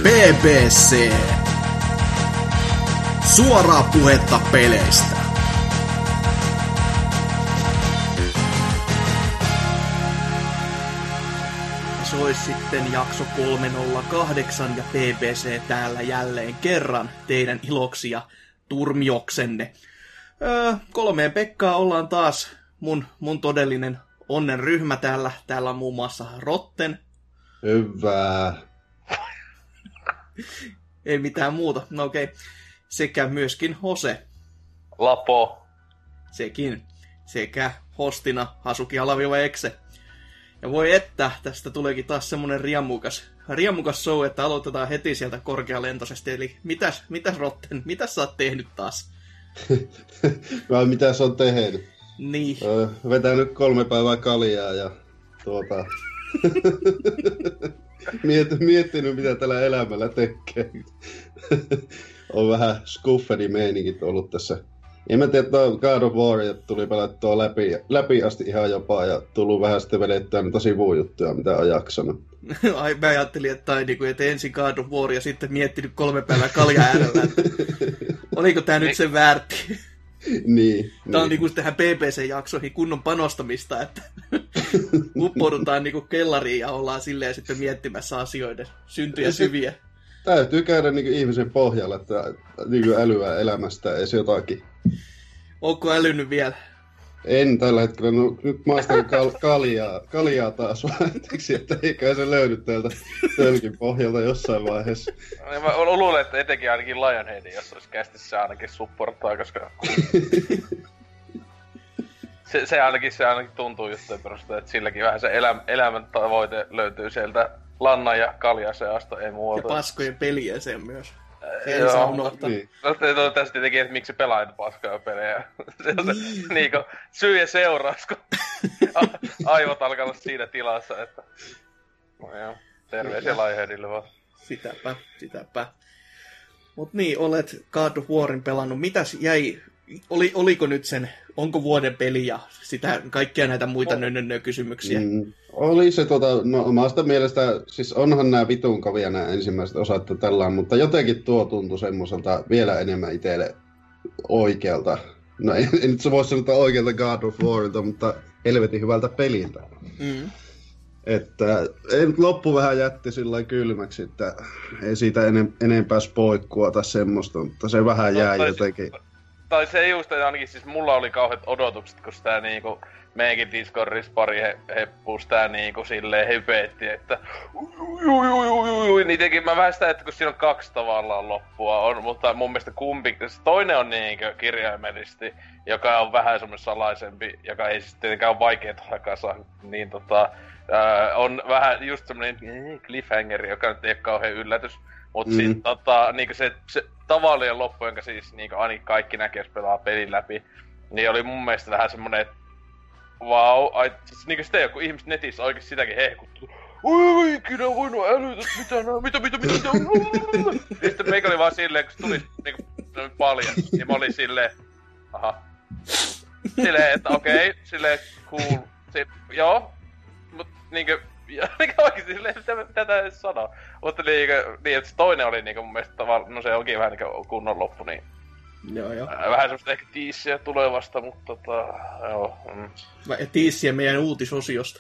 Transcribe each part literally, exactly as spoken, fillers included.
B B C. Suoraa puhetta peleistä. Se olisi sitten jakso kolmesataakahdeksan ja B B C täällä jälleen kerran teidän iloksi ja turmioksenne. Öö, kolmeen Pekkaa ollaan taas mun, mun todellinen onnen ryhmä täällä. Täällä on muun muassa Rotten. Hyvää. Ei mitään muuta. No okei. Okay. Sekä myöskin Hose. Lapo. Sekin. Sekä hostina Hasuki Alaviva Exe. Ja voi että, tästä tuleekin taas semmonen riemukas, riemukas show, että aloitetaan heti sieltä korkealentoisesti. Eli mitäs, mitäs Rotten, mitäs sä oot tehnyt taas? Vai mitä sä oot tehnyt? Niin. Öö, vetänyt kolme päivää kaljaa ja tuota... Miet, miettinyt mitä tällä elämällä tekee. On vähän skuffedi meiningit ollut tässä. En mä tiedä, että God of War tuli pelattua läpi, läpi asti ihan jopa ja tullut vähän sitten vedettyä niitä sivujuttuja, mitä on jaksanut. Ai, mä ajattelin, että, tai, niin kuin, että ensin God of War ja sitten miettinyt kolme päivää kalja äärellä. Oliko tää nyt sen väärti? Niin. Tää on niin. niinku tähän B B C-jaksoihin kunnon panostamista, että uppoudutaan niinku kellariin ja ollaan silleen sitten miettimässä asioiden syntyjä syviä. Täytyy käydä niinku ihmisen pohjalla, että niinku älyä elämästä edes jotakin. Ootko älynyt vielä? En tällä hetkellä, no nyt maistan kal- kaljaa, kaljaa taas vaihteeksi, että eikä se löydy täältä tölkin pohjalta jossain vaiheessa. Mä luulen, että etenkin ainakin Lionhead, jos olisi kästissä ainakin supportaa, koska se, se, ainakin, se ainakin tuntuu juttujen perusteella, että silläkin vähän se elä, elämän tavoite löytyy sieltä lannan ja kaljan seasta, ei muualta. Ja paskojen peliä sen myös. Se Ei saa unohtaa. Niin. No te tässä tietenkin, että miksi pelaajat paskoja pelejä. Se on se niinku syy ja seuraus, kun aivot alkaa olla siinä tilassa, että... No joo, terveisiä Lionheadille vaan. Sitäpä, sitäpä. Mut niin, olet God of Warin pelannut. Mitäs jäi... Oli, oliko nyt sen, onko vuoden peli ja sitä, kaikkia näitä muita nönnönnö-kysymyksiä? Mm, oli se tota, no omasta mielestä, siis onhan nämä vitun kovia nämä ensimmäiset osat tällä, mutta jotenkin tuo tuntui semmoiselta vielä enemmän itselle oikealta. No en, en nyt se voi sanoa oikealta God of Warilta, mutta helvetin hyvältä peliltä. Mm. Että ei nyt loppu vähän jätti sillä kylmäksi, että ei siitä enem, enempää spoikkua tai semmoista, mutta se vähän jäi no, jotenkin. Tai se just, että ainakin siis mulla oli kauheat odotukset, kun sitä niinku meikin Discordissa pari he, heppuu sitä niinku silleen hypeetti, että ui, niin tekin mä vähän sitä, että kun siinä on kaksi tavallaan loppua on, mutta mun mielestä kumpi, toinen on niinkö kirjaimellisesti, joka on vähän semmoinen salaisempi, joka ei siis tietenkään ole vaikea takasa, niin tota, ää, on vähän just semmoinen cliffhanger, joka nyt ei ole kauhean yllätys. Mut mm. sit tota, niinku se, se tavallinen loppu, jonka siis niinku ainakin kaikki näkee, jos pelaa pelin läpi, niin oli mun mielestä vähän semmonen, että vau, wow, siis niinku sitä joku ihmiset netissä oikeesti sitäkin hehkuttu. Oi, ikinä voinut älytä, mitä nää, mitä, mitä, mitä, mitä, ja sitten meikä oli vaan silleen, kun se tuli niinku paljon, niin mä olin silleen, aha. Silleen, että okei, okay, silleen, cool, sit, joo, mut niinkö, ja mikä oikeesti silleen, mitä mä tätä edes sanoa. Mutta niinkö, niin että se toinen oli niinkö mun mielestä tavallaan, no se onkin vähän niinkö kunnon loppu, niin... Joo, joo. Vähän semmoista ehkä tiissiä tulevasta, mutta tota, joo. Mm. Tiissiä meidän uutisosiosta.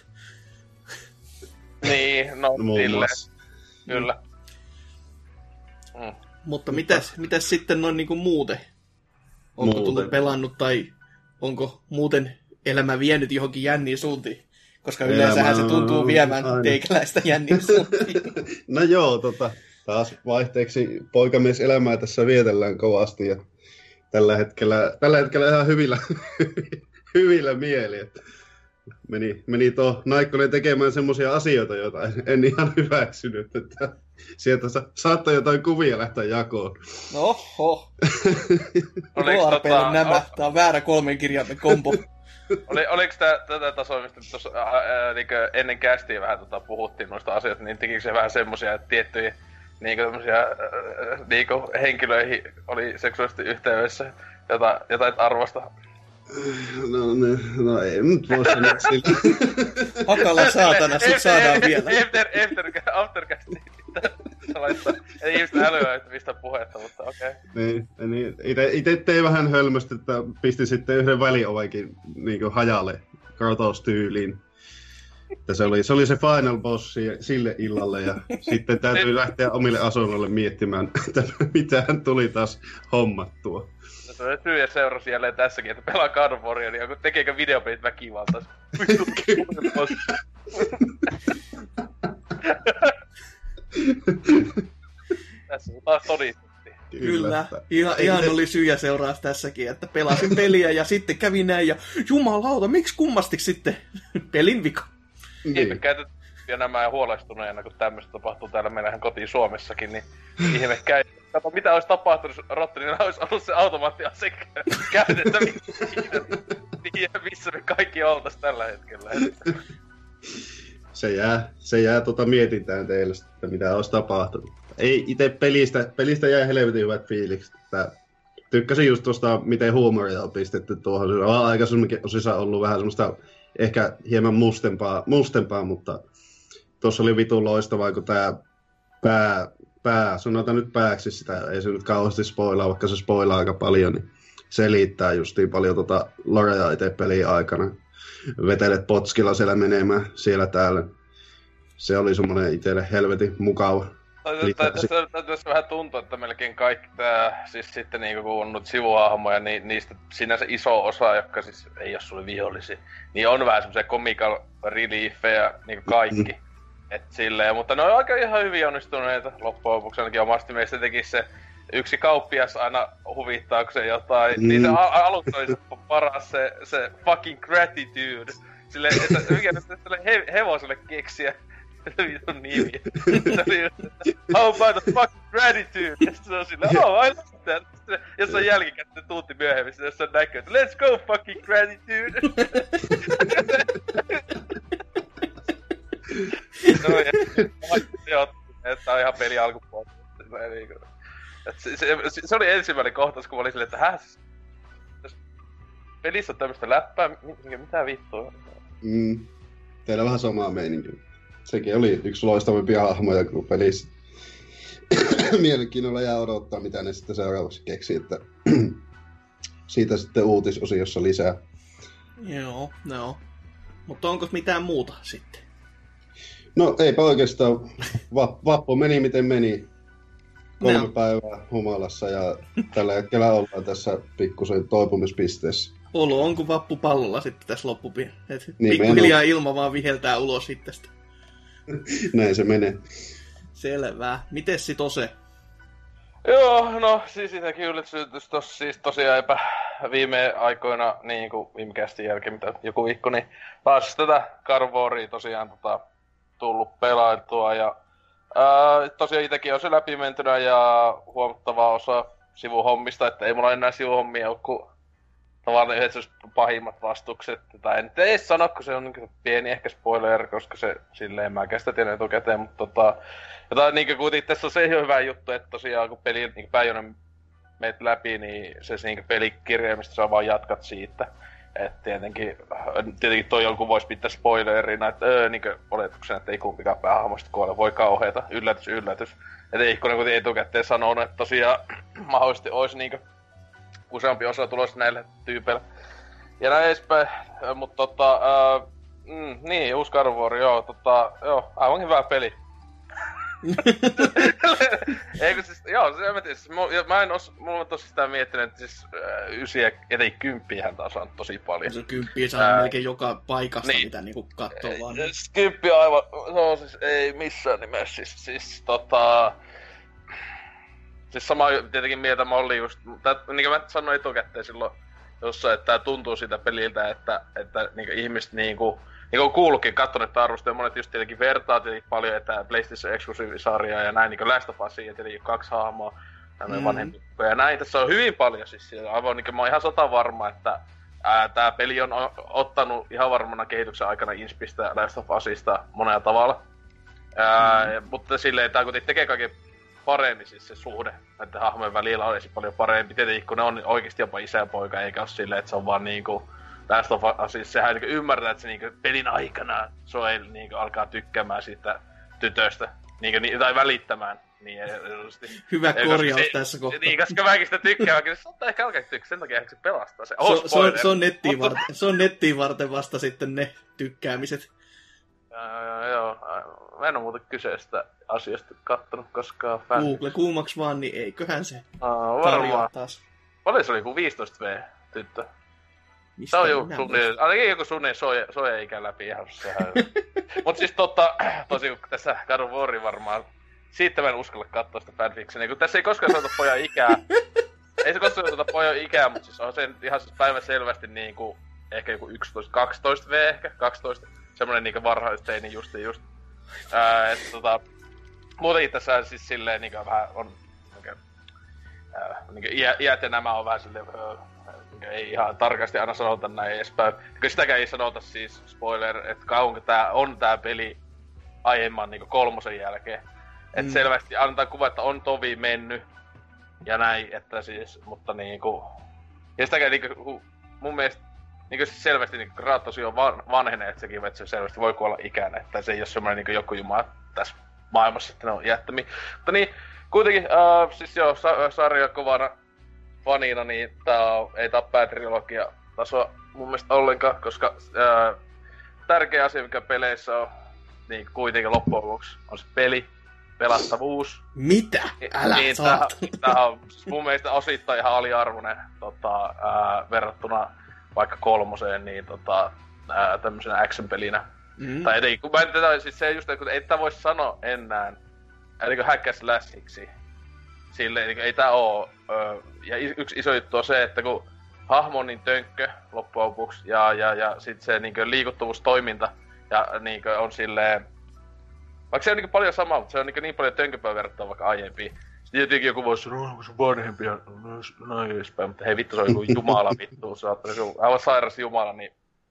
Niin, no, no silleen. Kyllä. Mm. Mutta mitäs, mitäs sitten noin niinku muuten? Onko muuten tullut pelannut tai onko muuten elämä vienyt johonkin jänniin suuntiin? Koska yleensähän se tuntuu viemään aina teikäläistä jänniin suuntiin. No joo, tota, taas vaihteeksi poikamieselämää tässä vietellään kovasti ja tällä hetkellä, tällä hetkellä ihan hyvillä, hyvillä mieli. Että meni, meni tuo Naikkonen tekemään semmoisia asioita, joita en, en ihan hyväksynyt. Että sieltä sa, saattoi jotain kuvia lähteä jakoon. Oho. Oliko tota... nämä? Tää on väärä kolmen kirjaimen kombo. Oli, oliks tää tätä tasoa, mistä tuossa niinkö ennen kästiä vähän tota, puhuttiin noista asioista, niin tekikö se vähän semmosia tiettyjä niinkö tämmösiä äh, niinkö henkilöihin oli seksuaalisesti yhteydessä, jota, jota et arvosta? No, no, no ei nyt voi sanoa sillä. Hakala saatana, sut saadaan vielä. After, after, aftercasti. Ei just älyä, että mistä puhetta, mutta okei. Okay. Niin, niin ite, ite tein vähän hölmösti, että pistin sitten yhden väliovenkin niin hajalle Kratos-tyyliin. Että se oli, se oli se final boss sille illalle ja sitten täytyy lähteä omille asunnoille miettimään, että mitähän tuli taas hommattua. No se on syy ja seurasi jälleen tässäkin, että pelaa God of Waria, niin joku tekeekö videopelit väkivaltaisi. Tässä on taas todistettiin. Kyllä, ihan, ihan oli syy ja seuraus tässäkin, että pelasin peliä ja sitten kävi näin ja jumalauta, miksi kummasti sitten pelin vika? Niin. Ihme käytet ja nämä huolestuneena, kun tämmöistä tapahtuu täällä meillähän kotiin Suomessakin, niin ihme käy. Kato, mitä olisi tapahtunut, jos Rottenilla olisi ollut se automaattiase käytettävissä siinä, missä me kaikki oltais tällä hetkellä. Se jää, se jää tota mietintään teille, että mitä olisi tapahtunut. Ei itse pelistä, pelistä jäi helvetin hyvät fiilikset. Että tykkäsin just tuosta, miten huumoria on pistetty tuohon. Se on aikaisemminkin osissa ollut vähän semmoista ehkä hieman mustempaa, mustempaa mutta tuossa oli vitun loistavaa, kun tää pää, pää, sanotaan nyt pääksi sitä, ei se nyt kauheasti spoilaa, vaikka se spoilaa aika paljon, niin selittää justiin paljon tota lorea itse pelin aikana. Vetelet potskilla siellä menemään, siellä täällä. Se oli semmonen itselle helvetin mukava. Tässä vähän tuntuu, että melkein kaikki tää, siis sitten niinku kun on nyt sivuhahmoja, niin niistä sinänsä iso osa, jotka siis ei oo sulle vihollisia, niin on vähän semmosia comical reliefejä niinku kaikki. Mm. Et silleen, mutta ne on aika ihan hyvin onnistuneita loppujen lopuksi, ainakin omasti meistä tekis se yksi kauppias aina huvittaa, kun se jotain, mm. niin se a- alussa oli se paras se, se fucking gratitude. Silleen, että mikä nyt he- hevoselle keksiä. Vitun nimi. How about the fucking gratitude? Ja sitten se on silleen, oh I love that. Ja se on jälkikäteen tunti myöhemmin, jos se näkyy, let's go fucking gratitude. No ja, että on ihan peli alkupuolta. Se, se, se oli ensimmäinen kohtaus, kun mä olin silleen, että häh? Pelissä on tämmöstä läppää, mitä vittua? Mm. Teillä vähän samaa meininkiä. Sekin oli yksi loistavimpia hahmoja kuin pelissä. Mielenkiinnolla jää odottaa, mitä ne sitten seuraavaksi keksii, että siitä sitten uutisosiossa lisää. Joo, no. Mutta onko mitään muuta sitten? No eipä oikeastaan. Va- vappu meni miten meni. Kolme no. päivää humalassa ja tällä hetkellä ollaan tässä pikkusen toipumispisteessä. Olo onko vappu pallolla sitten tässä loppupiin? Pikkuhiljaa ilma vaan viheltää ulos itsestä. Näin se menee. Selvä. Mites sit Ose? Joo, no siis sitäkin yllätys tossa siis tosiaan eipä viime aikoina, niin kuin viime kästin jälkeen, mitä joku viikko, niin taas tätä God of Waria tosiaan tota, tullut pelailtua ja ää, tosiaan itekin on se läpimentynä ja huomattava osa sivuhommista, että ei mulla enää sivuhommia ole kuin tavallaan yhdessä pahimmat vastukset, tai en ei sano, kun se on niin pieni ehkä spoiler, koska se silleen mäkään sitä tiedän etukäteen, mutta tota, jotain niin kuitenkin tässä on se hyvä juttu, että tosiaan kun peli niin päiväinen meet läpi, niin se niin pelikirja, mistä sä vaan jatkat siitä. Et tietenkin, tietenkin toi jonkun voisi pitää spoilerina, että öö, niin oletuksena, että ei kumpikaan päähahmoista kuole, voi kauheeta, yllätys, yllätys. Et ei kuitenkin etukäteen sanonut, että tosiaan mahdollisesti olisi niin useampi osa tulossa näille tyypeillä. Ja näin edespäin, mutta tota, ää, mm, niin, uusi God of War, joo, tota, joo, aivan hyvä peli. Eikö siis, joo, se, mä, tiedä, siis, mä en os, mulla on tosi sitä miettinyt, että siis äh, ysiä, etenkin kymppiähän taas on tosi paljon. Se kymppiä saa äh, melkein joka paikasta, niin, mitä niinku kattoo vaan. Niin. Kymppi aivan, no siis ei missään nimessä, siis, siis tota... Siis sama tietenkin mieltä mä olin just, tää, niin kuin mä sanoin etukäteen silloin jossain, että tää tuntuu siitä peliltä, että, että niin ihmiset niinku, niin kuin kuuluukin katsoneet arvosta, ja monet just tietenkin vertaa tietenkin paljon, että PlayStation Exclusive-sarjaa ja näin, niin kuin Last of Us, ja tietenkin kaksi hahmoa, tämmöinen mm. vanhempi ja näin. Tässä on hyvin paljon siis, aivan niin kuin mä oon ihan sata varma, että ää, tää peli on ottanut ihan varmana kehityksen aikana inspistä Last of Usista monella tavalla. Ää, mm. Mutta silleen, tää kuitenkin tekee kaiken paremmin siis se suhde näiden hahmojen välillä olisi paljon parempi. Tietenkin kun ne on oikeesti jopa isä ja poika, eikä oo silleen, että se on vaan niinku Last of Us, siis sehän niinku ymmärtää, että se niinku pelin aikana Joel niinku alkaa tykkäämään siitä tytöstä, niinku, tai välittämään niin edusti. Hyvä ja korjaus se, tässä kohtaa. Niin, koska mäkin sitä tykkään, vaikka se saattaa ehkä alkaa tykkää, sen takia se pelastaa se. Oh, se, on, se, on nettiin varten, se on nettiin varten vasta sitten ne tykkäämiset. Joo, joo. Mä en oo muuten kyseistä asiasta kattonut koskaan. Fan. Google kuumaksi vaan, niin eiköhän se Aa, tarjoa taas. Paljon se oli kuin viisitoista vuotta tyttö? Mistä se on jo suunnilleen, ainakin joku suunnilleen soja, soja ikä läpi ihan sehän. Mut siis tota, tosi kun tässä God of War varmaan, siitä mä en uskalla katsoa sitä fanfictionia, kun tässä ei koskaan sanota pojan ikää. Ei se koskaan sanota pojan ikää, mut siis on se ihan siis päivän selvästi niinku, ehkä joku yksitoista kaksitoista vuotta ehkä, kaksitoista. Semmonen niinku varhaisteini justi just. Ää, et tota, muutenkin tässä siis silleen niinku vähän on, niinku, ää, niinku iä, iät ja nämä on vähän silleen, öö, ei ihan tarkasti aina sanota näin edespäin. Kyllä sitäkään ei sanota siis, spoiler, että kauanko tää on tää peli aiemman niinku kolmosen jälkeen. Et mm. selvästi annetaan kuva, että on tovi mennyt ja näin, että siis, mutta niinku... Ja sitäkään niinku, mun mielestä niinku siis selvästi niinku Kratos on van, vanheneet sekin, että se selvästi voi kuolla ikänä, että se ei oo semmoinen niinku joku jumala tässä maailmassa, että ne on jättämiä. Mutta niin, kuitenkin, uh, siis joo, sa- sarja kovana fanina, niin tää on, ei tää oo päätrilogia tasoa mun mielestä ollenkaan, koska ää, tärkeä asia, mikä peleissä on, niin kuitenkin loppujen lopuksi on se peli, pelattavuus. Mitä? Älä niin, tää, tää on siis mun mielestä osittain ihan aliarvoinen tota, ää, verrattuna vaikka kolmoseen, niin tota, ää, tämmöisenä action-pelinä. Mm. Tai etenkin, kun mä en tätä, siis se just, että ei tätä voi sanoa enää, eli hack and slashiksi. Silleen, niin ei tää oo. Öö, ja yksi iso juttu on se, että kun hahmo on niin tönkkö loppujen lopuksi, ja, ja, ja sit se niin liikuttavuustoiminta ja niin on silleen... Vaikka se on niin paljon samaa, mutta se on niin, niin paljon tönköpää verrattuna vaikka aiempiin. Sitten jotenkin joku voisi sanoa, onko sun vanhempi ja noin edespäin, mutta hei vittu, se on joku jumala vittu, se on aivan sairas jumala, niin...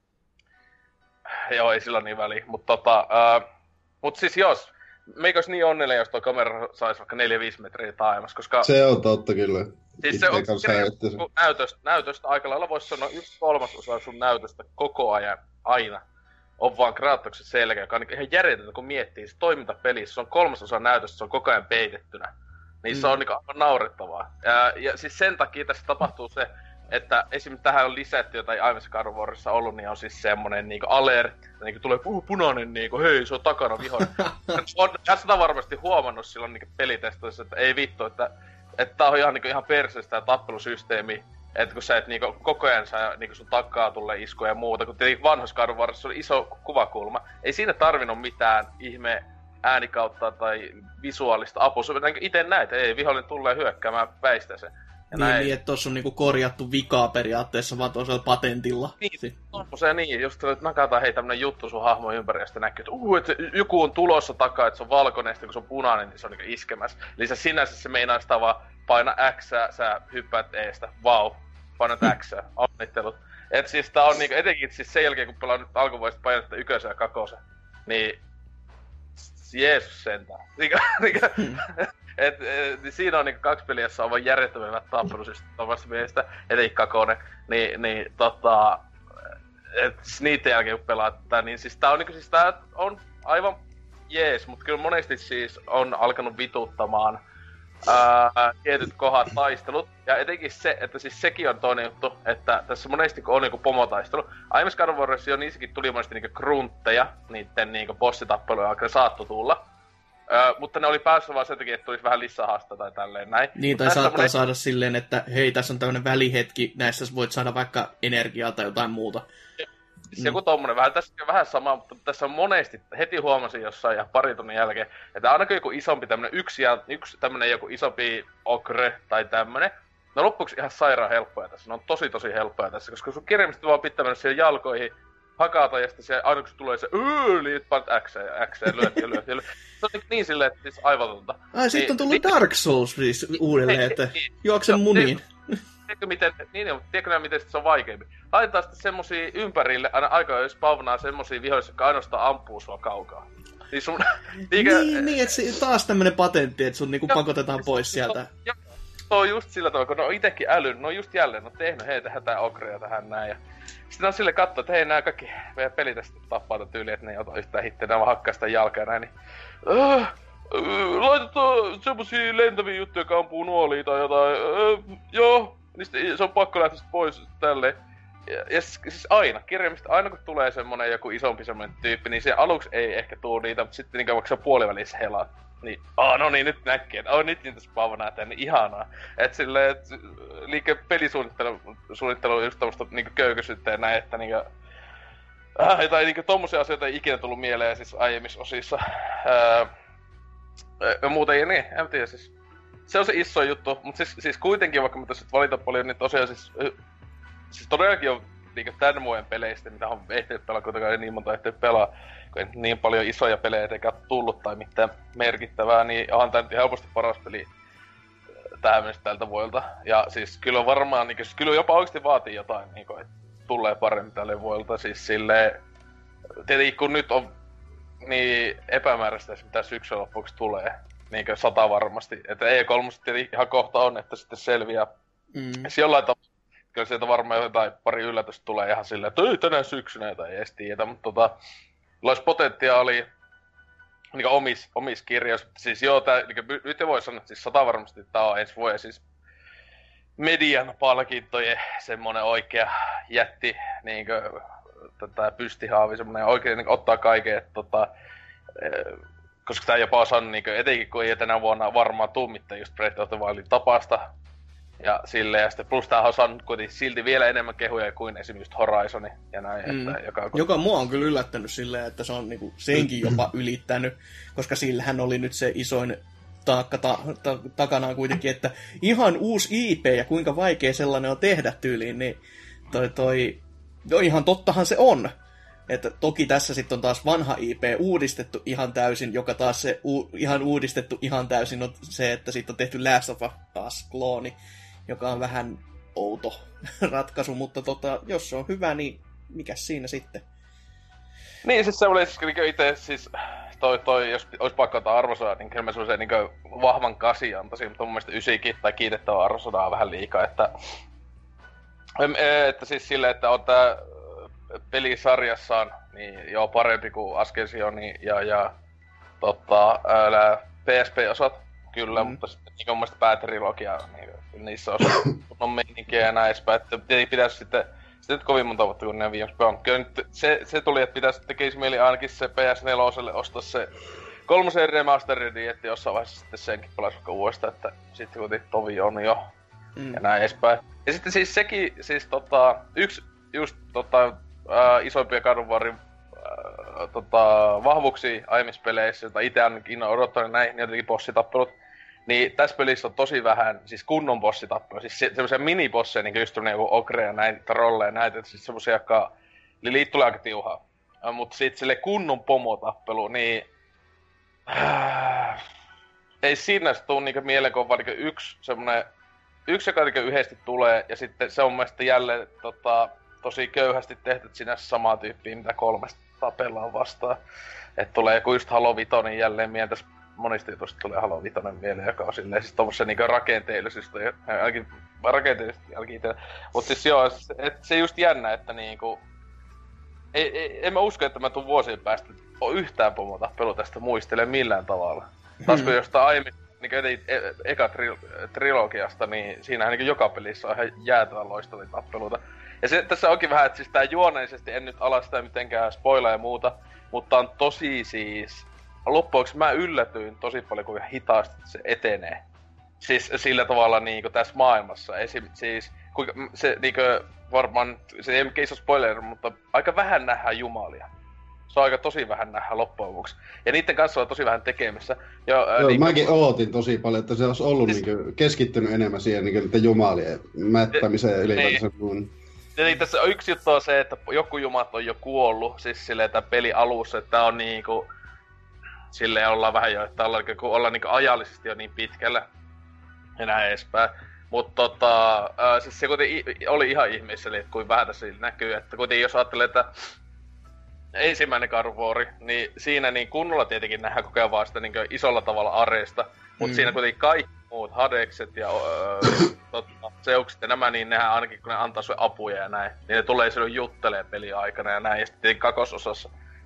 Joo, ei sillä niin väliä, mutta tota... Öö, mut siis jos... Meikä olisi niin onnellinen, jos tuo kamera saisi vaikka neljä viisi metriä taivas, koska... Se on totta kyllä. Siis se on se... näytöstä, näytöstä aika lailla voisi sanoa yksi kolmasosa sun näytöstä koko ajan, aina. On vaan Kratoksen selkä, joka on ihan järjetöntä, kun miettii. Se toimintapelissä, se on kolmasosa näytöstä, se on koko ajan peitettynä. Niin mm. se on niin aivan naurettavaa. Ja, ja siis sen takia tässä tapahtuu se, että esimerkiksi tähän on lisätty jotain aiemmassa God of Warissa ollut, niin on siis semmonen niinku alert, niinku tulee uh, punainen niinku, hei se on takana vihollinen. on sitä varmasti huomannut silloin niinku pelitesteissä, että ei vittu, että että tää on ihan niinku ihan perseestä tää tappelusysteemi, että kun sä et niinku koko ajan saa niinku sun takaa tulee iskuja ja muuta, kun tietenkin vanhassa God of Warissa oli iso kuvakulma, ei siinä tarvinnut mitään ihme äänikautta tai visuaalista apua, sä niinku ite näet, ei vihollinen tulee hyökkäämään väistä se. Niin, niin, että tossa on niinku korjattu vikaa periaatteessa vaan toisella patentilla. Niin, on se niin, just että nakataan hei tämmönen juttu sun hahmon ympäri ja sitten näkyy, että uh, että joku on tulossa takaa, että se on valkoinen, ja kun se on punainen, niin se on niinku iskemässä. Eli se sinänsä se meinaa sitä vaan paina X, sä hyppäät eestä, vau, wow, painat X, onnittelut. Et siis tää on niinku, etenkin siis sen jälkeen kun pelaa nyt alkuvuodesta painetta ykösen ja kakosen, niin Jeesus sentään. Niinku, niinku, et, et, niin siinä on niinku kaksi peliä, jossa on vaan järjettömän hyvät tappelusista omasta mielestä, eli kakone, niin, niin tota, et niiden jälkeen kun pelaat tätä, niin siis tää on niinku, siis tää on aivan jees, mut kyllä monesti siis on alkanut vituttamaan ää, tietyt kohdat taistelut, ja etenkin se, että siis sekin on toinen juttu, että tässä monesti kun on niinku pomotaistelu, aiemmassa God of Warissa jo niissäkin tuli monesti niinku gruntteja, niitten niinku bossitappeluja aikana saattoi tulla. Öö, mutta ne oli päässä vaan sen takia, että tulisi vähän lisää haasta tai tälleen näin. Niin, tai saattaa mun... saada silleen, että hei, tässä on tämmönen välihetki, näissä voit saada vaikka energiaa tai jotain muuta. Siis mm. joku tommonen, vähän tässä on vähän sama, mutta tässä on monesti, heti huomasin jossain ja pari tunnin jälkeen, että ainakin joku isompi tämmönen yksi, ja, yksi tämmönen joku isompi okre tai tämmönen, ne on loppuksi ihan sairaan helppoja tässä, ne on tosi tosi helppoja tässä, koska sun kirjallisesti vaan pitää mennä siihen jalkoihin, hakata ja sitten se, aina kun se tulee se öö, niin painat X ja X ja lyöt ja lyöt ja lyöt. Se on niin, niin silleen, että siis aivotonta. Ai, niin, sitten on tullut niin, Dark Souls siis uudelleen, niin, että niin, juoksen muniin. Tiedätkö miten, niin, mutta tiedätkö miten se on vaikeampi? Laitetaan sitten semmosia ympärille, aina aika jos spawnaa semmosia vihollisia, jotka ainoastaan ampuu sua kaukaa. Niin sun... Niinkö... Niin, niin, että se, taas tämmönen patentti, että sun niinku jo, pakotetaan pois sieltä. Jo, se on just sillä tavalla, kun ne on itekin älynyt, ne on just jälleen, ne on tehnyt, hei tehdään tää okrea tähän näin ja... Sitten on sille katsoa, että hei nää kaikki meidän pelitästä tappaa tätä tyyliä, että ne ei ota yhtään hitteä, ne vaan hakkaa sitä jalkaa näin, niin... Uh, laitetaan semmosia lentäviä juttuja, jotka ampuu nuolia tai jotain. Öö, joo, niin sitten se on pakko lähteä pois tälleen. Ja, ja siis aina, kirjaimista, aina kun tulee semmonen joku isompi semmonen tyyppi, niin se aluksi ei ehkä tuu niitä, mutta sitten niin vaikka se on puolivälissä helaa. Niin, aah no niin, nyt näkee, että oh, nyt niitä spawnaa tänne, niin ihanaa. Et silleen, et liike pelisuunnittelu suunnittelu on just tommoista niinku köyköisyyttä ja näin, että niinku... Äh, tai niinku tommosia asioita ei ikinä tullut mieleen siis aiemmissa osissa. Öö, ja muuten ei niin, en tiedä siis. Se on se iso juttu, mut siis, siis kuitenkin vaikka mä tässä valita paljon, niin tosiaan siis... Siis todellakin on niinku tän vuoden peleistä, mitä on ehtinyt pelaa, kuitenkaan ei niin monta ehtinyt pelaa. Kun ei niin paljon isoja pelejä eikä tullut tai mitään merkittävää, niin onhan tää nyt helposti paras peli tähän mennessä tältä vuodelta. Ja siis kyllä on varmaan, niin, siis kyllä jopa oikeesti vaatii jotain, niin kuin, että tulee paremmin tälle vuodelta. Siis silleen, tietenkin kun nyt on niin epämääräistä, mitä syksyn loppuksi tulee, niin kuin sata varmasti. Että E kolme tietenkin ihan kohta on, että sitten selviää. Mm. Siis jollain tavalla, kyllä sieltä varmaan jotain pari yllätystä tulee ihan silleen, että ei tänään syksynä tai ei edes tiedä, mutta tota... Lois potentiaalia niinku omis, omis kirjoissa. Siis joo, tää, niinku, nyt voi sanoa, että siis sata varmasti että tää on ensi vuoden siis median palkintojen semmonen oikea jätti, niinkö tätä pystihaavi, semmonen oikein niinku, ottaa kaiken, että tota, e, koska tää jopa osannut niinku, etenkin kun ei tänä vuonna varmaan tuu mitään just Breath of the Wildin tapasta. Ja silleen, ja sitten plus tämähän on saanut kuitenkin silti vielä enemmän kehuja kuin esimerkiksi Horizon ja näin. Mm. Että joka, joka mua on kyllä yllättänyt silleen, että se on niinku senkin jopa ylittänyt, koska sillähän oli nyt se isoin taakka ta- ta- takanaan kuitenkin, että ihan uusi I P ja kuinka vaikea sellainen on tehdä tyyliin, niin toi, toi no ihan tottahan se on. Että toki tässä sitten on taas vanha I P uudistettu ihan täysin, joka taas se u- ihan uudistettu ihan täysin on se, että siitä on tehty Last of Us-klooni, joka on vähän outo ratkaisu, mutta tota, jos se on hyvä, niin mikäs siinä sitten? Niin, siis se oli siis itse, siis toi, toi, jos olisi pakko ottaa arvosanaa, niin kyllä mä semmoisen niin vahvan kasi antaisin, mutta mun mielestä ysikin tai kiitettävä arvosanaa on vähän liikaa, että että siis silleen, että on tää pelisarjassaan niin joo parempi kuin Ascensioni ja, ja tota, älä, P S P-osat, kyllä, mm. mutta sitten niin mun mielestä päätrilogia, niin kyllä niissä on meininkiä ja näin edespäin, että tietenkin pitäisi sitten, sitten nyt kovin monta vuotta kun ne viimeksi pelannut. Kyllä nyt se, se tuli, että pitäisi tekisi mieli ainakin se P S neljä ostaa se kolmosen remasteridi, että jossain vaiheessa sitten senkin pelaisi vaikka uudestaan, että sitten kuitenkin tovi on jo mm. ja näin edespäin. Ja sitten siis sekin, siis tota, yksi just tota, Äh, isompia kadunvarin äh, tota, vahvuuksia aiemmissa peleissä, jota itse ainakin odottanut näin, niin jotenkin bossitappelut. Niin tässä pelissä on tosi vähän siis kunnon bossitappeluja, siis se, semmoisia minibosseja, niin kuin just joku Ogre ja näitä, trolleja ja näitä, että siis semmoisia, jotka liit tulee aika tiuhaa. Äh, mutta sitten sille kunnon pomotappelu, niin äh, ei siinä tuu niinku mieleen, kun on vaan niinku yksi semmonen, yksi joka niinku yhdesti tulee, ja sitten se on mun mielestä jälleen tota, tosi köyhästi tehty sinänsä samaa tyyppiä, mitä kolmesta tapellaan vastaan. Et tulee joku just Halo Vitoinen jälleen mieleen, tässä monista jutusta tulee Halo Vitoinen mieleen, joka on silleen siis tommosia niinku rakenteellisista, ja ainakin rakenteellisesti ainakin itellä. Mut siis joo, et se just jännä, että niinku... Ei, ei, en mä usko, että mä tuun vuosien päästä on yhtään pomotappelu tästä muistele millään tavalla. Hmm. Taas kun jostain aiemmin, niinku e- e- eka tri- trilogiasta, niin siinähän niinku joka pelissä on ihan jäätävän loistavia tappeluita. Ja se, tässä onkin vähän, että siis tää juoneisesti, en nyt ala sitä mitenkään spoilaa ja muuta, mutta on tosi siis... Loppujen mä yllätyin tosi paljon, kuinka hitaasti se etenee. Siis sillä tavalla niinku tässä maailmassa. Esim, siis kuinka se niinku varmaan, se ei mikään iso spoiler, mutta aika vähän nähdään jumalia. Se on aika tosi vähän nähdään loppujen lopuksi. Ja niiden kanssa on tosi vähän tekemissä. Ja, Joo, niinku, mäkin ootin tosi paljon, että se olisi ollut siis, niinku keskittynyt enemmän siihen niinku niiden jumalien mättämiseen ylipäätänsä. Niin. Eli tässä on yksi juttu on se, että joku jumat on jo kuollut, siis silleen tämän pelin alussa, että tää on niinku... Silleen ollaan vähän jo, että ollaan, kun ollaan niinku ajallisesti jo niin pitkällä ja näin edespäin. Mut tota, ää, siis se kuitenkin oli ihan ihmeessä, eli kuin vähän tässä näkyy, että kuitenkin jos ajattelee, että ensimmäinen God of War, niin siinä niin kunnolla tietenkin nähdään koko ajan vaan sitä niin isolla tavalla areesta, mut mm. siinä kuitenkin kaikki muut Hadekset ja öö, totta, Seukset ja nämä, niin nehän ainakin kun ne antaa sulle apuja ja näin, niin ne tulee silloin juttelee peliaikana ja näin, ja sitten kakososassa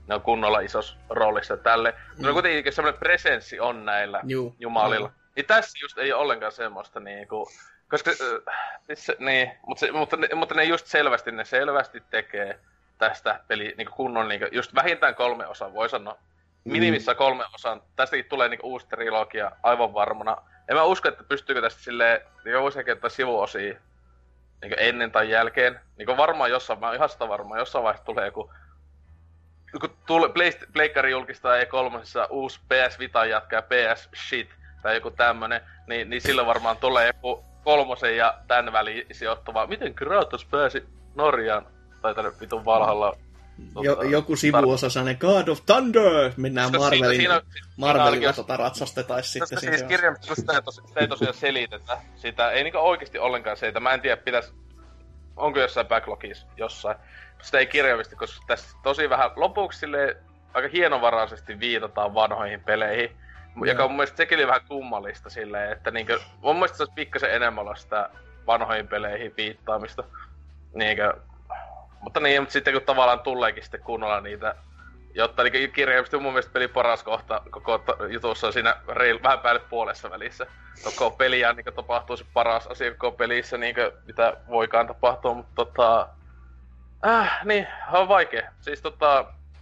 ne on kunnolla isossa roolissa tälle. Mm. No kuitenkin semmoinen presenssi on näillä Juu. jumalilla. Mm. Niin tässä just ei ole ollenkaan semmoista niinku... Koska... Äh, se, niin, mutta, se, mutta, ne, mutta ne just selvästi, ne selvästi tekee tästä peli niinku kunnon niinku... Just vähintään kolme osaa, voi sanoa. Minimissä kolme osaa. Tästäkin tulee niinku uusi trilogia aivan varmana. En mä usko, että pystyykö tästä silleen... Niinku voisi kertoa sivuosia niinku ennen tai jälkeen. Niinku varmaan jossain, mä oon ihan sitä varmaan, jossain vaiheessa tulee joku... Kun Pleikkari julkistaa E kolme uusi P S Vita jatkaa P S shit tai joku tämmönen, niin, niin silloin varmaan tulee joku kolmosen ja tän väliin sijoittava. Miten Kratos pääsi Norjaan? Tai tänne vitun Valhalla. Jo, joku sivuosa sellainen God of Thunder! Mennään koska Marvelin, siinä, siinä, Marvelilla tota ratsastetais sitten. Siis kirjallisesti sitä, sitä ei tosiaan selitetä. Sitä ei niinku oikeesti ollenkaan selitä. Mä en tiedä, pitäis... Onko jossain backlogissa jossain. Sitä ei kirjallisesti, koska tässä tosi vähän lopuksi silleen, aika hienovaraisesti viitataan vanhoihin peleihin. Ja. Joka on mun mielestä sekin oli vähän kummallista silleen, että niinkö... Mun mielestä se olisi pikkasen enemmän olla sitä vanhoihin peleihin viittaamista. Niinkö... Mutta niin, mutta sitten kun tavallaan tuleekin sitten kunnolla niitä... Jotta niin kirjallisesti mun mielestä peli paras kohta koko jutussa on siinä reil, vähän päälle puolessa välissä. Koko peliä niin tapahtuu se paras asia koko pelissä, niin kuin, mitä voikaan tapahtua, mutta tota... Äh, niin, on vaikea. Siis tota...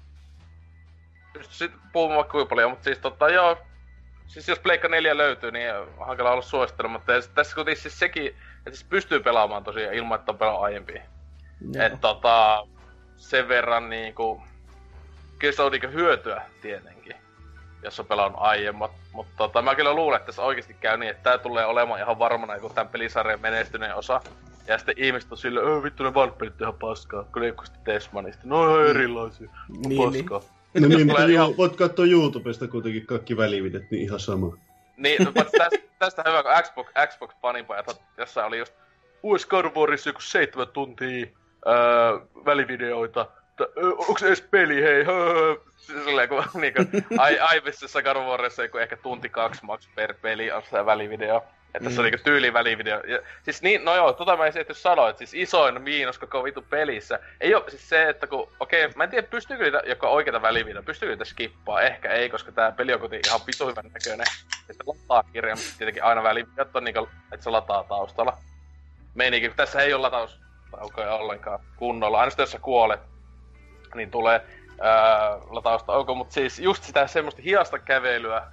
Pysty sit puhumaan vaikka kuinka paljon, mutta siis tota joo... Siis jos Pleikka neljä löytyy, niin hankala olla suosittelematta. Ja tässä kuitenkin siis sekin, että siis pystyy pelaamaan tosiaan ilman, että on pelaa aiempiin. Että tota... Sen verran niinku... Kyllä se on niinku hyötyä tietenkin, jos on pelannut aiemmat. Mutta tota, mä kyllä luulen, että tässä oikeesti käy niin, että tää tulee olemaan ihan varmana joku tän pelisarjan menestyneen osa. Ja sitten ihmiset on silleen, öö vittu ne vanhat ihan paskaa, kun ne ikusti Desmanista. No ihan erilaisia, on niin, paskaa. Niin. No niin, mutta ju- voit katsoa YouTubesta kuitenkin kaikki välividet, niin ihan sama. Niin, no, tästä, tästä hyvä, kun Xbox, Xbox paninpajat, jossa oli just uusi God of Warissa joku seitsemän tuntia öö, välivideoita. Onks edes peli, hei, höö. Silleen kun niinku aiemmissa God of Warissa joku ehkä tunti kaksi maks per peli on se välivideo. Että mm. se on niinku tyyli välivideo. Ja, siis niin, no joo, tota mä en sieltä sanoa, että siis isoin miinus koko vitu pelissä. Ei oo siis se, että kun, okei, okay, mä en tiedä pystyykö niitä joka oikeita välivideo, pystyykö niitä skippaa, ehkä ei, koska tää peli on kuitenkin ihan vitu hyvän näköinen. Ja sitten lataa kirja, mutta tietenkin aina välivideot on niinku, että se lataa taustalla. Meinikin, kun tässä ei oo lataustaukoja ollenkaan kunnolla, aina jos sä kuolet. Niin tulee ää, latausta mutta siis just sitä semmoista hiasta kävelyä,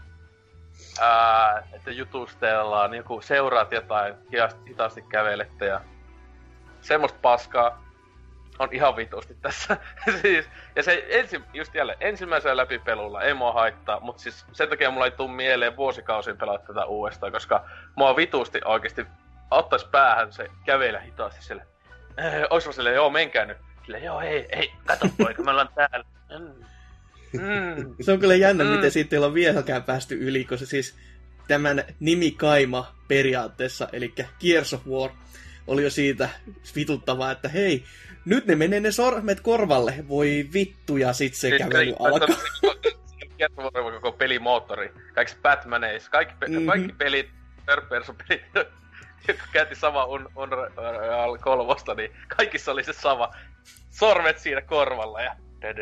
ää, että jutustellaan, niin joku seuraat jotain, hiasti, hitaasti kävelette ja semmoista paskaa on ihan vitusti tässä. siis, ja se ensi, just jälleen ensimmäisellä läpipelulla ei mua haittaa, mutta siis sen takia mulla ei tuu mieleen vuosikausiin pelata tätä uudestaan, koska mua vitusti oikeesti ottais päähän se kävellä hitaasti sille. Äh, ois mä silleen, joo menkää nyt. Sille, joo, hei, hei, kato poika, me ollaan täällä. Mm. Mm. Se on kyllä jännä, mm. miten siitä ei olla vieläkään päästy yli, koska siis tämän nimikaima periaatteessa, eli Gears of War, oli jo siitä vituttavaa, että hei, nyt ne menee ne sormet korvalle, voi vittu, ja sit se siis kävely alkaa. Gears of War koko pelimoottori, kaikki Batmaneissa, kaikki, pe- mm-hmm. kaikki pelit, third person pelit, kun käytiin sama Unreal kolmosta, niin kaikissa oli se sama. Sormet siinä korvalla ja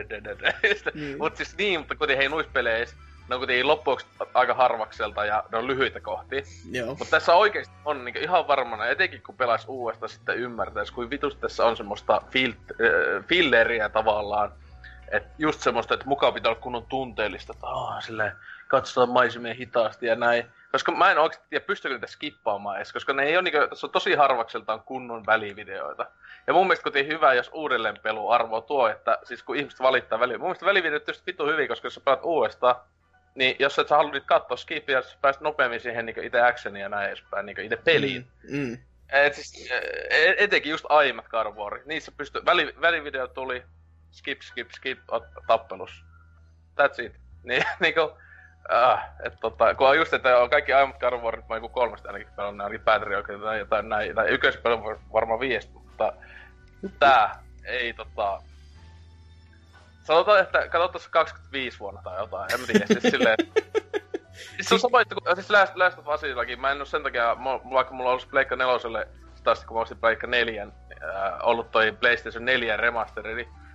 mm. Mut siis niin, mutta kuitenkin hei nuissa peleissä, ne on kuitenkin loppuksi aika harvakselta ja ne on lyhyitä kohtia. Mutta tässä oikeesti on niinku ihan varmana, etenkin kun pelais uudestaan sitten ymmärtäis, kuin vitusti tässä on semmoista filt- äh, filleriä tavallaan. Et just semmoista, että mukaan pitää olla kunnon tunteellista, että aah, silleen katsotaan maisemia hitaasti ja näin. Koska mä en oikeesti tiedä, pystyykö niitä skippaamaan edes, koska ne ei oo niinku, tässä on tosi harvakseltaan kunnon välivideoita. Ja mun mielestä kuitenkin hyvä, jos uudelleenpelu arvo tuo, että siis kun ihmiset valittaa välivideoita. Mun mielestä välivideot tietysti vittu hyvin, koska jos sä pelaat uudestaan, niin jos et sä halua niitä katsoa skippiä, jos sä pääset nopeammin siihen niinku ite actionia ja näin edespäin, niinku ite peliin. Mm, mm. Et siis, etenkin just aiemmat God of War, niissä pystyy, väli, välivideo tuli, skip, skip, skip, tappelus. That's it. Niin niinku... Ah, et tota, kun on just, että on kaikki aiemmat God of Warit, mä oon joku kolmesta ainakin pelannut, ne ainakin Battery oikein tai jotain näin, tai ykkösen pelannut varmaan viiestä, mutta tää ei tota... Sanotaan, että katsotaan kaksikymmentäviisi vuonna tai jotain, en mä tiedä, siis silleen... Siis se on sama, että kun, siis Last, Last of Usillakin, mä en oo sen takia, vaikka mulla on ollut Pleikka neloselle, taas kun mä ostin Pleikka neljän, äh, ollut toi PlayStation neljä remasteri, niin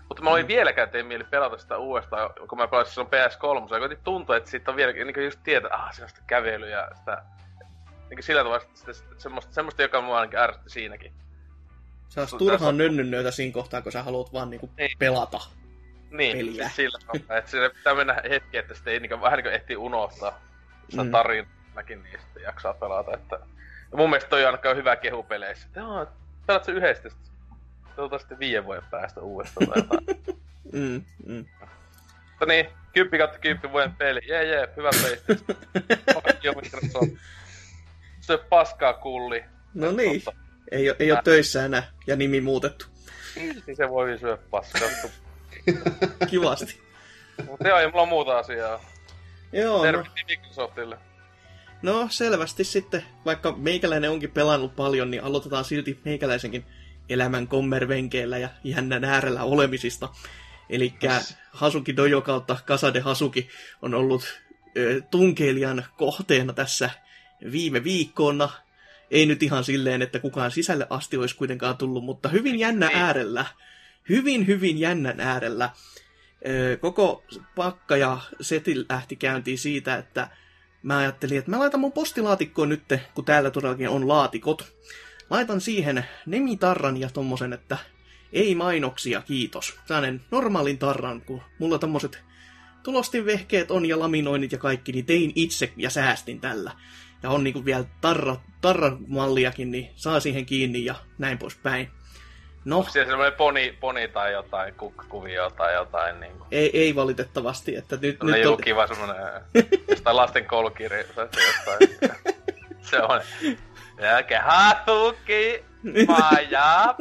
Mutta mä olin vieläkään tein mieli pelata sitä uudestaan, kun mä pelasin silloin P S kolme. Ja koitin tuntua, että siitä on vielä niin just tietää, että ah, se on sitä kävelyä ja sitä... Niin sillä tavalla sitä, sitä, semmoista, semmoista, joka mua ainakin ärsytti siinäkin. Se olisi turhaan nönnynöitä siinä kohtaa, kun sä haluat vaan niinku niin. pelata niin, peliä. Niin, sillä tavalla, että siinä pitää mennä hetki, että sitten ei niinku, vähän niinku ehtii unohtaa sitä mm. tarinakin, niin sitten jaksaa pelata. Että... Ja mun mielestä toi on ainakaan hyvä kehu peleissä. Joo, pelat se yhdessä, tuota sitten viiden vuoden päästä uudestaan tai jotain. mm, mm. Mutta niin, kymppi kautta kymppi vuoden peli. Jee jee, hyvä PlayStation. Okei, Microsoft. Se paskaa kulli. No niin, ei, ei oo töissä enää ja nimi muutettu. Silti se voi syödä paskaa. Kivasti. Mutta joo, ja mulla on muuta asiaa. Joo. Tervehdys no. Microsoftille. No selvästi sitten, vaikka meikäläinen onkin pelannut paljon, niin aloitetaan silti meikäläisenkin elämän kommervenkeillä ja jännän äärellä olemisista. Elikkä Hasuki Dojo kautta Kasade Hasuki on ollut ö, tunkeilijan kohteena tässä viime viikkoona. Ei nyt ihan silleen, että kukaan sisälle asti olisi kuitenkaan tullut, mutta hyvin jännä äärellä. Hyvin, hyvin jännän äärellä. Ö, koko pakka ja seti lähti käyntiin siitä, että mä ajattelin, että mä laitan mun postilaatikkoon nyt, kun täällä todellakin on laatikot. Laitan siihen nemitarran ja tommosen, että ei mainoksia, kiitos. Sellainen normaalin tarran, kun mulla tommoset tulostinvehkeet on ja laminoinnit ja kaikki, niin tein itse ja säästin tällä. Ja on niinku vielä tarra, tarramalliakin, niin saa siihen kiinni ja näin poispäin. No. Onko siellä semmoinen poni, poni tai jotain, kukkakuvio tai jotain niinku? Ei, ei valitettavasti, että nyt... Semmoinen nyt joku on... kiva semmoinen, jostain lasten koulukirja tai jostain. Se on... Jälkeen Hasuki, Maja.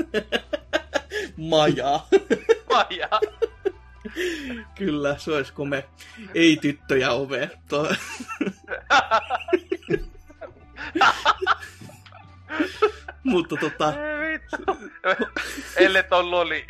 Maja. Maja. Kyllä, se olisi kome. Ei tyttöjä ove. To... Mutta tota... Ei vittu. Ellet on loli.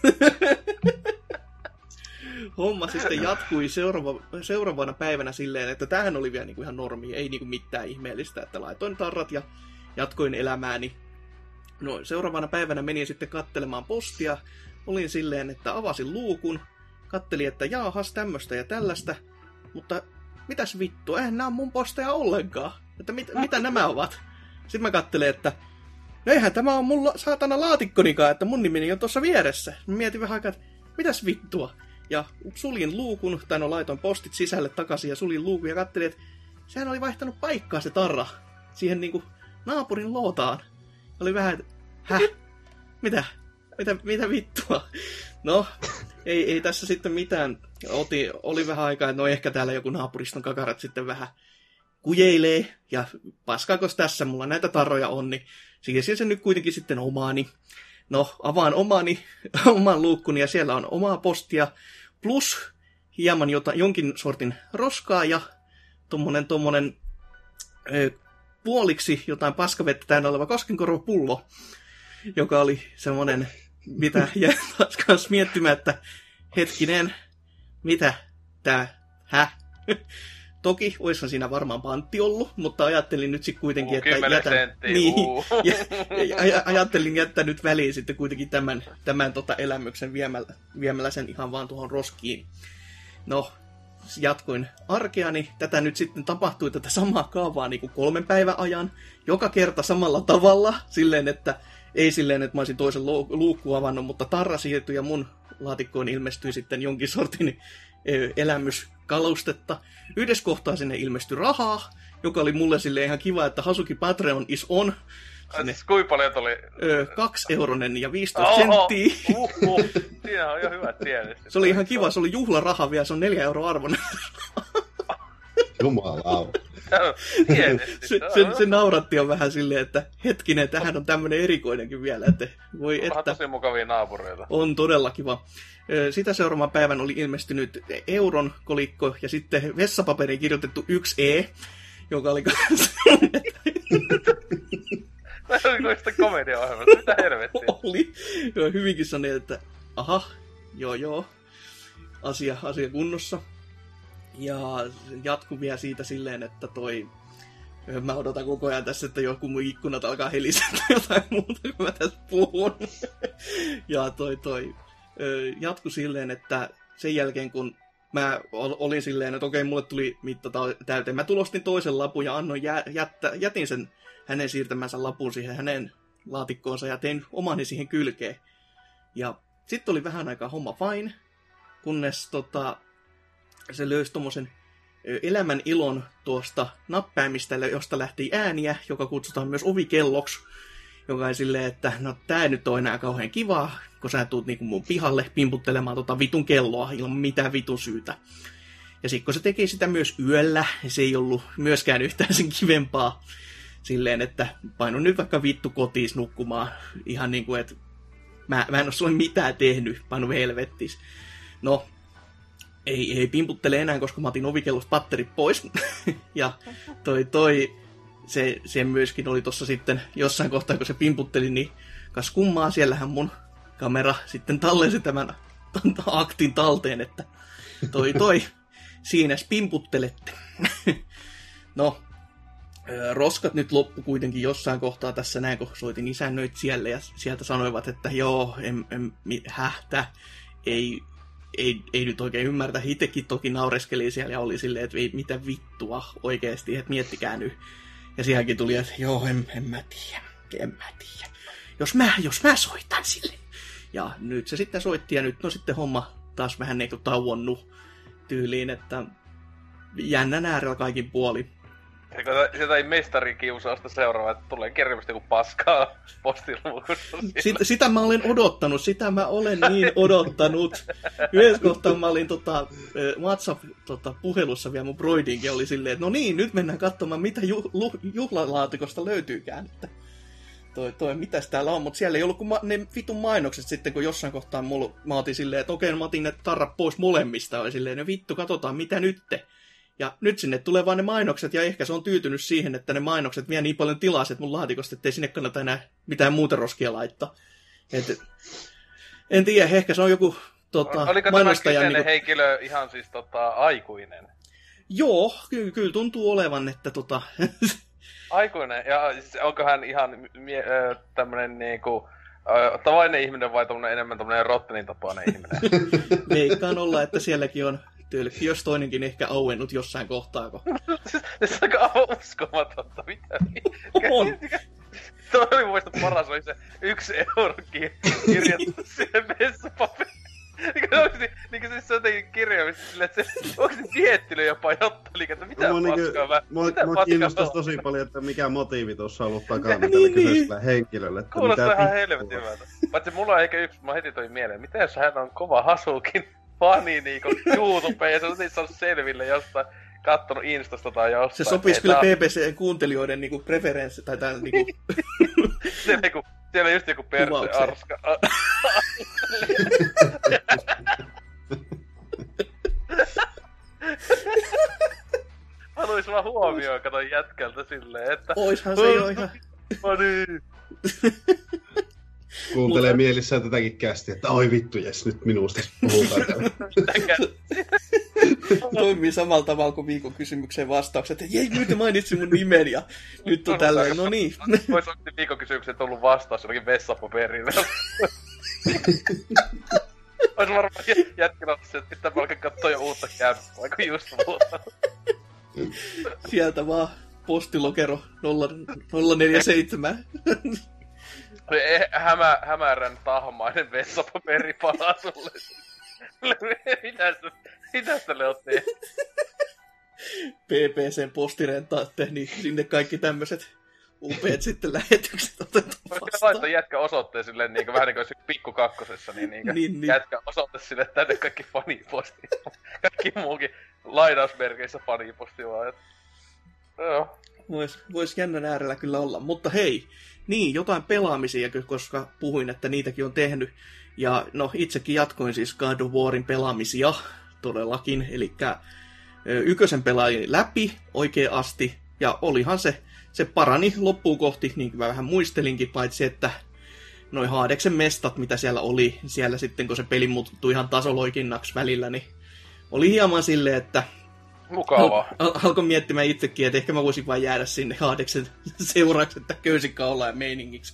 Homma sitten jatkui seuraava, seuraavana päivänä silleen, että tämähän oli vielä niinku ihan normi, ei niinku mitään ihmeellistä, että laitoin tarrat ja jatkoin elämääni. No, seuraavana päivänä menin sitten kattelemaan postia. Olin silleen, että avasin luukun, kattelin, että jaahas tämmöstä ja tällaista, mutta mitäs vittu, eihän nää on mun posteja ollenkaan. Että mit, mitä nämä ovat? Sitten mä kattelen, että no eihän tämä on mun saatana laatikkonikaan, että mun nimeni on tuossa vieressä. Mä mietin vähän aikaa, että mitäs vittua? Ja suljin luukun, tai no laitoin postit sisälle takaisin ja suljin luukun ja katselin, että sehän oli vaihtanut paikkaa se tarra siihen niinku naapurin lootaan. Oli vähän, että häh? Mitä? Mitä, mitä vittua? No, ei, ei tässä sitten mitään. Oti, oli vähän aikaa, että no ehkä täällä joku naapuriston kakarat sitten vähän kujeilee. Ja paskaakos tässä, mulla näitä tarroja on, niin siirsin se nyt kuitenkin sitten omaani. No, avaan omani, oman luukkuni ja siellä on omaa postia. Plus hieman jota, jonkin sortin roskaa ja tommonen, tommonen ö, puoliksi jotain paskavettä täynnä oleva koskenkorvapullo, joka oli semmonen, mitä jäi taas kans miettimään, että hetkinen, mitä tää, häh? Toki oishan siinä varmaan pantti ollut, mutta ajattelin nyt sitten kuitenkin, uh, että jätän, senttiä, niin, uh. ja, ja, ajattelin jättää nyt väliin sitten kuitenkin tämän, tämän tota elämyksen viemällä, viemällä sen ihan vaan tuohon roskiin. No, jatkoin arkeani. Tätä nyt sitten tapahtui tätä samaa kaavaa niin kuin kolmen päivän ajan. Joka kerta samalla tavalla, silleen, että ei silleen, että mä olisin toisen luukkuun avannut, mutta tarra siirtyi ja mun laatikkoon ilmestyi sitten jonkin sortin elämyskalustetta. Yhdessä kohtaa sinne ilmestyi rahaa, joka oli mulle silleen ihan kiva, että Hasuki Patreon is on. Sinne, kuinka paljon oli? Öö, kaksi euronen ja viisitoista senttiä. Uh, uh. Siinä on jo hyvät tiedot. Se oli ihan kiva, se oli juhlaraha vielä, se on neljä euroa arvoinen. Jumalauta. se, se, se nauratti jo vähän silleen, että hetkinen, tähän on tämmönen erikoinenkin vielä, että voi Onhan että... tosi mukavia naapureita. On todella kiva. Sitä seuraavan päivän oli ilmestynyt euron kolikko ja sitten vessapaperiin kirjoitettu yksi E, joka oli kanssa... Tämä oli sitä komedia-ohjelmasta, mitä helvettiä? Oli. Joo, hyvinkin sanoi, että aha, joo joo, asia, asia kunnossa. Ja jatku vielä siitä silleen, että toi... Mä odotan koko ajan tässä, että joku mun ikkunat alkaa helisetä jotain muuta, kun mä tässä puhun. Ja toi toi... jatkui silleen, että sen jälkeen kun mä olin silleen, että okei, mulle tuli mitta täyteen, mä tulostin toisen lapun ja annoin jä, jättä, jätin sen hänen siirtämänsä lapun siihen hänen laatikkoonsa ja tein omani siihen kylkeen. Ja sitten oli vähän aikaa homma fine, kunnes tota, se löysi tommosen elämän ilon tuosta näppäimistä, josta lähti ääniä, joka kutsutaan myös ovikelloksi, joka on silleen, että no tää nyt on enää kauhean kivaa, kun sä tuut niinku mun pihalle pimputtelemaan tota vitun kelloa ilman mitään vitun syytä. Ja sit kun se teki sitä myös yöllä, se ei ollut myöskään yhtään sen kivempaa silleen, että painu nyt vaikka vittu kotiin nukkumaan, ihan niinku, että mä, mä en oo sulle mitään tehnyt, painu helvettis. No, ei, ei pimputtele enää, koska mä otin ovikellosta patterit pois. Ja toi toi, se, se myöskin oli tossa sitten jossain kohtaa, kun se pimputteli, niin kas kummaa, siellähän mun kamera sitten tallensi tämän aktin talteen, että toi toi, siinä pimputtelette. No, roskat nyt loppu kuitenkin jossain kohtaa tässä näin, kun soitin isännöitsijälle ja sieltä sanoivat, että joo, en, en, hähtä, ei, ei, ei nyt oikein ymmärtä. Itsekin toki naureskeli siellä ja oli silleen, että ei, mitä vittua oikeasti, että miettikää nyt. Ja siihenkin tuli, että joo, en, en mä tiedä, en mä tiedä. Jos mä, jos mä soitan sille. Ja nyt se sitten soitti ja nyt on sitten homma taas vähän niin kuin tauonnut tyyliin, että jännän äärellä kaikin puolin. Sieltä ei mestarikiusausta seuraava, että tulee kerrymistä kuin paskaa postiluvussa. Sitä, sitä mä olen odottanut, sitä mä olen niin odottanut. Yhdessä kohtaa mä olin tota, WhatsApp-puhelussa tota, vielä mun broidinkin oli silleen, että no niin, nyt mennään katsomaan, mitä juh- juhlalaatikosta löytyykään. Että toi, toi, mitäs täällä on, mutta siellä ei ollut kuin ma- ne vitun mainokset sitten, kun jossain kohtaa mulla, mä otin silleen, että okei, mä otin ne tarrat pois molemmista, oli silleen, no vittu, katsotaan, mitä nytte. Ja nyt sinne tulee vaan ne mainokset, ja ehkä se on tyytynyt siihen, että ne mainokset vie niin paljon tilaa, että mun laatikosta, ettei sinne kannata enää mitään muuta roskia laittaa. Et, en tiedä, ehkä se on joku tota, oliko mainostaja... Oliko tämä niin henkilö ihan siis tota, aikuinen? Joo, kyllä, kyllä tuntuu olevan, että tota... Aikuinen, ja onko hän ihan mie- tämmönen niinku... tavallinen ihminen vai tommonen enemmän tommonen Rottenin tapainen ihminen? Veikkaan olla, että sielläkin on tyylikki, jos toinenkin ehkä auennut jossain kohtaa. Kun... Se on aika uskomatonta, mitä? On! Toi oli muista paras, oli se yksi euro kirjattu siihen vessapaperiin. Niin kuin siis se jotenkin kirjoimista silleen, että se onko se miettinyt jopa jotteli, että mitä no, paskaa mä... Mua, mitä mua kiinnostaisi tosi paljon, että mikä motiivi tuossa on ollut takana tälle niin, kyseisellä henkilölle. Kuulostaa ihan helvetin hyvältä. Paitsi mulla on ehkä yksi, mä heti toi mieleen, mitä jos hän on kova Hasukin fani niinku YouTubeen ja se on niin saanut selville jostain, kattonut Instasta tai jostain. Se sopisi kyllä B B C-kuuntelijoiden niinku preferenssi tai tää niinku... siellä, joku, siellä just joku perse arska. Mä luis vaan huomioon, katon jätkältä silleen, että... Oishan se jo ihan... No niin. Kuuntelee mielissään tätäkin kästiä, että oi vittu, jes, nyt minusta puhutaan täällä. Toimii samalla tavalla kuin viikon kysymykseen vastaukset, että jei, nyt mainitsi mun nimen ja nyt on tälleen, no niin. Vois oikein viikon kysymykseen tullut vastaus jollakin vessapaperille. Ois varmaan jätkillä ollut se, että pitää alkaa katsoa jo uutta kämppää, kun just muuta. Sieltä vaan postilokero nolla neljä seitsemän. Hämä, hämärän tahmainen vessapaperi palaa sulle. Mitä sä, mitä sä oot tehnyt? B B C:n postirentaatte, niin sinne kaikki tämmöiset upeat sitten lähetykset otetaan vastaan. Voisi laittaa jätkä osoitteen silleen niin vähän niin kuin olisi pikku kakkosessa, niin, niin, niin, niin. Jätkä osoite sille tänne kaikki faniposti. Kaikki muukin lainausmerkeissä faniposti vaan. Joo. Vois, vois jännän äärellä kyllä olla, mutta hei, niin, jotain pelaamisia, koska puhuin, että niitäkin on tehnyt. Ja no, itsekin jatkoin siis God of Warin pelaamisia todellakin, eli ykkösen pelaajin läpi oikein asti, ja olihan se, se parani loppuun kohti, niin kuin mä vähän muistelinkin, paitsi että noin Haadeksen mestat, mitä siellä oli, siellä sitten kun se peli muuttui ihan tasoloikinnaksi välillä, niin oli hieman silleen, että mukavaa. Al- alkoin miettimään itsekin, että ehkä mä voisin vain jäädä sinne Haadeksen seuraksi, että köysikkaullaan ja meiningiksi.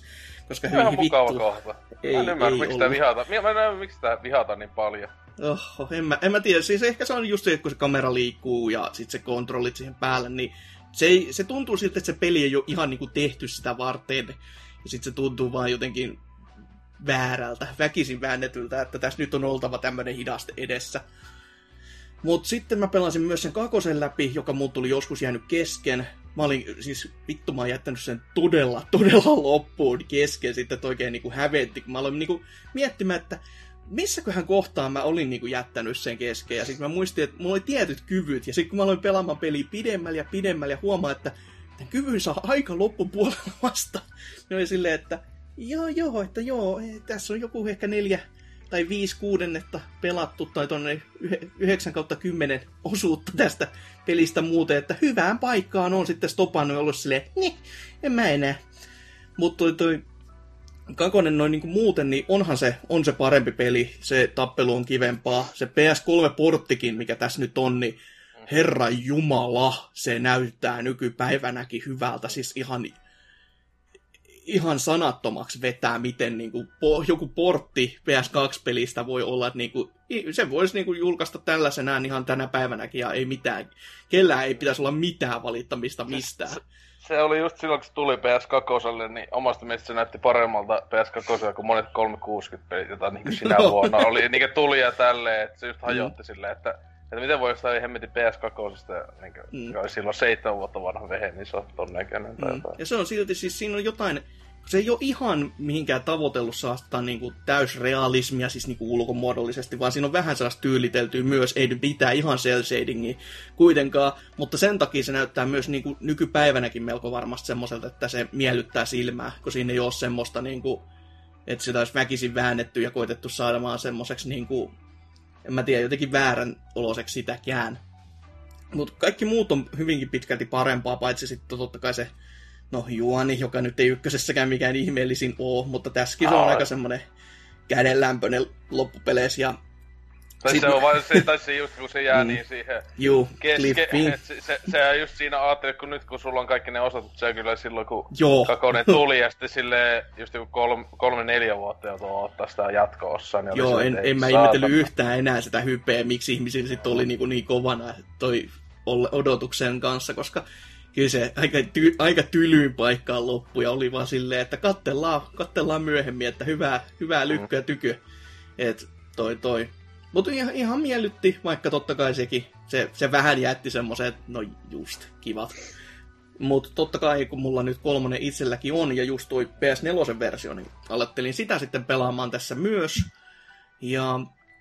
koska hyvin vittu. Mukava kohta. Ei, mä en ymmärrä, miksi sitä ollut. vihata. Mä en ymmärrä, miksi sitä vihata niin paljon. Oho, en mä, en mä tiedä. Siis ehkä se on just se, että kun se kamera liikkuu ja sit se kontrollit siihen päälle, niin se, ei, se tuntuu siltä, että se peli ei ole ihan niinku tehty sitä varten. Ja sit se tuntuu vaan jotenkin väärältä, väkisin väännetyltä, että tässä nyt on oltava tämmönen hidaste edessä. Mut sitten mä pelasin myös sen kakosen läpi, joka mun tuli joskus jäänyt kesken. Mä olin, siis vittu mä oon jättänyt sen todella, todella loppuun kesken. Sitten oikein niinku hävetti, kun mä aloin niinku miettimään, että missäköhän kohtaa mä olin niinku jättänyt sen kesken. Ja sitten mä muistin, että mulla oli tietyt kyvyt. Ja sitten kun mä aloin pelaamaan peliä pidemmällä ja pidemmällä ja huomaa, että tämän kyvyn saa aika loppupuolella vasta. Niin oli silleen, että joo joo, että joo, tässä on joku ehkä neljä tai viisi kuudennetta pelattu tai tonne yhdeksän kautta kymmenen osuutta tästä pelistä muuten, että hyvään paikkaan on sitten stopannut ja ollut silleen, niin, en mä enää. Mutta toi, toi kakonen noin niinku muuten, niin onhan se, on se parempi peli, se tappelu on kivempaa. Se P S kolme-porttikin, mikä tässä nyt on, niin herra jumala, se näyttää nykypäivänäkin hyvältä, siis ihan ihan sanattomaksi vetää, miten niin kuin, po, joku portti P S kaksi-pelistä voi olla, että niin kuin, se voisi niin kuin, julkaista tällaisenään ihan tänä päivänäkin, ja ei mitään, kellään ei pitäisi olla mitään valittamista mistään. Se, se oli just silloin, kun se tuli P S kaksi, niin omasta mielestä se näytti paremmalta P S kaksi kuin monet kolmesataakuusikymmentä-pelit, jota niin kuin sinä vuonna oli, niin kuin tuli ja tälleen, että se just hajotti mm. silleen, että että miten voi jostain hemmetin P S kaksi, niin kuin, mm. oli silloin seitsemän vuotta vanha vehe, niin se on ton näköinen. Mm. Ja se on silti, siis siinä on jotain, se ei ole ihan mihinkään tavoitellut saastaa niinku täysrealismia, siis niinku ulkomuodollisesti, vaan siinä on vähän sellaista tyyliteltyä myös, ei nyt mitään ihan cel-shadingia kuitenkaan, mutta sen takia se näyttää myös niinku nykypäivänäkin melko varmasti semmoiselta, että se miellyttää silmää, kun siinä ei ole semmoista, niinku, että sitä olisi väkisin väännetty ja koitettu saadamaan semmoiseksi niinku, en mä tiedä, jotenkin väärän oloseksi sitäkään. Mutta kaikki muut on hyvinkin pitkälti parempaa, paitsi sitten totta kai se, no juoni, joka nyt ei ykkösessäkään mikään ihmeellisin oo, mutta tässäkin se on aika semmonen kädenlämpöinen loppupeleissä. Ja tai sit se on vain se, tai se just kun se jää mm. niin siihen Juu, keske, se, se, se on just siinä ajattelet, kun nyt kun sulla on kaikki ne osat, se on kyllä silloin kun Joo. Kakonen tuli ja sitten silleen just joku kolme, kolme neljä vuotta joutuu ottaa sitä jatko-ossaa. Niin Joo, en, en mä ihmetellyt yhtään enää sitä hypeä, miksi ihmisillä sit oli niin, niin kovana toi odotuksen kanssa, koska kyllä se aika, ty, aika tylyyn paikkaan loppui ja oli vaan silleen, että kattellaan, kattellaan myöhemmin, että hyvää, hyvää lykkyä tykö. Et toi toi. Mutta ihan, ihan miellytti, vaikka totta kai sekin, se, se vähän jätti semmoisen, että no just, kivat. Mutta totta kai, kun mulla nyt kolmonen itselläkin on, ja just toi P S neljä-versio, niin alettelin sitä sitten pelaamaan tässä myös. Ja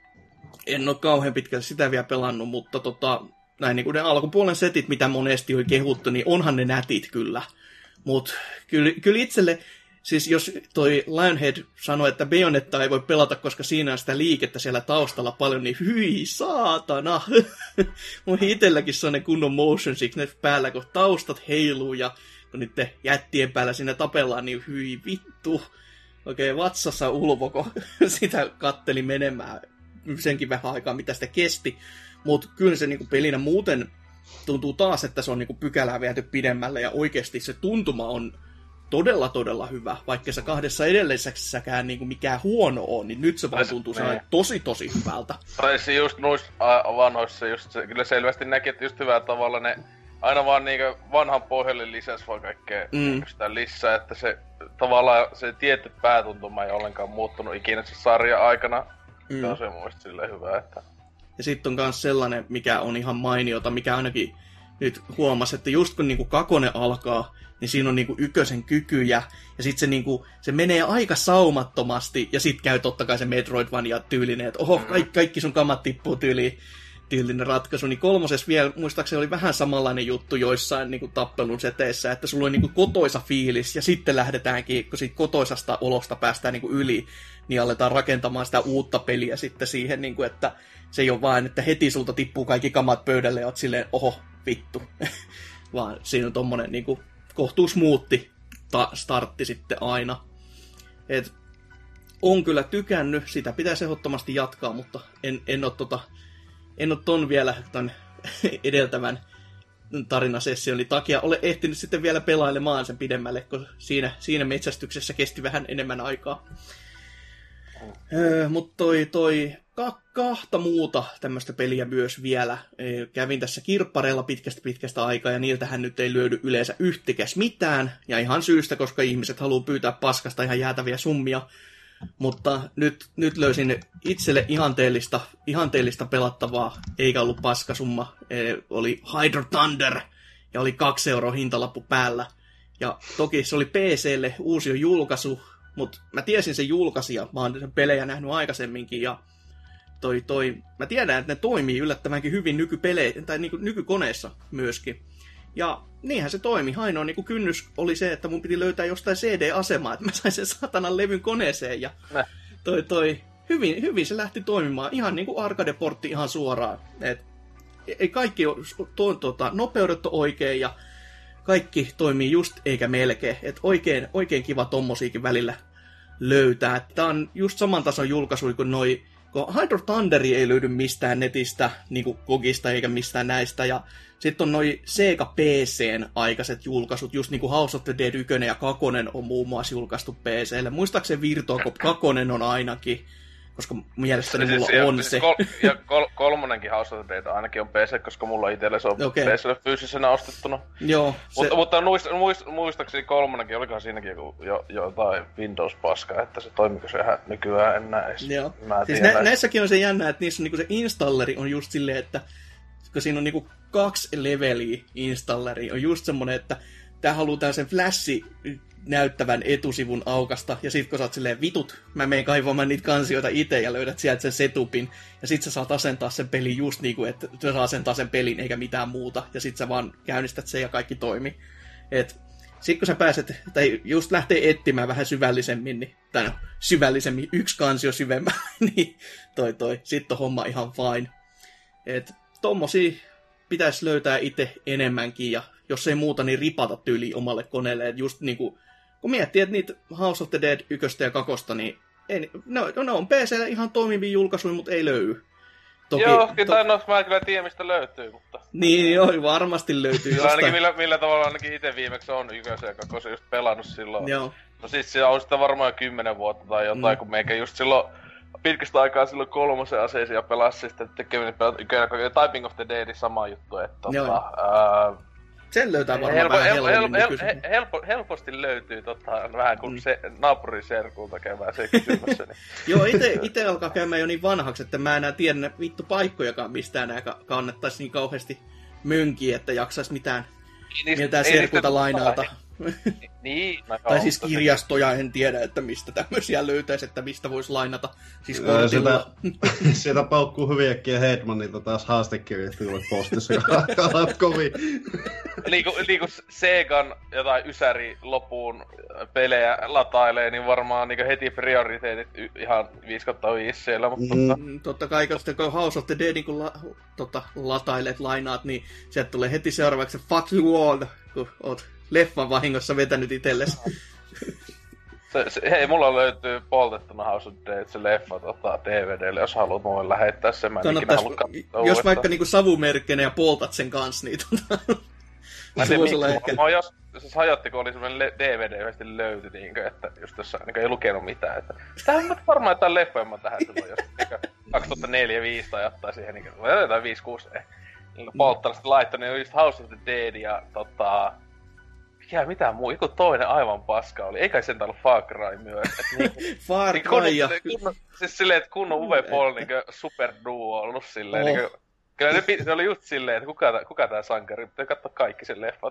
en ole kauhean pitkälle sitä vielä pelannut, mutta tota, näin niin kuin ne alkupuolen setit, mitä monesti oli kehuttu, niin onhan ne nätit kyllä. Mutta kyllä, kyllä itselle, siis jos toi Lionhead sanoi, että Bayonetta ei voi pelata, koska siinä on sitä liikettä siellä taustalla paljon, niin hyi saatana. Mun itselläkin se on ne kunnon motion sickness päällä, kun taustat heiluu ja kun niiden jättien päällä siinä tapellaan, niin hyi vittu. Okei, okay, vatsassa ulvoko sitä katteli menemään senkin vähän aikaa, mitä sitä kesti. Mutta kyllä se niinku pelinä muuten tuntuu taas, että se on niinku pykälää viety pidemmälle ja oikeasti se tuntuma on todella, todella hyvä. Vaikka se kahdessa edellisessäkään niinku mikään huono on, niin nyt se vaan tuntuu niin tosi, tosi hyvältä. Tai se just noissa vanhoissa, just se, kyllä selvästi näki, että just hyvällä tavalla ne aina vaan niinku vanhan pohjalle lisäs vaan kaikkea mm. sitä lisää, että se tavallaan se tietty päätuntuma ei ollenkaan muuttunut ikinä se sarjan aikana. Mm. Se on se muista silleen hyvä, että ja sitten on myös sellainen, mikä on ihan mainiota, mikä ainakin nyt huomasi, että just kun niinku kakonen alkaa, niin siinä on niinku ykkösen kykyjä, ja sitten se, niinku, se menee aika saumattomasti, ja sitten käy totta kai se Metroidvania tyylinen, että oho, kaikki, kaikki sun kamat tippuu tyyliin, tyylinen ratkaisu. Niin kolmosessa vielä, muistaakseni oli vähän samanlainen juttu joissain niinku tappelun seteissä, että sulla on niinku kotoisa fiilis, ja sitten lähdetäänkin, kun siitä kotoisasta olosta päästään niinku yli, niin aletaan rakentamaan sitä uutta peliä sitten siihen, niinku, että se ei ole vain, että heti sulta tippuu kaikki kamat pöydälle ja oot silleen, oho, vittu. Vaan siinä on tommonen niinku kohtuu smoothi ta- startti sitten aina. Et on kyllä tykännyt, sitä pitäisi ehdottomasti jatkaa, mutta en, en ole tota, en ole ton vielä ton edeltävän tarinasessioni takia ole ehtinyt sitten vielä pelailemaan sen pidemmälle, kun siinä, siinä metsästyksessä kesti vähän enemmän aikaa. Öö, mutta toi, toi ka- kahta muuta tämmöistä peliä myös vielä. Öö, kävin tässä kirppareilla pitkästä pitkästä aikaa, ja niiltähän nyt ei löydy yleensä yhtikäs mitään. Ja ihan syystä, koska ihmiset haluaa pyytää paskasta ihan jäätäviä summia. Mutta nyt, nyt löysin itselle ihanteellista, ihanteellista pelattavaa, eikä ollut paskasumma. Öö, oli Hydro Thunder, ja oli kaksi euroa hintalappu päällä. Ja toki se oli P C:lle uusi julkaisu, mutta mä tiesin sen julkaisija, mä oon sen pelejä nähnyt aikaisemminkin, ja toi, toi, mä tiedän, että ne toimii yllättävänkin hyvin nykypele- tai niinku nykykoneessa myöskin. Ja niinhän se toimi. Ainoa niinku kynnys oli se, että mun piti löytää jostain C D-asemaa, että mä sain sen satanan levyn koneeseen, ja toi, toi, hyvin, hyvin se lähti toimimaan. Ihan niinku arcade-portti ihan suoraan. Et, ei kaikki on, to, tota, nopeudet on oikein, ja kaikki toimii just eikä melkein. Et oikein, oikein kiva tommosiikin välillä löytää. Tää on just saman tason julkaisu kuin noi, kun Hydro Thunderi ei löydy mistään netistä, niinku Gogista eikä mistään näistä. Ja sitten on noi Sega P C:n aikaiset julkaisut, just niinku House of the Dead yksi ja kaksi on muun muassa julkaistu P C:lle. Muistaakseni Virtua Cop kaksi on ainakin, koska mielestäni mulla siis, on ja, se. Kol- ja kol- kolmonenkin House of the Dead ainakin on P C, koska mulla itsellä se on okay. P C:lle fyysisenä ostettuna. Joo. Se... Mutta, mutta muist, muist, muistaakseni kolmonenkin, olikohan siinäkin joku, jo, jotain Windows-paskaa, että se toimiko se ihan nykyään enää edes. Joo. Siis nä- näissäkin on se jännä, että niissä on niinku se installeri on just silleen, että kun siinä on niinku kaksi leveliä installeri, on just semmonen, että tää haluaa sen flashi näyttävän etusivun aukasta, ja sit kun sä oot silleen vitut, mä menen kaivamaan niitä kansioita itse ja löydät sieltä sen setupin, ja sit sä saat asentaa sen pelin just niinku, että sä saa asentaa sen pelin eikä mitään muuta, ja sit sä vaan käynnistät sen ja kaikki toimii. Et sit kun sä pääset, tai just lähtee etsimään vähän syvällisemmin, niin, tai no, syvällisemmin, yksi kansio syvemmällä, niin toi toi, sit on homma ihan fine. Et tommosia pitäisi löytää itse enemmänkin, ja jos ei muuta, niin ripata tyyliin omalle koneelle, et just niinku kun miettii, että niitä House of the Dead yköstä ja kakosta, niin ei, no, no, ne on P C:llä ihan toimivia julkaisuja, mutta ei löydy. Toki, joo, to... tai no mä kyllä tiedän, mistä löytyy, mutta... Niin, joo, varmasti löytyy jostain. Ainakin millä, millä tavalla ainakin itse viimeksi on ykösen ja kakosen just pelannut silloin. Joo. No siis se on sitä varmaan jo kymmenen vuotta tai jotain, mm. kun meikä just silloin pitkästä aikaa silloin kolmosen aseisia pelasi sitten tekeminen pelat ykönen ja Typing of the Dead sama juttu, että tota... Ää, sen löytää varmaan helpo, vähän helpo, helpommin helpo, helpo, helpo, helposti löytyy tota, vähän kuin mm. se naapuriserkulta käymään se kysymässä. Niin. Joo, ite, ite alkaa käymään jo niin vanhaksi, että mä enää tiedä vittu paikkojakaan, mistään nää kannettaisiin niin kauheasti mönkiä, että jaksaisi mitään, niin, mitään serkulta lainalta. Niin, no, tai siis kirjastoja, en tiedä, että mistä tämmöisiä löytäisi, että mistä voisi lainata. Siis öö, sieltä, sieltä paukkuu hyviäkin Heidmanilta taas haastekirjat tulee postissa, kun alat kovin. Niin kuin, niin kuin Segan jotain ysäri lopuun pelejä latailee, niin varmaan niin heti prioriteetit ihan viisi kautta viisi siellä. Mutta mm, totta kai, kun House of the Dead kun la, tota, latailet, lainaat, niin sieltä tulee heti seuraavaksi fuck you all, kun oot leffan vahingossa vetänyt itsellesi. Se, se, hei, mulla löytyy poltettuna House of Dead, se leffa tota, D V D:lle, jos haluat mulle lähettää sen. Mä en ikinä halua katsoa jos uudestaan. vaikka niinku savumerkkenä ja poltat sen kanssa, niin tota... Mä en tiedä, miksi. Ehkä... Mä oon jos... Se hajotti, kun oli semmonen D V D yhdesti löyty, niinkö, että just tossa niinkö ei lukenut mitään, että... Tää on varmaan jotain leffoja mä tähän silloin, jos niinkö kaksituhattaneljä viisi tai jotain siihen niinkö... Jotain viisi kuusi eh. Niinkö polttanut sitten laittanut, niin just House of the Dead ja tota... Mikä mitään muu, joku toinen aivan paska oli. Eikä sen ollut Far Cry myös. Niinku, Far Cry ja... Siis silleen, että kunnon Uwe Boll niinkö superduo ollut silleen oh. niinkö... Kyllä ne, se oli just silleen, että kuka, kuka tää sankari, pitää katsoa kaikki sen leffat.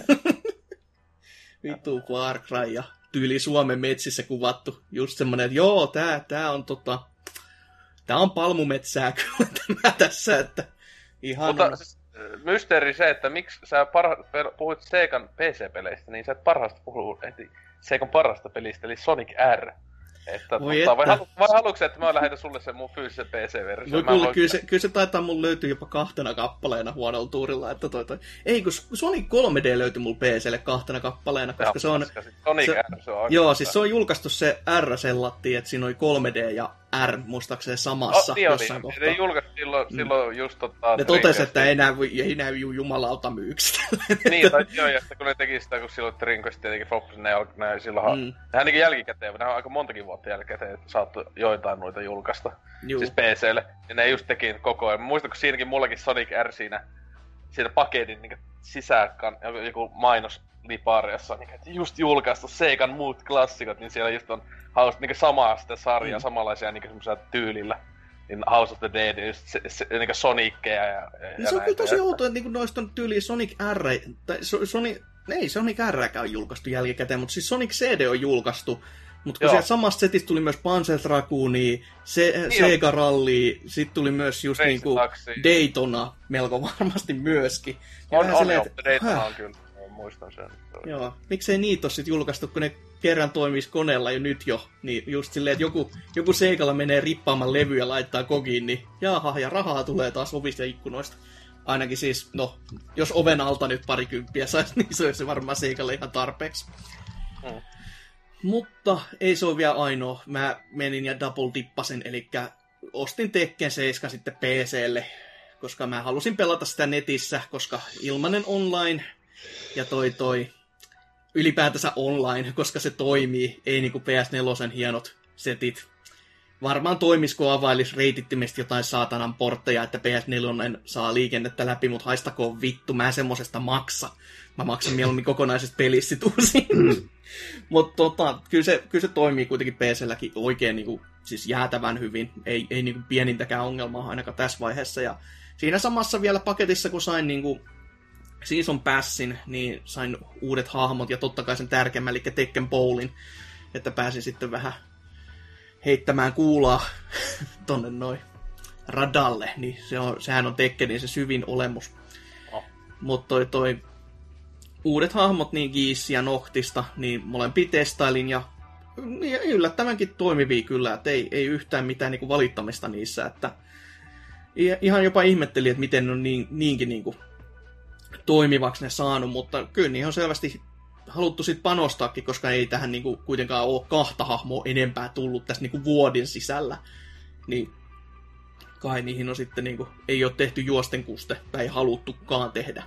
Vittu Far Cry ja tyyli Suomen metsissä kuvattu. Just semmonen, että joo, tää, tää on tota... Tää on palmumetsää kyllä tämä tässä, että... Ihan Mutta on... siis, mysteeri se, että miksi sä parha, puhuit Segan P C-peleistä, niin sä et parhaasta puhu, Segan parhaasta pelistä, eli Sonic R. Että, Voi mutta, vai, että. halu, vai haluatko, että mä lähetän sulle sen mun fyysisen P C-versio? Voi kuule, kyllä se, kyllä se taitaa mun löytyy jopa kahtena kappaleena huonolla tuurilla, että toi toi. Ei, kun Sonic kolme D löytyi mulla P C:lle kahtena kappaleena, koska se on... Sonic se, R, se on joo, siis se on julkaistu se R sellattiin, että siinä oli kolme D ja R muistaakseni samassa oh, niin jossain oli. kohtaa. Ne julkaistu silloin, mm. silloin just tota... Ne totesi, että ei näy, ei näy jumalauta myyksi. Niin, tai joo, ja sitten kun ne teki sitä, kun silloin Dreamcast tietenkin floppasi, ne, ne silloinhan... Mm. Nehän niin jälkikäteen, nehän on aika montakin vuotta jälkikäteen, että saattoi joitain noita julkaista. Juu. Siis P C:lle. Ja ne just teki koko ajan. Muistan, kun siinäkin mullakin Sonic R siinä, siinä paketin niin sisään, joku mainos Lipariassa, niin, että just julkaistu Seikan muut klassikot, niin siellä just on hauska, niin samaa sitä sarjaa, mm. samanlaisia niin semmoisella tyylillä. Niin House of the Dead, just se, se, niin Sonickeja ja, ja se on kyllä tosi outoa, että niin noista on tyyliin Sonic R, tai Sonic, ei Sonic R:kään on julkaistu jälkikäteen, mutta siis Sonic C D on julkaistu. Mutta kun sieltä samasta setistä tuli myös Panzer Dragoonia, se, niin Sega Rally, sitten tuli myös just Race niinku Taxi. Daytona melko varmasti myöskin. On, on, silleen, että, Daytona on kyllä, muistan sen. Joo, miksei niitä ole sitten julkaistu, kun ne kerran toimis koneella jo nyt jo. Niin just silleen, että joku, joku Segalla menee rippaamaan levyä ja laittaa kogiin, niin jaha, ja rahaa tulee taas ovista ja ikkunoista. Ainakin siis, no, jos oven alta nyt parikymppiä saisi, niin se olisi varmaan Segalle ihan tarpeeksi. Hmm. Mutta ei se ole vielä ainoa. Mä menin ja double dippasin, eli ostin Tekken seitsemän sitten P C:lle, koska mä halusin pelata sitä netissä, koska ilmanen online ja toi toi ylipäätänsä online, koska se toimii, ei niinku P S neljä hienot setit. Varmaan toimisi, kun availisi reitittimesti jotain saatanan portteja, että P S neljä saa liikennettä läpi, mutta haistakoon vittu, mä en semmosesta maksa. Mä maksan mieluummin kokonaisesta pelistä sit uusiin. Mutta tota, kyllä, se, kyllä se toimii kuitenkin P C:lläkin oikein niinku, siis jäätävän hyvin. Ei, ei niinku pienintäkään ongelmaa ainakaan tässä vaiheessa. Ja siinä samassa vielä paketissa, kun sain niinku Season Passin, niin sain uudet hahmot ja totta kai sen tärkeimmän, eli Tekken Bowlin, että pääsin sitten vähän heittämään kuulaa tonne noin radalle, niin se on, sehän on Tekkenin se syvin olemus. Oh. Mutta toi, toi uudet hahmot, niin Geese ja Noctista, niin molempia testailin ja yllättävänkin toimivia kyllä, että ei, ei yhtään mitään niinku valittamista niissä, että ihan jopa ihmettelin, että miten ne on niin, niinkin niinku toimivaksi ne saanut, mutta kyllä niihin on selvästi haluttu sit panostaakin, koska ei tähän niinku kuitenkaan ole kahta hahmoa enempää tullut tässä niinku vuoden sisällä. Niin kai niihin on sitten niinku, ei ole tehty juostenkuste, tai ei haluttukaan tehdä.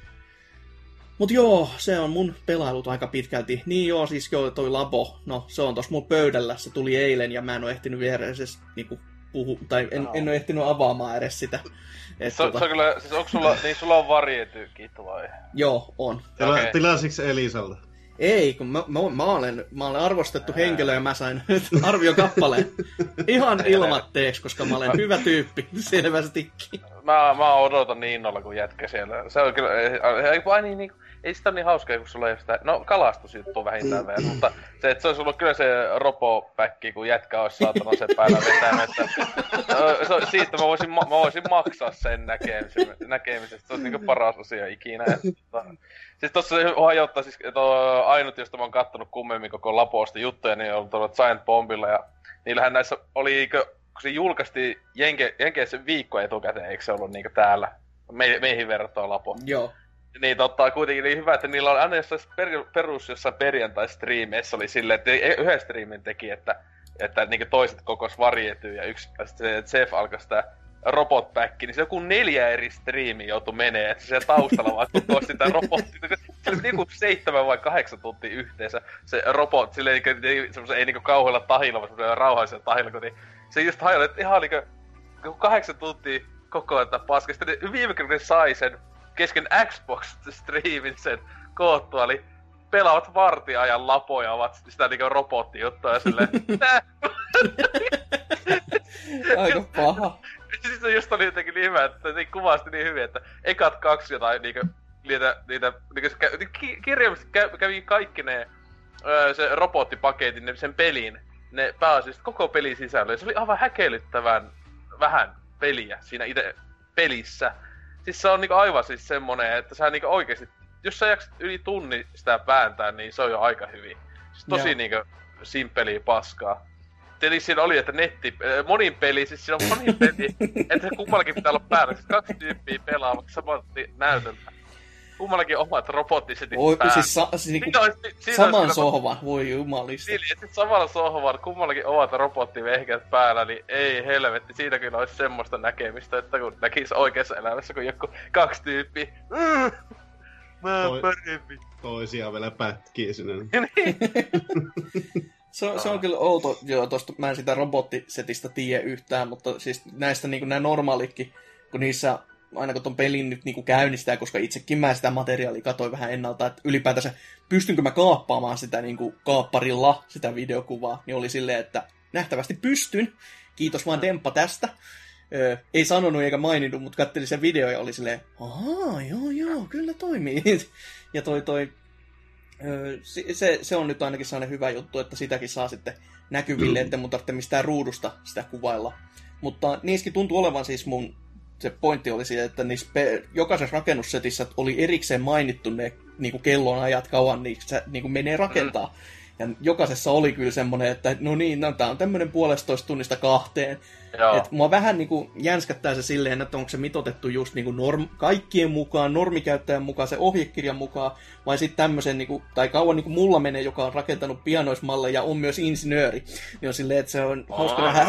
Mut joo, se on mun pelailut aika pitkälti. Niin joo, siis joo, toi Labo, no se on tossa mun pöydällä, se tuli eilen ja mä en oo ehtinyt vielä edes niinku puhu, tai en, no. en oo ehtinyt avaamaan edes sitä. Et, se, tota... se on kyllä, siis onko sulla, niin sulla on variety-kit vai? Joo, on. Tila, okay. Tilasitko Elisalta? Ei, kun mä, mä, mä, olen, mä olen arvostettu henkilö ja mä sain arviokappaleen ihan ilmatteeksi, koska mä olen hyvä tyyppi, selvästikin. Mä, mä odotan niin innolla, kun jätkä siellä. Se on kyllä, ei, ei, niin, niin, ei sitä ole niin hauskaa, kun sulla ei ole sitä, no kalastusjuttu vähintään vielä, mutta se, että se olisi ollut kyllä se ropopäkki, kun jätkä olisi saatana sen päällä vetänyt, että se, siitä mä voisin, mä voisin maksaa sen näkemisestä, näkemisestä. Se olisi niin paras asia ikinä. Että, siis tossa se hajottaa, siis tuo ainut, josta mä oon kattonut kummemmin koko Laposta juttuja, niin on tuolla Giant Bombilla, ja niillähän näissä oli, kun se julkaistiin Jenke, Jenkeissä viikko etukäteen, eikö se ollut niinku täällä, Me, meihin verrattuna Lapo? Joo. Niin totta, kuitenkin niin hyvä, että niillä oli aina jossain per, perus jossain perjantai-striimeissä oli silleen, että yhden striimin teki, että, että niinku toiset kokos varietyy ja yksi, sitten Jeff alkoi sitä robotpäkki, niin se joku neljä eri striimi joutui menee, että se siellä taustalla vaan koko sitä robottia. Se oli niinku seitsemän vai kahdeksan tuntia yhteensä se robot, silleen niinku, ei niinku kauhealla tahilla, vaan semmoisella rauhallisella tahilla, kun niin, se just hajoili, että ihan niinku kahdeksan tuntia koko ajan paska. Sitten viime kerran sai sen kesken Xbox-striimin sen koottua, eli pelaavat vartiajan lapoja, ovat sitä niinku robottijuttua ja silleen, aika paha. Siis se just oli jotenkin niin hyvä, että se kuvasti niin hyvin, että ekat kaksi jotain niinkö, niitä, niitä, niinkö, ki, kirjaimisesti kä, kävi kaikki ne, öö, se robottipaketin, ne, sen pelin, ne pääasiassa koko pelin sisällä, ja se oli aivan häkellyttävän vähän peliä siinä itse pelissä. Siis se on niinku aivan siis semmonen, että sä niinku oikeesti, jos sä jaksat yli tunni sitä vääntää, niin se on jo aika hyvin. Siis tosi yeah. niinku simppeliä paskaa. Eli siinä oli, että netti, monin peli, siis siinä on monin peli, että se kummallakin pitää olla päällä, siis kaksi tyyppiä pelaa, vaikka samalta näytöltä. Kummallakin omat robottisetit Oi, päällä. siis sa, siis niinku Siinä olisi- siinä saman olisi- sohvan, voi jumalista. Niin, että sit samalla sohvalla kummallakin omat robottivehkeet päällä, niin ei helvetti, siitä kyllä olisi semmoista näkemistä, että kun näkis oikeassa elämässä, kun joku kaksi tyyppiä, "Mm, mä oon Toi- parempi." Toisia vielä pätkii sinne. Se on, se on kyllä outo, joo, tosta mä en sitä robottisetistä tiedä yhtään, mutta siis näistä niinku nämä normaalitkin, kun niissä aina kun ton pelin nyt niinku käynnistää, koska itsekin mä sitä materiaalia katsoin vähän ennalta, että ylipäätänsä pystynkö mä kaappaamaan sitä niinku kaapparilla, sitä videokuvaa, niin oli silleen, että nähtävästi pystyn, kiitos vaan Demppa tästä. Öö, ei sanonut eikä maininnut, mutta katselin sen video ja oli silleen, ahaa, joo joo, kyllä toimii. Ja toi toi, öö, se, se on nyt ainakin sellainen hyvä juttu, että sitäkin saa sitten näkyville, ettei mun tarvitse mistään ruudusta sitä kuvailla. Mutta niissäkin tuntuu olevan siis mun, se pointti oli siitä, että niissä pe- jokaisessa rakennussetissä oli erikseen mainittu ne niinku kellonajat, kauan niissä niinku menee rakentaa. Mm. Ja jokaisessa oli kyllä semmoinen, että no niin, no, tää on tämmönen puolestoista tunnista kahteen. Joo. Et mua vähän niinku jänskättää se silleen, että onko se mitotettu just niinku norm, kaikkien mukaan, normikäyttäjän mukaan, se ohjekirjan mukaan, vai sitten tämmöisen, niinku, tai kauan niinku mulla menee, joka on rakentanut pianoismalleja ja on myös insinööri, niin on silleen, että se on hauska nähdä.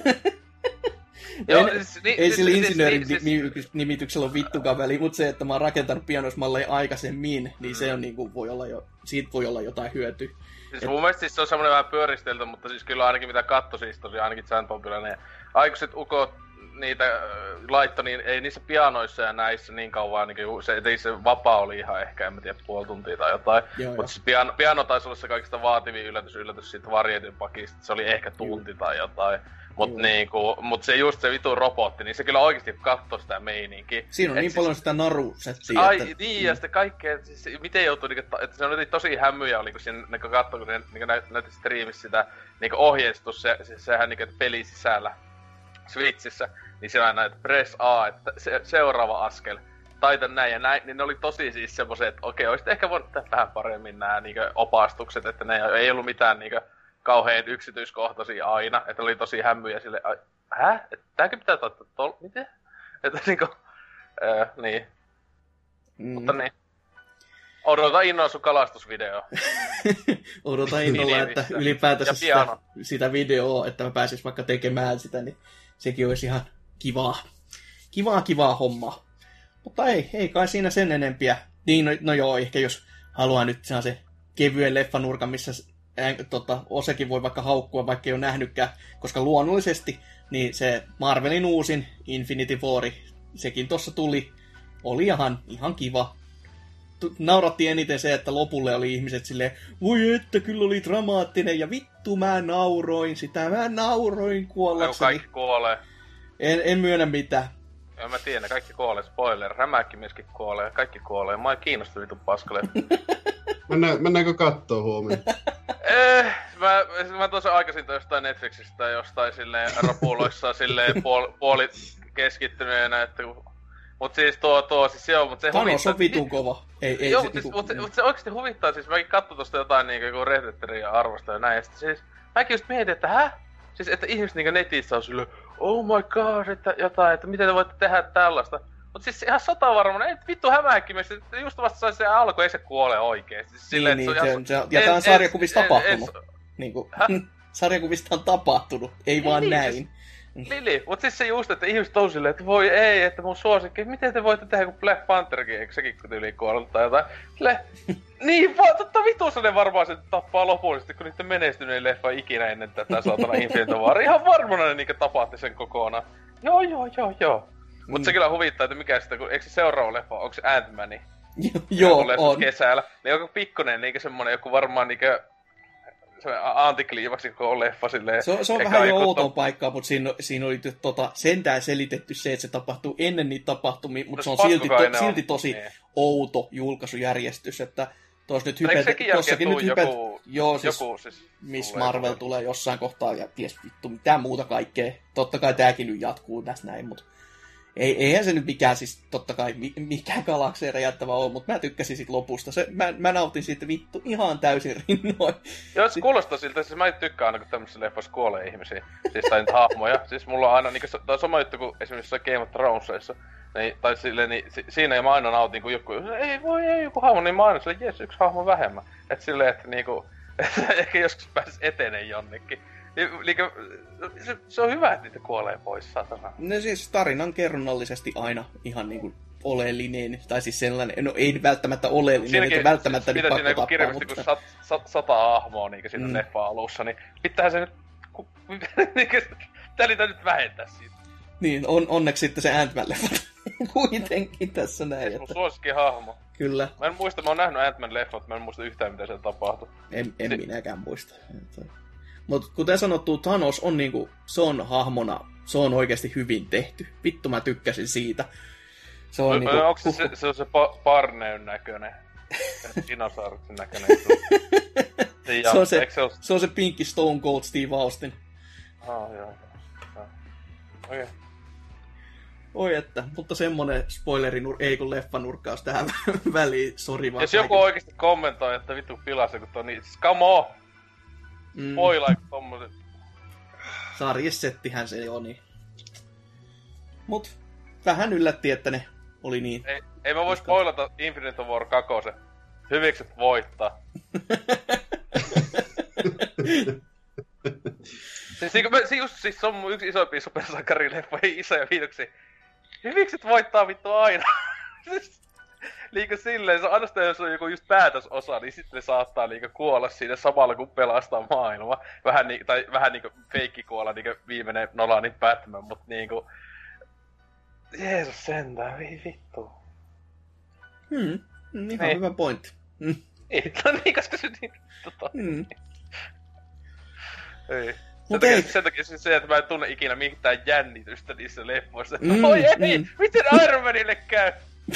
Joo, En, siis ni- ei siis- sillä siis- insinöörin siis- nimi- nimityksellä ole vittukaan väliä, mutta se, että mä oon rakentanut pianoismalleja aikaisemmin, niin se on niinku, voi olla jo, siitä voi olla jotain hyötyä. Siis mun mielestä siis se on semmonen vähän pyöristelty, mutta siis kyllä ainakin mitä katto siis tosiaan ainakin Sandbombilla ne aikuiset ukot niitä äh, laitto, niin ei niissä pianoissa ja näissä niin kauan niin se, ei se vapaa oli ihan ehkä, en mä tiedä, puoli tuntia tai jotain. Joo, Mutta siis piano, piano taisi olla se kaikista vaativin yllätys, yllätys siitä Varietyn pakista, se oli ehkä tunti tai jotain. Mut Joo. niinku, mut se just se vitun robotti, niin se kyllä oikeesti kattoi sitä meininkiä. Siinä on Et niin siis- paljon sitä narusettiä, Ai että... niin, ja sitten kaikkea, siis miten joutuu, niinku, että se oli tosi hämyjä, oli kun siinä niinku katsoi, kun ne niinku näyt, näytti striimissä sitä niinku ohjeistus, se, se, sehän niinku peli sisällä Switchissä, niin siellä aina, että press A, että se, seuraava askel, taita näin ja näin, niin ne oli tosi siis semmoset, että okei, olisit ehkä voinut tehdä vähän paremmin nämä niinku opastukset, että ne ei ollut mitään niinku kauhean yksityiskohtaisia aina, että oli tosi hämyjä sille, ai, hä? Että tääkö pitää taittaa tol... miten? Että niinku, öö, niin. Mm. Mutta niin. Odota innolla sun kalastusvideo. Odotan innolla, että Minimissä. ylipäätänsä Ja sitä, piano. sitä videoa, että mä pääsis vaikka tekemään sitä, niin sekin olisi ihan kivaa. Kivaa, kivaa hommaa. Mutta ei, ei kai siinä sen enempiä. Niin, no, no joo, ehkä jos haluaa nyt se kevyen leffanurkan, missä ää, tota, Osekin voi vaikka haukkua, vaikka ei ole nähnytkään, koska luonnollisesti niin se Marvelin uusin Infinity War, sekin tossa tuli, oli ihan, ihan kiva. Tu- nauratti eniten se, että lopulle oli ihmiset silleen, voi että kyllä oli dramaattinen, ja vittu mä nauroin sitä, mä nauroin Joku kuollakseni. kaikki kuolee. En, en myönnä mitään. En mä tiedä, ne kaikki kuolee. Spoiler. Rämäkkimieskin kuolee. Kaikki kuolee. Mä en kiinnostu vitun paskalle. Mennään, mennäänkö kattoo huomenna? eh, mä, mä tuossa aikaisin jostain Netflixistä tai jostain silleen rapuloissa silleen puol, puoli keskittyneenä, että kun... Mut siis tuo, tuo, siis joo, mut se Thanos huvittaa... on vitun kova. Ei, ei, Joo, se, mut, siis, niinku- mut, se, mut se oikeesti huvittaa, siis mäkin katsoin tosta jotain niinku joku Red Deadia arvosta ja näin, ja sit siis mäkin just mietin, että hä? Siis että ihmiset niinku netissä on silleen, oh my god, että jotain, että miten te voitte tehdä tällaista. Mut siis ihan sata varmaan, ei vittu hämääkkimies, että just vasta sai se alku, ei se kuole oikeesti. Siis Niin, silleen, niin, että se ihan- on, se on, ja en- tää on en- sarjakuvista en- tapahtunut. en- Niinku, Häh? sarjakuvista on tapahtunut, ei vaan niin, näin. siis- Lili, mut siis se just, että ihmiset on silleen, että voi ei, että mun suosikki, miten te voitte tehdä kun Black Pantherkin, eikö sekin yli kuollut tai jotain. Sille, niin vaan, totta vitussa ne varmaan se tappaa lopullisesti, kun niitten menestyneen leffa ikinä ennen tätä saatana Infinity War. Ihan varmana ne niinkö tapahti sen kokonaan. Joo, joo, joo, joo. Mut Mm. se kyllä huvittaa, että mikä sitä, kun eikö se seuraava leffa, onko se Ant-Man? Joo, Tulee on. kesällä. Niin joku pikkunen, niinkö semmonen, joku varmaan niinkö se antikliimaksi koko leffa silleen. Se on, se on eka vähän jo joku outoon to- paikkaa, mutta siinä, siinä oli tota, sentään selitetty se, että se tapahtuu ennen niitä tapahtumia, mutta No se on pakko silti, kai to, ne silti on. tosi Niin. outo julkaisujärjestys, että tuossa nyt Eikö hypet, sekin jälkeen tossakin tuu nyt hypet, joku, joo, siis joku siis Miss tulee Marvel joku- tulee jossain kohtaa ja ties vittu mitään muuta kaikkea. Totta kai tääkin nyt jatkuu tässä näin, mutta Ei, eihän se nyt mikään siis totta kai mikään galakseen räjättävä ole, mutta mä tykkäsin sit lopusta. Se, mä, mä nautin siitä vittu ihan täysin rinnoin. Joo, se kuulostaa siltä, siis mä en tykkää aina, kun tämmöisissä leffoissa kuolee ihmisiä. Siis tai niitä hahmoja. Siis mulla on aina, niin kuin, on sama juttu kuin esimerkiksi Game of Thronesissa. Niin, tai silleen, niin si, siinä mä aina nautin, kun joku, ei voi, ei joku hahmo, niin mä aina silleen, jes, yksi hahmo vähemmän. Et silleen, että niinku, että ehkä joskus pääsis etenee jonnekin. Niin, se, se on hyvä, että niitä kuolee pois, satana. No siis tarinan kerronnallisesti aina ihan niinku oleellinen, tai siis sellainen, no ei välttämättä oleellinen, siinäkin, että välttämättä nyt pakko tappaa. Mitä siinä mutta... kun sat, sat, sata hahmoa niin siinä mm. leffa alussa, niin pitäähän se nyt, tää niitä nyt vähentää siitä. Niin, on, onneksi sitten se Ant-Man-leffa kuitenkin tässä näin. Se on mun suosikin hahmo. Kyllä. Mä en muista, mä oon nähnyt Ant-Man-leffat, mä en muista yhtään mitä siellä tapahtui. En, en si- minäkään muista. Mutta kuten sanottu, Thanos on niinku, se on hahmona, se on oikeasti hyvin tehty. Vittu mä tykkäsin siitä. Se on, o, niinku, onko se, se, se on se pa- Parneyn näköinen? Dinosauruksen näköinen. se, on se, se, ole... se on se pinkki Stone Cold Steve Austin. Ah, joo, joo. Okei. Okay. Oi että, mutta semmonen spoilerinur... ei kun leffanurkkaus tähän väliin, sori vaan. Jos joku kaiken... oikeesti kommentoi, että vittu pilasi, kun tuo niin... Come on! Mm. Spoilaa tommoset. Sarjessettihän se jo, niin. Mut vähän yllätti, että ne oli niin. Ei, ei mä vois spoilata Infinite War kaksi. Hyvikset voittaa. siis, se, just, siis se on mun yksi isoimpia supersankarileffa, ei isoja viitoksia. Hyvikset voittaa vittu aina. Liikä silleen, se ainoastaan jos on joku just päätösosa, niin sitten ne saattaa liikä kuolla siinä samalla kun pelastaa maailma. Vähän niin, tai vähän niinku feikki kuolla niinku viimeinen Nolanin Batman, mut niinku... Jeesus sentään, vi vittu. Hmm, ihan ei. Hyvä pointti. Mm. Ei, no niin, koska se niin... Tota... Mm. Ei. Sen takia, sen takia siis se, että mä en tunne ikinä mitään jännitystä niissä leffoissa. Mm, Oi ei, mm. miten Iron Manille käy?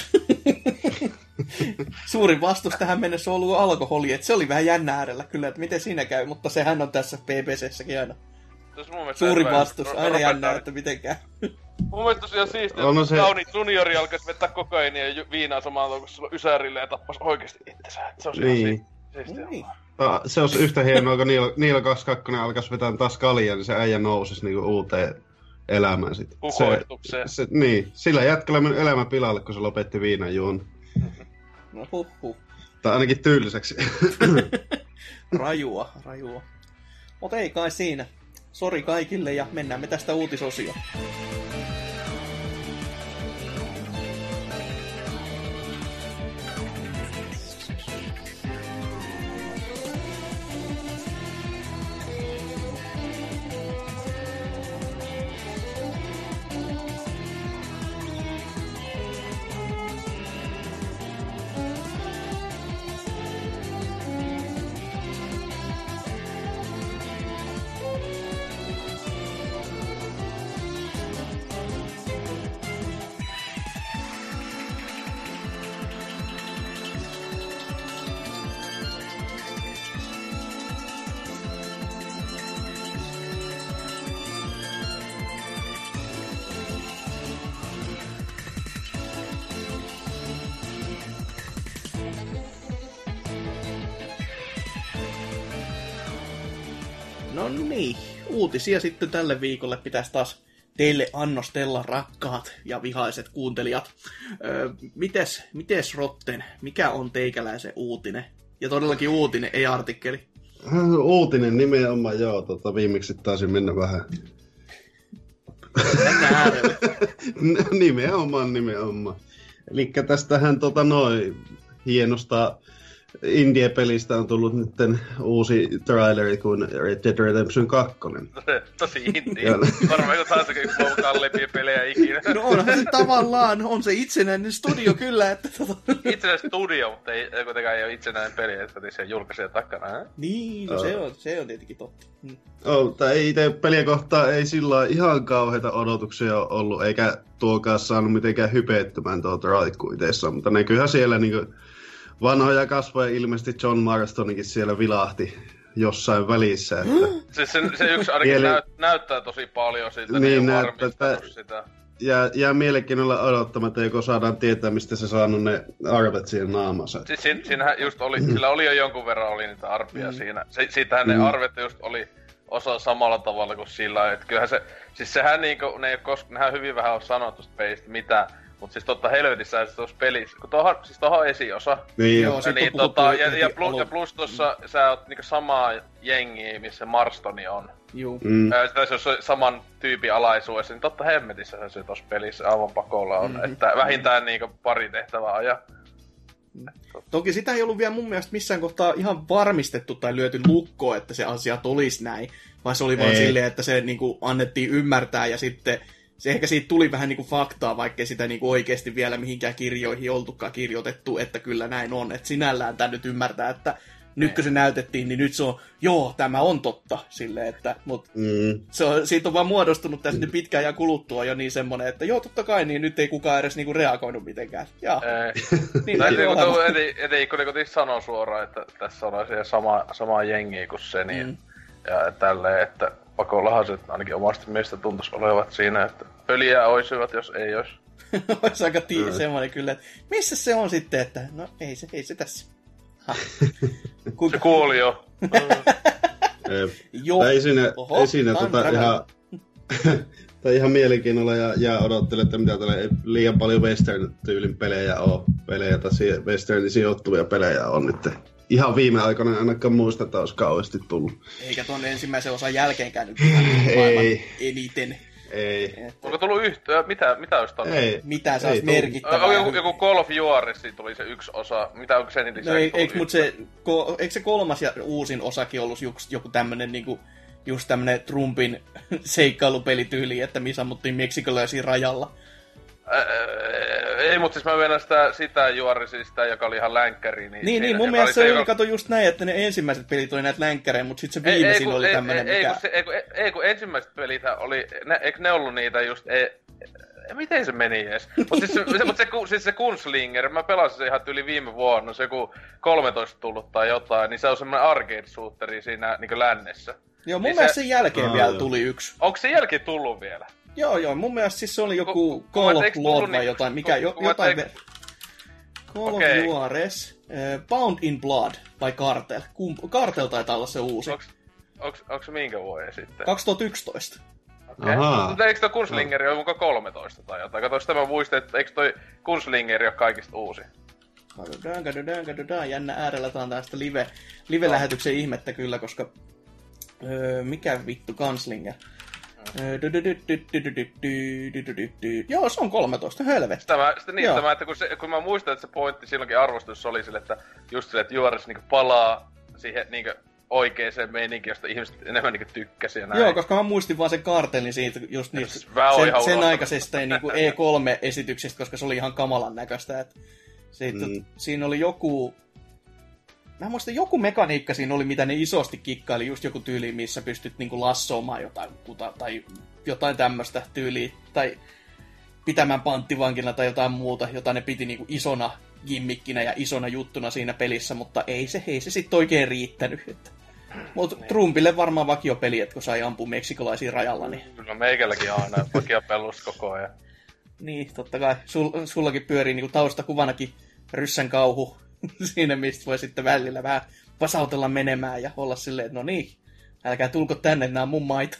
Suurin vastus tähän mennessä on ollut alkoholi, että se oli vähän jännä äärellä kyllä, että miten siinä käy, mutta sehän on tässä B B C:ssäkin aina. Suurin vastus, aina Robert jännää, että miten käy. Mun mielestä tosiaan siistiä, että se... Downey juniori alkaisi vetää kokainia ja viinaa samalla kun sulla ysärille ja tappas oikeesti itsensä. Se on niin. siistiä. Niin. Ah, se olisi yhtä hienoa, kun Niilo, Niilo kaksikymmentäkaksi alkaisi vetää taas kaljaa, niin se äijä nousisi niinku uuteen elämään sit. Kukoistukseen. Se, se, niin, sillä jätkällä meni elämä pilalle, kun se lopetti viinan juon. No huh huh. Tai ainakin tyyliseksi. rajua, rajua. Mut ei kai siinä. Sori kaikille ja mennään me tästä uutisosioon. No niin, uutisia sitten tälle viikolle pitäisi taas teille annostella, rakkaat ja vihaiset kuuntelijat. Öö, mites, mites Rotten, mikä on teikäläisen uutinen? Ja todellakin uutinen, ei artikkeli. Uutinen nimenomaan, joo. Tota, viimeksi taisin mennä vähän. Mennään äärelle. nimenomaan, nimenomaan. Elikkä tästähän tota noin hienosta indie-pelistä on tullut nyt uusi traileri kuin Red Dead Redemption kaksi. Tosi indie. Varmaan joku taas yksi on kalleimpia pelejä ikinä. No onhan se tavallaan, on se itsenäinen studio kyllä. Että tota... Itsenäinen studio, mutta ei, kuitenkaan ei ole itsenäinen peli, että se julkaisee takana. Äh? Niin, no, oh. se, on, se on tietenkin totta. Mm. Oh, tai itse peliä kohtaan ei sillä ihan kauheita odotuksia ollut, eikä tuokaan saanut mitenkään hypeettömän tuota raikku itessään, mutta näkyyhän siellä niinku vanhoja kasvoja, ilmeisesti John Marstonikin siellä vilahti jossain välissä. Että... Siis se, se yksi ainakin Mieli... näyt, näyttää tosi paljon siitä, niin, niin näyttää, että... sitä. jää, jää mielenkiinnolla odottamatta, joko saadaan tietää, mistä se saanut ne arvet siihen naamansa. Siis siinä, siinähän just oli, sillä oli jo jonkun verran oli niitä arpia mm. siinä. Se, siitähän mm. ne arvet just oli osa samalla tavalla kuin sillä, että kyllähän se, siis sehän niinku, ne ei koska, nehän hyvin vähän on sanottu peistä mitään. Mut siis totta helvetissä se tuossa pelissä, kun tohon, siis tohon on esiosa. Niin joo. Ja, niin, tota, ja, ja, plus, ja plus tossa sä oot niinku samaa jengiä, missä Marstoni on. Juu. Mm. Tai se on saman tyypin alaisuudessa, niin totta hemmetissä se tossa pelissä aivan pakolla on. Mm-hmm. Että vähintään niinku pari tehtävää ajan. Toki sitä ei ollut vielä mun mielestä missään kohtaa ihan varmistettu tai lyöty lukkoon, että se asia tulisi näin. Vaan se oli vaan silleen, että se niinku annettiin ymmärtää ja sitten se ehkä siitä tuli vähän niinku faktaa, vaikkei sitä niinku oikeasti vielä mihinkään kirjoihin oltukaan kirjoitettu, että kyllä näin on. Että sinällään tämä nyt ymmärtää, että nyt kun se näytettiin, niin nyt se on, joo, tämä on totta. Silleen, että, mut mm. se on, siitä on vaan muodostunut tästä mm. pitkään ja kuluttua jo niin semmonen, että joo, totta kai, niin nyt ei kukaan edes niinku reagoinut mitenkään. Jaa. Niin, tai eti kun niinku sanoo suoraan, että tässä on asia sama, samaa jengiä kuin se, niin mm. ja tälleen, että pakollahan se ainakin omasta mielestä tuntuisi olevat siinä, että pöliä oisivat, jos ei ois. Olisi aika tii- mm. semmoinen kyllä, että missä se on sitten, että no ei se, ei se tässä. Se kuoli jo. Joo. Ei siinä, Oho, ei siinä tota ihan, tai ihan mielenkiinnolla ja, ja odottelen, että mitä tälle liian paljon western-tyylin pelejä on. Pelejä tai westernin sijoittuvia pelejä on nyt. Ihan viime aikoina ainakaan muista, että olisi kauheasti tullut. Eikä tuon ensimmäisen osan jälkeenkään nyt maailman eniten. Ei. Että... Onko tullut yhtä? Mitä, mitä olisi tullut? Ei. Mitä se olisi merkittävää? Joku, joku Call of Juarez, tuli se yksi osa. Mitä onko sen lisäksi? No ei, eikö, mut se, ko, eikö se kolmas ja uusin osakin ollut just, joku tämmönen niinku, just tämmönen Trumpin seikkailupelityyli, että missä ammuttiin meksikolaisia rajalla? Ää, ei, mutta siis mä mennään sitä, sitä Juarezista, joka oli ihan länkkäri. Niin, niin, niin mun mielestä se oli, joka... kato just näin, että ne ensimmäiset pelit oli näitä länkkärejä, mutta sitten se viimeisin ei, ei, oli ei, tämmönen, ei, mikä... Ei, kun, ei, ei, kun ensimmäiset pelit oli, ne, eikö ne ollut niitä just... Ei, miten se meni edes? Mutta siis, se, mut se, siis se Gunslinger, mä pelasin se ihan yli viime vuonna, se joku kolmetoista tullut tai jotain, niin se on semmoinen arcade-shooteri siinä niin lännessä. Joo, mun niin mielestä se... sen jälkeen Aa, vielä joo. tuli yksi. Onko se jälkeen tullut vielä? Joo, joo, mun mielestä siis se oli joku K- Call of Lord vai jotain, mikä, jo, jotain... Eik... Call okay. of Juarez, uh, Bound in Blood vai Cartel. Kum... Cartel taitaa olla se uusi. Onks, onks, onks se minkä vuoden sitten? kaksituhattayksitoista. Okei. Okay. Mutta eikö toi Gunslingeri ole mukaan kolmetoista tai jotain? Kato sitä mä muistin, että eikö toi Gunslingeri ole kaikista uusi? Kadudaan, kadudaan, kadudaan. Jännä äärellä tää on tästä live, live-lähetyksen ihmettä kyllä, koska... Öö, mikä vittu Gunslinger? Joo, se on kolmetoista, helvetti. Sitä mä, sitä niin, tämä, että kun, se, kun mä muistan, että se pointti silloinkin arvostussa oli sille, että just sille, että Juarez niinku palaa siihen niinku oikeeseen meininkiin, josta ihmiset enemmän niinku tykkäsi ja näin. Joo, koska mä muistin vaan sen kartelin siitä just niistä sen, sen aikaisesta niinku E kolme-esityksestä, koska se oli ihan kamalan näköistä. Että siitä, mm. Siinä oli joku... Mä muistan, joku mekaniikka siinä oli, mitä ne isosti kikkaili, just joku tyyli, missä pystyt niinku lassoamaan jotain kuta, tai jotain tämmöistä tyyliä, tai pitämään panttivankina tai jotain muuta, jota ne piti niinku isona gimmikkinä ja isona juttuna siinä pelissä, mutta ei se, ei se sitten oikein riittänyt. Mutta niin. Trumpille varmaan vakiopeli, että kun sai ampua meksikolaisia rajalla, niin... Kyllä meikälläkin on aina vakiopellus koko ajan. Niin, totta kai. Sul, sullakin pyörii niinku taustakuvanakin ryssän kauhu. Siinä, mistä voi sitten välillä vähän pasautella menemään ja olla silleen, että no niin, älkää tulko tänne, nää on mun maita.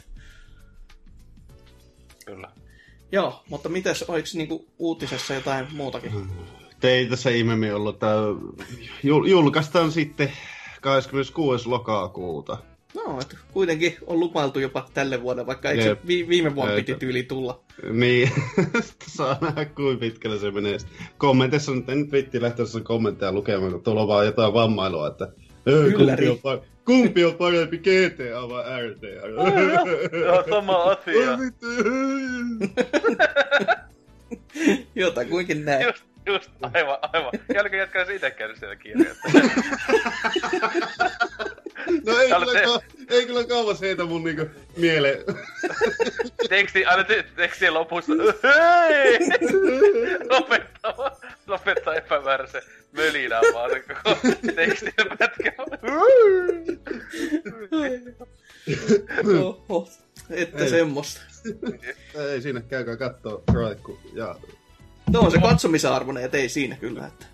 Kyllä. Joo, mutta mites, oliko niinku uutisessa jotain muutakin? Ei tässä ihmeemmin ollut. Tää jul- julkaistaan sitten kahdeskymmeneskuudes lokakuuta. No, että kuitenkin on lupailtu jopa tälle vuodelle, vaikka eikö se vi- viime vuonna piti tyyli tulla? Niin, saa nähdä kuinka pitkälle se menee. Kommenteissa nyt en vitti lähteä kommentteja lukemaan, kun tuolla on vaan jotain vammailua, että kumpi on, par- kumpi on parempi, G T A vai R T A? Joo, sama asia. Jota kuinkin näin. Just, just, aivan, aivan. Jälkeen jätkää siitä käynyt siellä kirjoittaa. No ei kyllä, te... ka- ei kyllä kauas heitä mun niinku mieleen. Teksti, aina te- tekstien lopussa. Hei! Lopettaa, lopettaa epämääräisen mölinää vaan se koko tekstien pätkä. Oho, että ei. Semmoista. Ei siinä, käykää kattoo Raikku. Ja... No on se katsomisen arvoinen, et ei siinä kyllä. Että...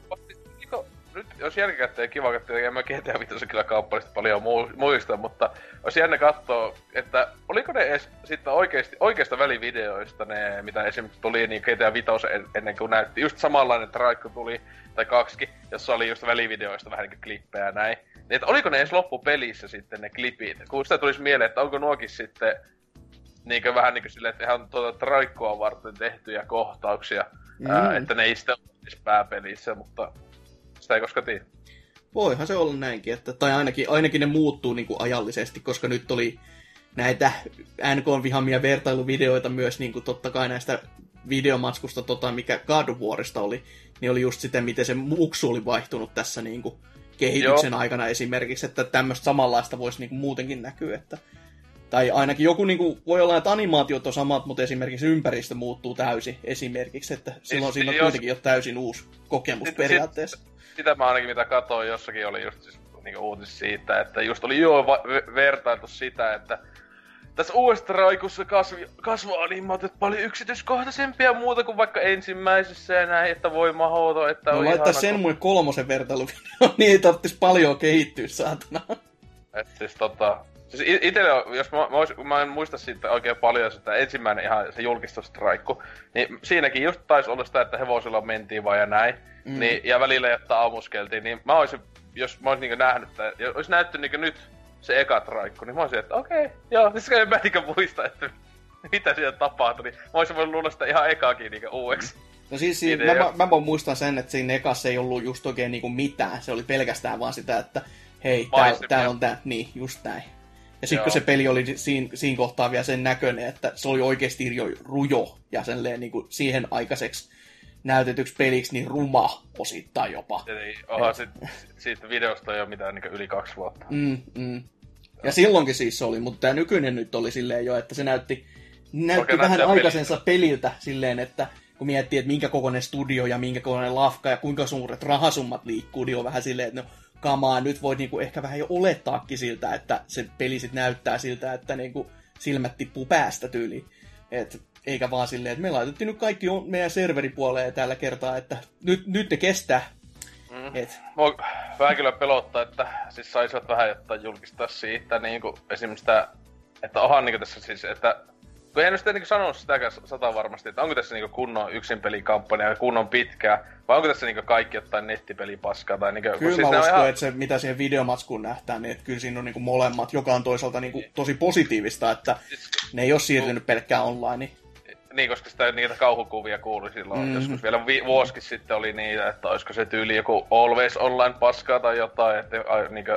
Nyt jos jälkikäteen kiva katsoa, en mä G T A viisi kyllä kauppallisesti paljon muista, mutta olisi jännä katsoa, että oliko ne edes sitten oikeasti, oikeista välivideoista ne, mitä esimerkiksi tuli niin G T A viisi ennen kuin näytti just samanlainen traikku tuli, tai kaksikin, jossa oli just välivideoista vähän niin klippejä ja näin. Niin, että oliko ne edes loppupelissä sitten ne klipit? Kun sitä tulisi mieleen, että onko nuokin sitten niinkö vähän niinkö silleen, että ihan tuota traikkoa varten tehtyjä kohtauksia, mm. ää, että ne ei sitten olisi pääpelissä, mutta sitä ei koska tiedä. Voihan se olla näinkin, että, tai ainakin, ainakin ne muuttuu niin kuin ajallisesti, koska nyt oli näitä N K:n vihamia vertailuvideoita myös niin kuin totta kai näistä videomatskusta, tota, mikä God of Warista oli, niin oli just sitä, miten se muksu oli vaihtunut tässä niin kuin kehityksen Joo. aikana esimerkiksi, että tämmöistä samanlaista voisi niin kuin muutenkin näkyä, että tai ainakin joku niinku, voi olla, että animaatiot on samat, mutta esimerkiksi ympäristö muuttuu täysin esimerkiksi, että silloin siinä on jos... kuitenkin jo täysin uusi kokemus sit, periaatteessa. Sit, sitä mä ainakin mitä katsoin, jossakin oli just siis, niinku uutis siitä, että just oli jo va- vertailtu sitä, että tässä uudessa raikussa kasvi, kasvoanimaatiot paljon yksityiskohtaisempia muuta kuin vaikka ensimmäisessä ja näin, että voi mahoto, että no on laittaa sen kun... mun kolmosen vertailuvideo, niin ei tarvitsisi paljon kehittyä, saatana. Et siis tota... Siis itelle, jos mä, mä, ois, mä en muista siitä oikein paljon sitä ensimmäinen ihan se julkistustraikku, niin siinäkin just taisi olla sitä, että hevosilla mentiin vaan ja näin, mm. niin, ja välillä jotta ammuskeltiin, niin mä oisin, jos mä oisin niinku nähnyt, että jos olisi näytty niinku nyt se eka traikku, niin mä oisin, että okei, okay, joo, siis en mä niinkö muista, että mitä siellä tapahtui, niin mä oisin voinut luulla sitä ihan ekaakin niinkö uudeksi. No siis siinä, mä, mä, mä voin muistaa sen, että siinä ekassa ei ollut just oikein niinku mitään, se oli pelkästään vaan sitä, että hei, tää, tää on tää, niin, just näin. Ja sitten kun se peli oli siinä, siinä kohtaa vielä sen näköinen, että se oli oikeasti jo rujo ja senleen, niin kuin siihen aikaiseksi näytetyksi peliksi niin ruma osittain jopa. Eli oha, sit, siitä videosta ei ole mitään niin yli kaksi vuotta. Mm, mm. Ja silloinkin siis se oli, mutta tämä nykyinen nyt oli silleen jo, että se näytti, näytti vähän aikaisensa peliltä silleen, että kun miettii, että minkä kokoinen studio ja minkä kokoinen lafka ja kuinka suuret rahasummat liikkuu, niin on vähän silleen, että no kamaa, nyt voit niinku ehkä vähän jo olettaakin siltä, että se peli sit näyttää siltä, että niinku silmät tippuu päästä tyyliin. Et, eikä vaan silleen, että me laitettiin nyt kaikki meidän serveripuoleen tällä kertaa, että nyt, nyt ne kestää. Mm. Et. Mua vähän kyllä pelottaa, että siis saisivat vähän jotta julkistaa siitä niinku esimerkiksi sitä, että onhan niinku tässä siis, että kun en nyt niinku sanonut sitäkään sata varmasti, että onko tässä niinku kunnon yksin pelikampanja ja kunnon pitkää, vai onko tässä niinku kaikki jotain nettipelipaskaa tai niinku... Kyllä siis mä uskon, ihan... että se mitä siihen videomatskuun nähtää, niin että kyllä siinä on niinku molemmat, joka on toisaalta niinku tosi positiivista, että siis, ne ei ole siirtynyt pelkkään online. Niin, koska sitä niitä kauhukuvia kuului silloin, mm-hmm. joskus vielä vi- vuosikin sitten oli niitä, että olisiko se tyyli joku Always Online paskaa tai jotain, että niinku...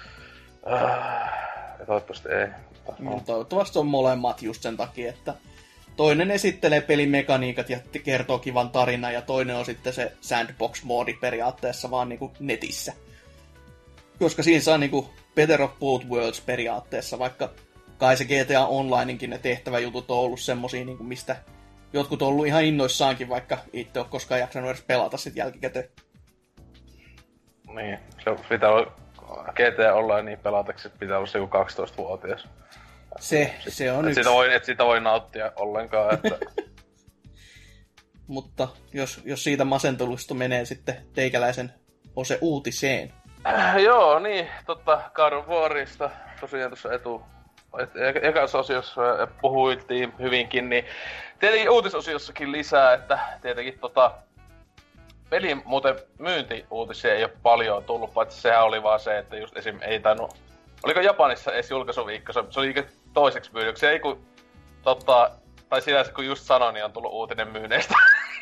Äh, toivottavasti ei. Mm, toivottavasti on molemmat just sen takia, että toinen esittelee pelimekaniikat ja kertoo kivan tarinan, ja toinen on sitten se sandbox-moodi periaatteessa vaan niinku netissä. Koska siinä saa niinku better of both worlds periaatteessa, vaikka kai se G T A Onlineinkin ne tehtäväjutut on ollut semmosia, niinku mistä jotkut on ollut ihan innoissaankin, vaikka itse ole koskaan jaksanut edes pelata sit jälkikäteen. Niin, se pitää olla G T A Online pelataksi, pitää olla se joku kaksitoistavuotias. Se, se on et yksi. Sitä voi, et sitä voi nauttia ollenkaan, että... Mutta jos, jos siitä masentelusta menee sitten teikäläisen ose uutiseen. Äh, joo, niin, totta, God of Warista tosiaan tuossa etu... Ekassa osiossa puhuittiin hyvinkin, niin tietenkin uutisosiossakin lisää, että tietenkin tota... Pelin muuten myyntiuutisia ei ole paljon tullut, paitsi sehän oli vaan se, että just esim. Ei tainnut... Oliko Japanissa edes julkaisuviikko? Se oli toiseksi myydyksi, ei kun tota... Tai sinänsä kun just sanoin, niin on tullut uutinen myynneistä.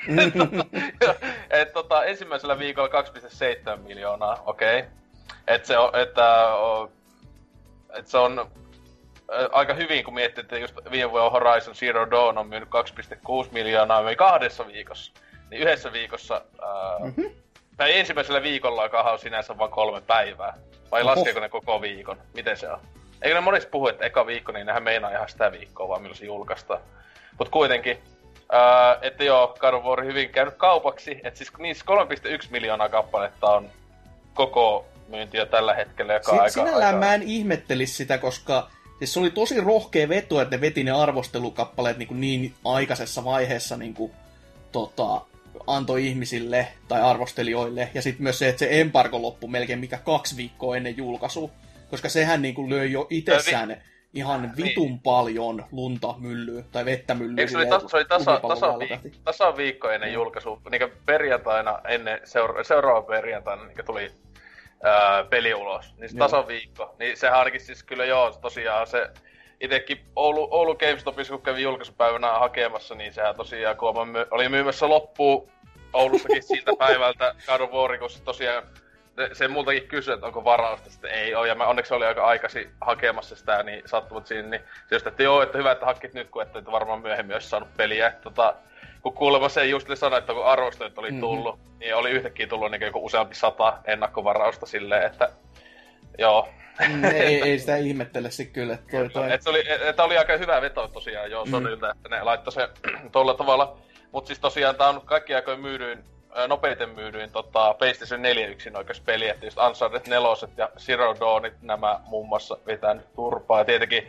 et tota, ensimmäisellä viikolla kaksi pilkku seitsemän miljoonaa, okei. Okay. Et se on, että... Et se on... Aika hyvin, kun miettii, että just viime vuonna Horizon Zero Dawn on myynyt kaksi pilkku kuusi miljoonaa, myi kahdessa viikossa. Niin yhdessä viikossa, ää, mm-hmm. tai ensimmäisellä viikolla on sinänsä vain kolme päivää. Vai Oho. Laskeeko ne koko viikon? Miten se on? Eikö ne monesti puhu, että eka viikko, niin nehän meinaa ihan sitä viikkoa vaan, milloin se julkaistaan. Mut kuitenkin, ää, että joo, God of War hyvin käynyt kaupaksi. Että siis niissä kolme pilkku yksi miljoonaa kappaletta on koko myyntiä tällä hetkellä, joka si- aika... Sinällään aika... mä en ihmettelis sitä, koska Siis se oli tosi rohkea veto, että ne veti ne arvostelukappaleet niin, kuin niin aikaisessa vaiheessa niin kuin, tota, antoi ihmisille tai arvostelijoille. Ja sitten myös se, että se embargo loppui melkein mikä kaksi viikkoa ennen julkaisua. Koska sehän niin kuin löi jo itsessään vi- ihan vitun niin. paljon lunta myllyä tai vettä myllyä. Eikö se oli, tas- se oli tasa, tasa, vi- tasa viikko ennen julkaisua, niin perjantaina ennen seura- seuraava perjantaina niin tuli ää, peli ulos. Niin tasa viikko. Niin sehän ainakin siis kyllä joo, tosiaan se itekin Oulu, Oulu GameStopissa, kun kävin julkaisupäivänä hakemassa, niin sehän tosiaan, kun my- oli myymässä loppuun Oulussakin siltä päivältä God of War, kun se tosiaan se multakin kysyi, että onko varausta, sitten ei ole, ja mä onneksi oli aika aikaisin hakemassa sitä, niin sattuvat siinä, niin se just, että joo, että hyvä, että hakkit nyt, kun ette varmaan myöhemmin olisi saanut peliä. Että, tota, kun kuulemma se just sanoi, että kun arvostelut oli tullut, mm-hmm. niin oli yhtäkkiä tullut niin joku useampi sata ennakkovarausta silleen, että joo. Mm, ei, ei sitä ihmettele sit kyllä, että toi toi. Et se oli, et oli aika hyvä veto tosiaan joo Sonylta, mm. että ne laittoi se tolla tavalla. Mut siis tosiaan tää on kaikki aikoin myydyin, nopeiten myydyin tota PlayStation neljä yksin oikeas peli, että just Uncharted neljä ja Zero Dawnit nämä muun muassa vetää nyt turpaa. Ja tietenkin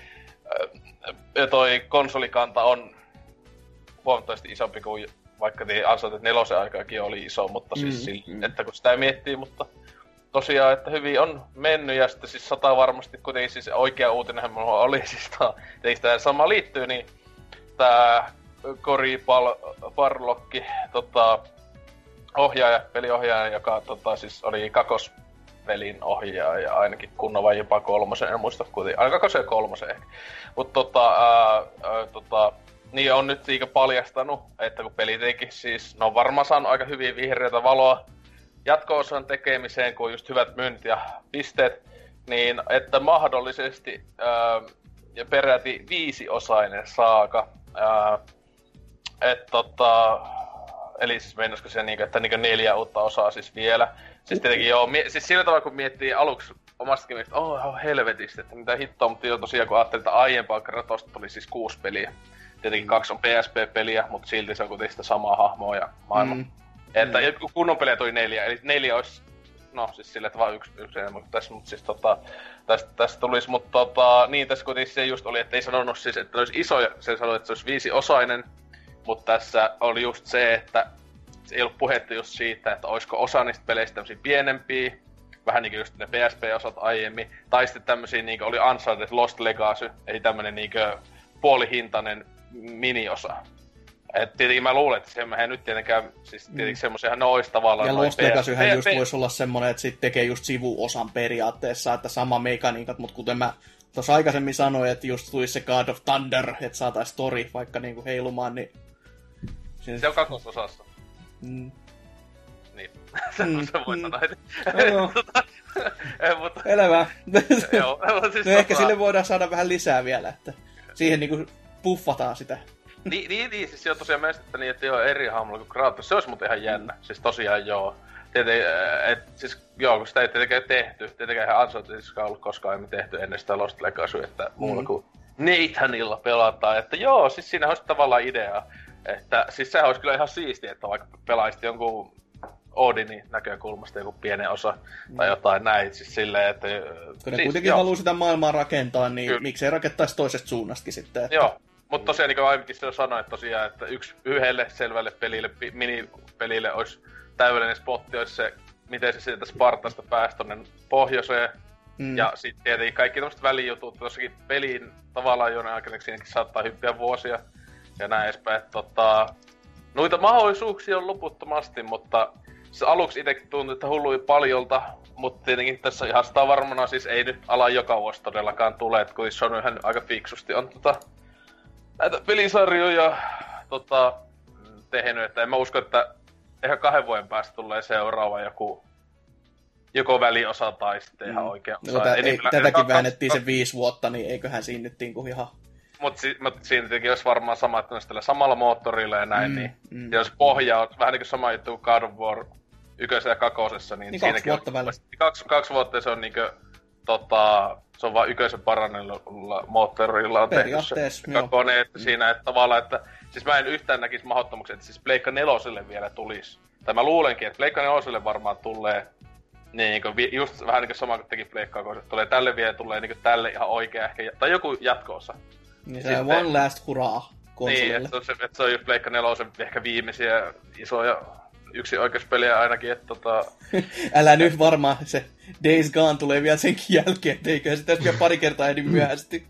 ja toi konsolikanta on huomattavasti isompi kuin vaikka Uncharted neljä aikaakin oli iso, mutta siis mm. sille, että kun sitä miettii, mutta tosiaan, että hyvin on mennyt, ja sitten siis sata varmasti kuitenkin siis oikea uutinenhan mulla oli, siis tää, tämä sama liittyy, niin tää Cory Pal- Barlogki, tota, ohjaaja, peliohjaaja, joka tota, siis oli kakospelin ohjaaja, ainakin kunnon vai jopa kolmosen, en muista kuitenkin, aina kakosen ja kolmosen ehkä. Mut tota, ää, ää, tota, niin on nyt liikä paljastanut, että kun peli teki siis, no on varmaan saanut aika hyvin vihreätä valoa jatko-osan tekemiseen, kun just hyvät myyntit ja pisteet, niin että mahdollisesti ää, ja peräti viisiosainen saaga. Ää, et tota, eli siis meinasko se niinku, että niinku neljä uutta osaa siis vielä. Siis tietenkin joo, mie- siis sillä tavalla kun miettii aluksi omastakin mielestä, oh, oh helvetistä, että mitä hittoa, mutta jo tosiaan kun ajattelin, että aiempaa Kratosta tuli siis kuusi peliä. Tietenkin kaksi on P S P-peliä, mutta silti se on kuitenkin sitä samaa hahmoa ja maailma. Mm. Että mm. kunnon pelejä tuli neljä, eli neljä olisi, no siis silleen, että vaan yksi, yksi enemmän kuin tässä, mutta siis tota, tästä, tästä tulisi, mutta tota, niin tässä kuitenkin se just oli, että ei sanonut siis, että olisi iso, se sanoi, että se olisi viisiosainen, mutta tässä oli just se, että se ei ollut puhetta just siitä, että olisiko osa niistä peleistä tämmöisiä pienempiä, vähän niinku just ne P S P-osat aiemmin, tai sitten tämmöisiä niinku oli Uncharted Lost Legacy, eli tämmönen niinku puolihintainen miniosa. Et tietenkin mä luulen, että semmoinen nyt tietenkään, siis tietenkin semmoisiahan ne ois tavallaan... Ja Lost Legacyhän just voisi olla semmonen, että sit tekee just sivuosan periaatteessa, että sama mekaniikat, mutta kuten mä tuossa aikaisemmin sanoin, että just tulisi se God of Thunder, että saatais story vaikka niinku heilumaan, niin... Siinä... Se on kakososassa. Mm. Niin, se mm. voi mm. sanoa. Joo, joo. mutta... Elävää. Joo, siis no ehkä sille voidaan saada vähän lisää vielä, että siihen niinku puffataan sitä. Niin, niin, niin, siis se on tosiaan mestettä niin, että joo, eri hahmolla kuin Kratos. Se olisi muuten ihan jännä. Mm. Siis tosiaan joo. Tieten, et, siis joo, kun sitä ei tietenkään tehty. Tietenkään ihan Unchartedissa ollut koskaan emme tehty ennen sitä Lost Legacy, että mm. muulla kuin Nathanilla pelataan. Että joo, siis siinä olisi tavallaan idea. Että siis sehän olisi kyllä ihan siistiä, että vaikka pelaisit jonkun Odinin näkökulmasta joku pienen osa mm. tai jotain näin. Siis silleen, että... Kun ne siis, kuitenkin haluaa sitä maailmaa rakentaa, niin kyllä. Miksei rakettaisi toisesta suunnastakin sitten. Että... Joo. Mutta tosiaan, niin kuin aiemminkin se sanoi, että tosiaan, että yksi yhdelle selvälle pelille, minipelille olisi täydellinen spotti, olisi se, miten se sieltä Spartasta pääsi tonne pohjoiseen. Mm. Ja sitten tietenkin kaikki tämmöiset välijutut, tossakin peliin tavallaan jonain aikana siinäkin saattaa hyppiä vuosia ja näin edespäin. Että tota, noita mahdollisuuksia on loputtomasti, mutta se aluksi itsekin tuntui, että hullui paljolta, mutta tietenkin tässä ihan sitä varmana siis ei nyt ala joka vuosi todellakaan tule, että kun Sonyhän aika fiksusti on tota näitä pelisarjoja tota, tehnyt, että en mä usko, että ehkä kahden vuoden päästä tulee seuraava joku joko väliosa tai sitten ihan oikea osa. No, tä, ei, tätäkin väännettiin se viisi vuotta, niin eiköhän siinä nyt niinku ihan... Mut, si, mut siinä tietenkin olisi varmaan sama, että tällä samalla moottorilla ja näin, mm, niin mm, jos pohja on vähän niin kuin sama juttu kuin God of War ykkösessä ja kakosessa, niin, niin siinäkin kaksi vuotta on... Kaksi, kaksi vuotta se on niinkö... Tota, se on vaan yköisen parannella moottorilla on tehty se kakone, että mm. siinä, että tavallaan, että siis mä en yhtään näkisi mahdottomuksi, että siis Pleikka neloselle vielä tulisi. Tai mä luulenkin, että Pleikka neloselle varmaan tulee Niin, kun vi, just vähän niinku sama kuin teki Pleikkaa, kun se tulee tälle vielä, tulee niinku tälle ihan oikea ehkä, tai joku jatko-osa. Niin se One Last Hurrah konsolille. Niin, että se, et se on just Pleikka nelosen ehkä viimeisiä isoja yksi oikeuspeliä ainakin, että tota... Älä nyt varmaan, se Days Gone tulee vielä senkin jälkeen, et eiköhän se tässä vielä pari kertaa ehdi myöhästi.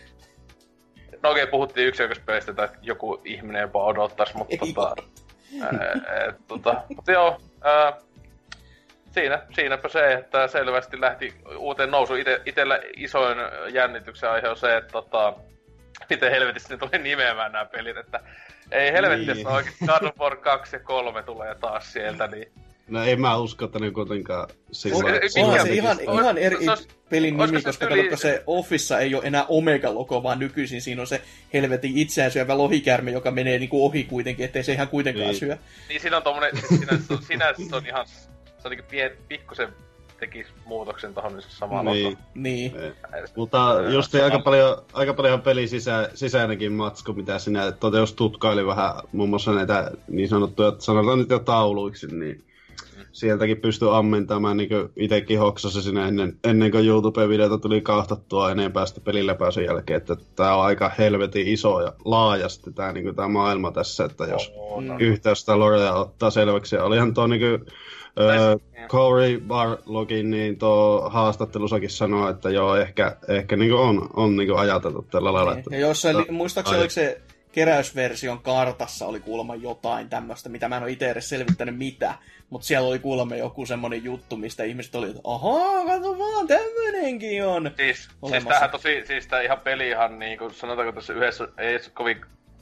No okei, okay, puhuttiin yksi oikeuspelistä, että joku ihminen jopa odottais, mutta ei tota... Ää, et, tota, mutta joo, ää, siinä, siinäpä se, että selvästi lähti uuteen nousuun. Ite, itellä isoin jännityksen aihe on se, että tota, miten helvetissä ne tuli nimeämään nämä pelit, että ei helvetti, niin. Jos oikein God of War kaksi ja kolme tulee taas sieltä, niin... No ei mä usko, että ne kuitenkaan sillä... Onhan se ihan, ihan eri pelin nimi, koska yli... katsotko se Offissa ei ole enää Omega-logo, vaan nykyisin siinä on se helvetin itseään syövä lohikäärme, joka menee niinku ohi kuitenkin, ettei se ihan kuitenkaan niin. syö. Niin siinä on tommonen, sinänsä on, sinänsä se on ihan, se on niinku pien, pikkusen tekis muutoksen tohon, niin se sama niin. logo. Niin. Mutta just aika paljon, aika paljon pelin sisä, sisäinenkin matsku, mitä sinä toteus tutkaili vähän muun muassa näitä niin sanottuja, sanotaan nyt jo tauluiksi, niin sieltäkin pystyi ammentamaan, niin kuin itsekin hoksasi sinä ennen, ennen kuin YouTube-videota tuli kahtattua enempää sitä peliläpäisyn jälkeen, että tämä on aika helvetin iso ja laajasti tämä, niin kuin, tämä maailma tässä, että jos oh, no. yhtä sitä lorea ottaa selväksi. Ja olihan tuo niin kuin, äh, Cory Barlogin niin tuo haastattelussakin sanoi, että joo, ehkä, ehkä niin kuin on, on niin kuin ajateltu tällä lailla. Että, ja jossain, ta- muistaakseni oliko se keräysversion kartassa oli kuulemma jotain tämmöistä, mitä mä en ole itse edes selvittänyt mitä, mutta siellä oli kuulemma joku semmonen juttu, mistä ihmiset oli, että ahaa, katso vaan, tämmönenkin on. Siis, siis tämähän tosi, siis tää ihan peli ihan niinku, sanotaanko tässä yhdessä, ei se kovin,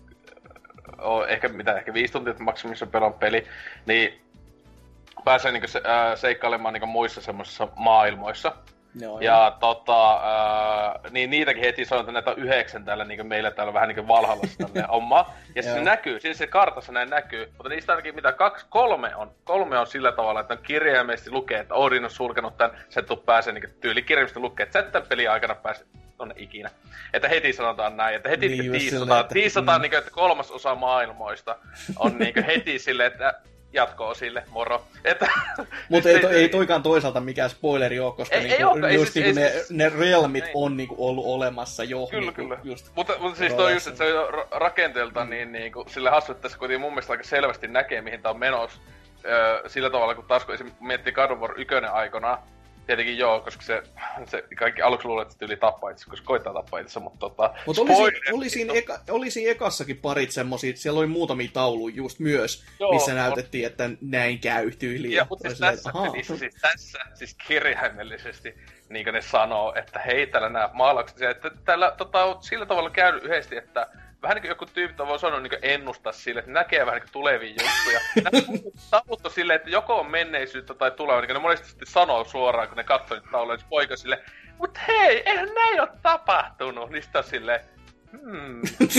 oo ehkä mitä, ehkä viisi tuntia maksimissa pelan peli, niin pääsee niinku se, äh, seikkailemaan niinku muissa semmosissa maailmoissa. Joo, ja jo. tota, ää, niin niitäkin heti sanotaan, että näitä on yhdeksän täällä niin meillä täällä vähän niin kuin Valhallassa tälleen oma. Ja se näkyy, siis se kartassa näin näkyy, mutta niistä ainakin mitä kaksi, kolme on. Kolme on sillä tavalla, että on kirjaimellisesti lukee, että Odin on sulkenut tän, sä et tuu pääsee niin tyyli kirjaimellisesti lukee, että sä et tän pelin aikana pääse tonne ikinä. Että heti sanotaan näin, että heti niin tiisataan, että... tiisataan mm. niin kuin, että kolmas osa maailmoista on niin kuin heti silleen, että jatko-osille, moro. Mutta ei, to, ei toikaan toisaalta mikään spoileri ole, koska ei, niinku, ei just siis, niinku ei, ne, siis, ne realmit ei. on niinku ollut olemassa jo. Kyllä, niinku, kyllä. Just mutta, mutta siis toi just, että se on rakenteelta mm. niin niinku, sille hassu, että tässä kuitenkin mun mielestä aika selvästi näkee, mihin tää on menossa. Öö, sillä tavalla, kun taas kun miettii God of War yksi aikanaan, tietenkin joo, koska se, se kaikki aluksi luulee, että se tyyli tappaa itse, koska koittaa tappaa itse, mutta tota... Mutta oli, oli, siinä eka, oli siinä ekassakin parit semmosia, siellä oli muutamia tauluja just myös, joo, missä on... näytettiin, että näin käy tyyliin. Ja, mutta siis tässä, niin, siis tässä, siis kirjaimellisesti, niin kuin ne sanoo, että hei, täällä nämä maalaukset, että täällä tota, on sillä tavalla käynyt yhdesti, että vähän niin kuin joku tyyppi voi sanoa niin ennustaa sille, että näkee vähän niin tulevia juttuja. Taputtu silleen, että joko on menneisyyttä tai tuleva, niin ne monesti sitten sanoo suoraan, kun ne katsoo niitä tauluja, niin poika silleen, mut hei, eihän näin ole tapahtunut. Niin sitä on silleen, hmm.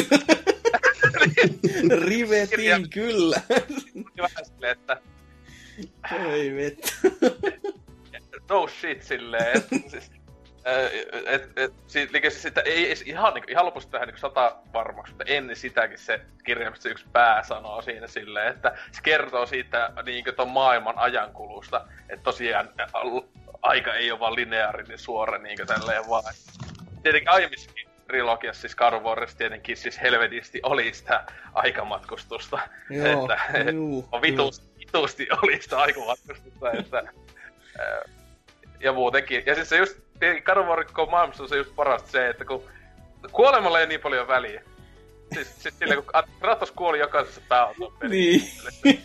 Rivetin kyllä. Vähän silleen, että... Oi vettä. No shit silleen, että siis... Et, et, et, siitä, sitä ei, ei ihan, niin, ihan lopussa tähän niin sata varmaksi, mutta ennen sitäkin se kirjaimisesti yksi pää sanoo siinä silleen, että se kertoo siitä niin ton maailman ajankulusta, että tosiaan aika ei ole vaan lineaarinen suora niin tälleen vaan. Tietenkin aiemmissakin trilogiassa, siis God of Warissa tietenkin siis helvetisti oli sitä aikamatkustusta, joo, että juu, on vitusti, vitusti oli sitä aikamatkustusta, että ja muutenkin. Ja siis se just, God of War maailmassa on se just parasta se, että kun kuolemalla ei niin paljon väliä. Siis, siis silleen, kun Kratos kuoli jokaisessa pääosan pelissä. Niin.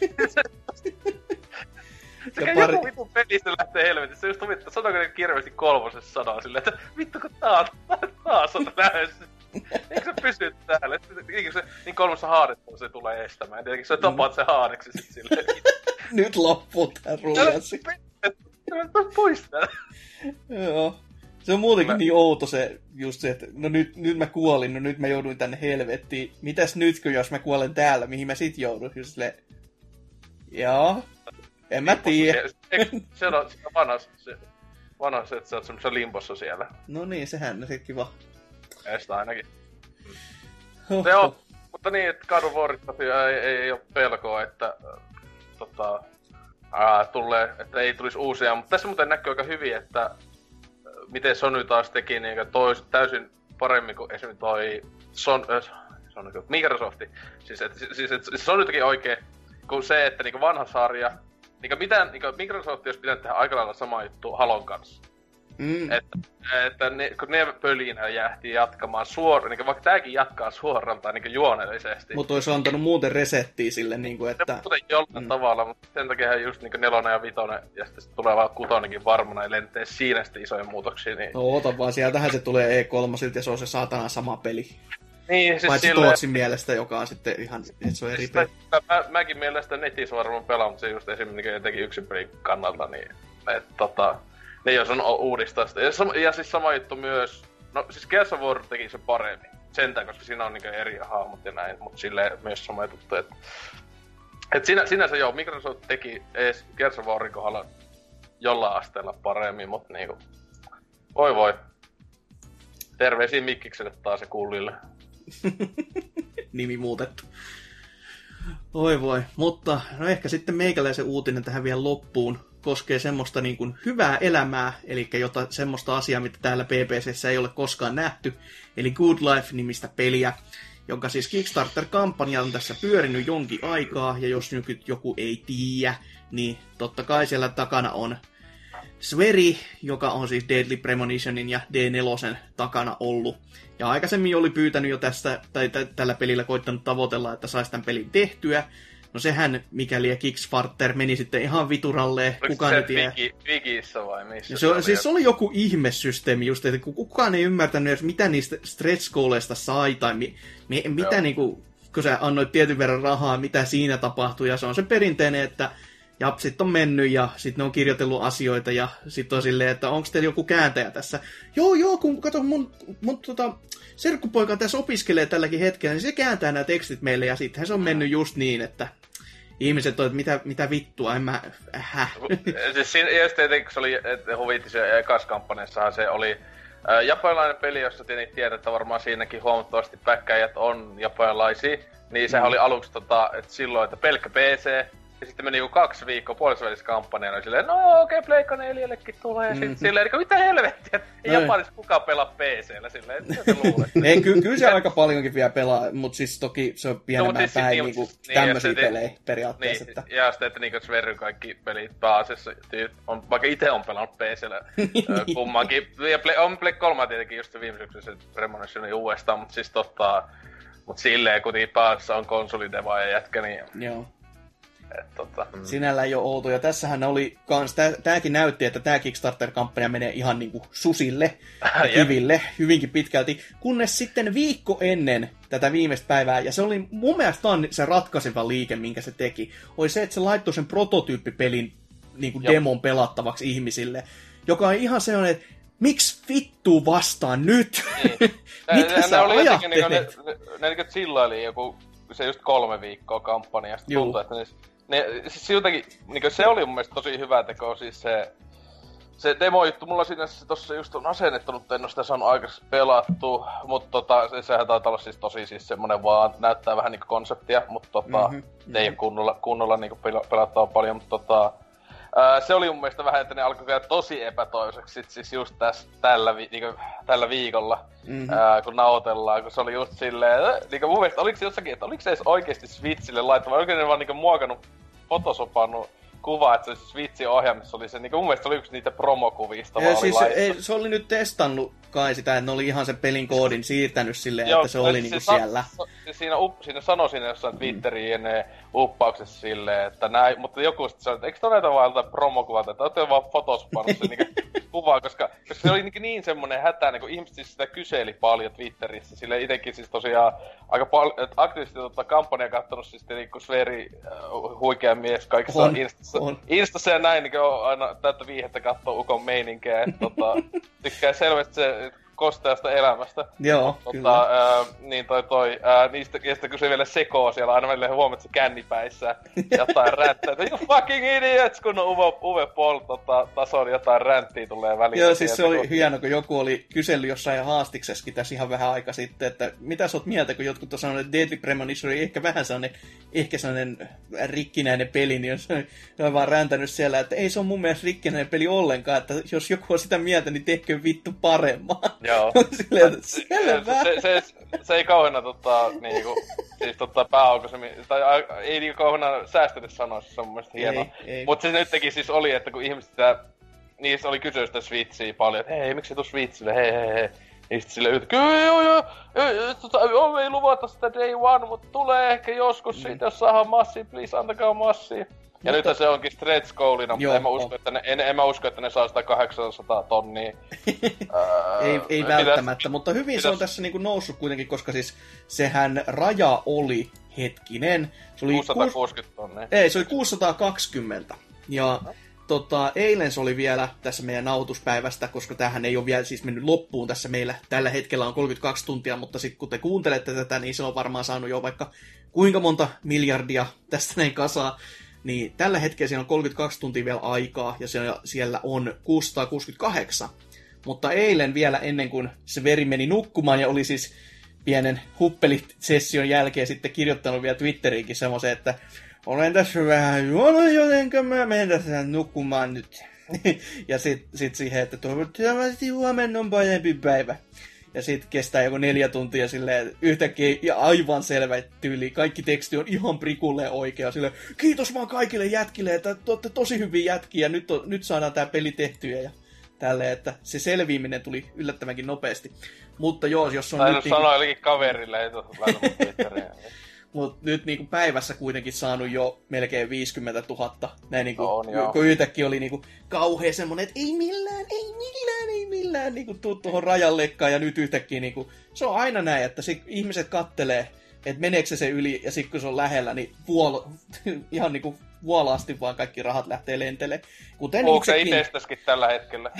Sekä pari... joku vitun pelistä lähtee helvetissä. Se just on vittu, sanotaanko ne kirjallisesti kolmosessa sanoo silleen, että vittu kun taas, taas on lähdössä. Eikö se pysy täällä? Eikö se niin kolmessa haadetta se tulee estämään? Tietenkin se tapaat se haadeksi sit silleen. Nyt loppuu tää ruljassi. Pois täällä. Joo. Se on muutenkin mä... niin outo se, just se, että no nyt, nyt mä kuolin, no nyt mä jouduin tänne helvettiin. Mitäs nytkö, jos mä kuolen täällä, mihin mä sit joudun? Just silleen, joo, en mä tiedä. Se, se on, se on vanha, se, vanha se, että sä oot semmosessa limbossa siellä. No niin, sehän on se kiva. Estä ainakin. Mm. Se on, mutta niin, että God of Warista ei, ei, ei oo pelkoa, että äh, tota... ää, tulee, että ei tulisi uusia, mutta tässä muuten näkyy aika hyvin, että miten Sony taas teki niin tois, täysin paremmin kuin esimerkiksi toi Son, äh, Sony, Microsofti. Siis, et, siis et, Sony teki oikein, kun se, että niin vanha sarja, niin mitään, niin Microsoft olisi pitänyt tehdä aika lailla sama juttu Halon kanssa. Mm. Että, että ne, kun ne pöliinä jähti jatkamaan suoraan, niin vaikka tääkin jatkaa suoralta niin juonellisesti. Mutta olisi antanut muuten resettiä sille, niin kuin, että... Ne muuten jollain mm. tavalla, mutta sen takia just niin nelonen ja vitonen ja sitten tuleva kutonenkin varmana ja lentee siinä sitten isoja muutoksia. Niin... No oota vaan, sieltähän se tulee E kolme ja se on se saatana sama peli. Niin, siis paitsi silleen... Tootsin mielestä, joka on sitten ihan, että se on eri peli. Mä, mäkin mielestä netissä varmaan pelaa, mutta se just esimerkiksi jotenkin yksin pelin kannalta, niin että tota... Ne jos on uudistaa sitä. Ja, sama, ja siis sama juttu myös, no siis Gears of War teki se paremmin. Sentään, koska siinä on niinku eri hahmot ja näin, mutta silleen myös sama juttu, että... Et sinä, sinänsä joo, Microsoft teki ees Gears of Warin kohdalla jollain asteella paremmin, mutta niinku... Voi voi. Terveisiä Mikkikselle taas ja kuulille. Nimi muutettu. Oi voi, mutta no ehkä sitten meikäläisen uutinen tähän vielä loppuun koskee semmoista niin kuin hyvää elämää, eli jota, semmoista asiaa, mitä täällä P P C:ssä ei ole koskaan nähty, eli Good Life-nimistä peliä, jonka siis Kickstarter-kampanja on tässä pyörinyt jonkin aikaa, ja jos nyt joku ei tiedä, niin totta kai siellä takana on Swery, joka on siis Deadly Premonitionin ja D neljä takana ollut. Ja aikaisemmin oli pyytänyt jo tästä, tai t- tällä pelillä koittanut tavoitella, että saisi tämän pelin tehtyä. No sehän, mikäli Kickstarter meni sitten ihan vituralleen, kukaan ei tiedä. Wiki, Wikissä vai missä? Se, se siis oli joku ihmesysteemi just, että kukaan ei ymmärtänyt edes, mitä niistä stretch goaleista sai, tai mi, mi, mitä niinku, kun sä annoit tietyn verran rahaa, mitä siinä tapahtui, ja se on se perinteinen, että ja sit on mennyt ja sit ne on kirjoitellut asioita ja sit on silleen, että onko teillä joku kääntäjä tässä? Joo, joo, kun kato mun, mun tota, serkkupoika tässä opiskelee tälläkin hetkellä, niin se kääntää nämä tekstit meille ja sittenhän se on mennyt just niin, että ihmiset on, että mitä, mitä vittua, en mä, häh. Siis siinä, ja sitten etenkin se oli, että huvitti se ekas kampanjassahan se oli äh, japanilainen peli, jossa tietenkin tiedät, että varmaan siinäkin huomattavasti päkkäjät on japanilaisia, niin sehän mm. oli aluksi tota, että silloin, että pelkkä P C. Ja sitten meni joku kaksi viikkoa puolessa välissä kampanjana ja silleen, no okei, okay, Pleikka neljällekin tulee. Ja sitten mm-hmm. silleen, niin mitä helvettiä, ei Japanissa kukaan pelaa P C:llä silleen, mitä sä luulet? Ei, ky- kyllä se aika paljonkin vielä pelaa, mutta siis toki se on pienemmän no, siis, päin niin, niinku niin, tämmöisiä pelejä periaatteessa. Niin, että... Ja sitten, että niinku Sverry kaikki pelit pääasiassa, on, vaikka itse on pelannut P C:llä kummankin. Ja play, on Play kolme tietenkin just se viime syksyn se Premonitionin uudestaan, mutta siis tota... Mut silleen, kun päässä on konsolideva ja jätkä, niin... Joo. Et, tota, mm. Sinällään ei ole outo. Ja tässähän oli kans, tää, tääkin näytti, että tää Kickstarter-kampanja menee ihan niinku susille ja kiville hyvinkin pitkälti. Kunnes sitten viikko ennen tätä viimeistä päivää, ja se oli mun mielestä on se ratkaiseva liike, minkä se teki, oli se, että se laittoi sen prototyyppipelin niinku demon pelattavaksi ihmisille, joka on ihan sellainen, että miksi vittu vastaan nyt? Niin. Mitä ne, sä ne oli ajattelet? Ne, ne, ne, ne chillaili joku se just kolme viikkoa kampanjasta. Tuntui, että ne, ne, siis jotenkin, niin se oli mun mielestä tosi hyvä teko, siis se, se demo-juttu, mulla siinä se tossa just on asennettunut, en oo sitä saanut aikaisemmin pelattu, mutta tota, se, sehän taitaa olla siis tosi siis semmonen vaan, näyttää vähän niinku konseptia, mutta tota, mm-hmm. ei oo kunnolla, kunnolla niinku pelattava paljon, mutta tota, ää, se oli mun mielestä vähän, että ne alkoi käydä tosi epätoiseksi sit siis just tässä, tällä, vi, niinku, tällä viikolla, mm-hmm. ää, kun nautellaan, kun se oli just silleen, niinku mun mielestä oliks se jossakin, että oliks se edes oikeesti Switchille laittaa, vai oikein ne vaan niinku muokannut, photosopannut kuva, että se Switchin ohjaamissa oli se, niinku mun mielestä se oli yksi niitä promokuvista. Ja siis ei, se oli nyt testannut kai sitä, että ne oli ihan sen pelin koodin siirtänyt silleen, joo, että se oli niinku sa- siellä. Sa- siinä, up, siinä sanoi siinä jossain Twitteriin mm. uppauksessa silleen, että näin, mutta joku sitten sanoi, että eikö toi näitä vaan jotain promokuvat, että ootte vaan photosopannut sen niinku kuvaa, koska, koska se oli niin, niin semmonen hätä, niin kun ihmiset siis sitä kyseli paljon Twitterissä, sille itekin siis tosiaan aika paljon, että aktiivisesti tota kampanjaa kattonut siis niinku Sveri äh, huikea mies kaikissa on, Instassa, on. Instassa ja näin, niin on aina täyttä viihettä kattoo ukon meininkiä, että tota, tykkää selvästi se kosteasta elämästä. Joo, tota, kyllä. Ää, niin toi toi, ää, niistä, ja sitten kun se vielä sekoo siellä, aina välillä huomaat se kännipäissä jotain räntää, että you fucking idiots, kun on Uwe, Uwe Boll tota, tason jotain ränttiä tulee väliin. Joo, siis se oli hieno, kun joku oli kysellyt jossain haastiksessakin tässä ihan vähän aika sitten, että mitä sä oot mieltä, kun jotkut on sanonut, että Deadly Premonition oli ehkä vähän sellainen, ehkä sellainen rikkinäinen peli, niin se on vaan räntänyt siellä, että ei se on mun mielestä rikkinäinen peli ollenkaan, että jos joku on sitä mieltä, niin tehkö vittu paremman. Joo. Silleen, että selvä. Se, se, se, se ei kauheena tota, niinku, siis tota pääaukaisemmin, tai a, ei niinku kauheena säästetyssä sanoissa, se on mun mielestä hienoa. Mut se nytkin siis oli, että kun ihmiset sitä, niistä oli kysyä sitä Switchiä paljon, että hei, miksi se tuu Switchille, hei hei hei. Niin sit silleen, että kyllä joo joo, tota, ei luvata sitä day one, mutta tulee ehkä joskus mm. siitä, jos saadaan massia, please antakaa massia. Ja mutta... nyt se onkin stretch goalina, mutta en mä, usko, että ne, en, en mä usko, että ne saa sitä kahdeksansataa tonnia. Ää, ei ei pitäis... välttämättä, mutta hyvin pitäis... se on tässä niinku noussut kuitenkin, koska siis sehän raja oli hetkinen. Se oli kuusisataakuusikymmentä tonnia. Ei, se oli kuusisataakaksikymmentä. Ja no. tota, eilen se oli vielä tässä meidän nautuspäivästä, koska tämähän ei ole vielä siis mennyt loppuun tässä meillä. Tällä hetkellä on kolmekymmentäkaksi tuntia, mutta sitten kun te kuuntelette tätä, niin se on varmaan saanut jo vaikka kuinka monta miljardia tästä näin kasaa. Niin tällä hetkellä siinä on kolmekymmentäkaksi tuntia vielä aikaa, ja siellä on kuusisataakuusikymmentäkahdeksan. Mutta eilen vielä ennen kuin se veri meni nukkumaan, ja oli siis pienen huppelisession jälkeen sitten kirjoittanut vielä Twitteriinkin semmoisen, että olen tässä vähän juonut, jotenka mä menen tässä nukkumaan nyt. Ja sit, sit siihen, että toivottavasti huomenna on parempi päivä. Ja sit kestää joku neljä tuntia silleen yhtäkkiä ja aivan selvä tyyli. Kaikki teksti on ihan prikulleen oikea. Silleen, kiitos vaan kaikille jätkille, että te olette tosi hyviä jätkiä. Nyt, on, nyt saadaan tää peli tehtyä ja tälleen, että se selviäminen tuli yllättävänkin nopeasti. Mutta joo, jos on tai nyt... Tai sanoa jollekin kaverille, ei tuossa laita mun Twitteriin. Mutta nyt niinku päivässä kuitenkin saanut jo melkein viisikymmentätuhatta. Näin niinku, on, kun yhtäkkiä oli niinku kauhea semmonen, että ei millään, ei millään, ei millään, niinku tuu tuohon rajallekkaan. Ja nyt yhtäkkiä niinku, se on aina näin, että sit ihmiset kattelee, että meneekö se, se yli, ja sitten kun se on lähellä, niin vuolo, ihan niinku vuolaasti vaan kaikki rahat lähtee lentelee. Kuten Onko se itsestäskin tällä hetkellä?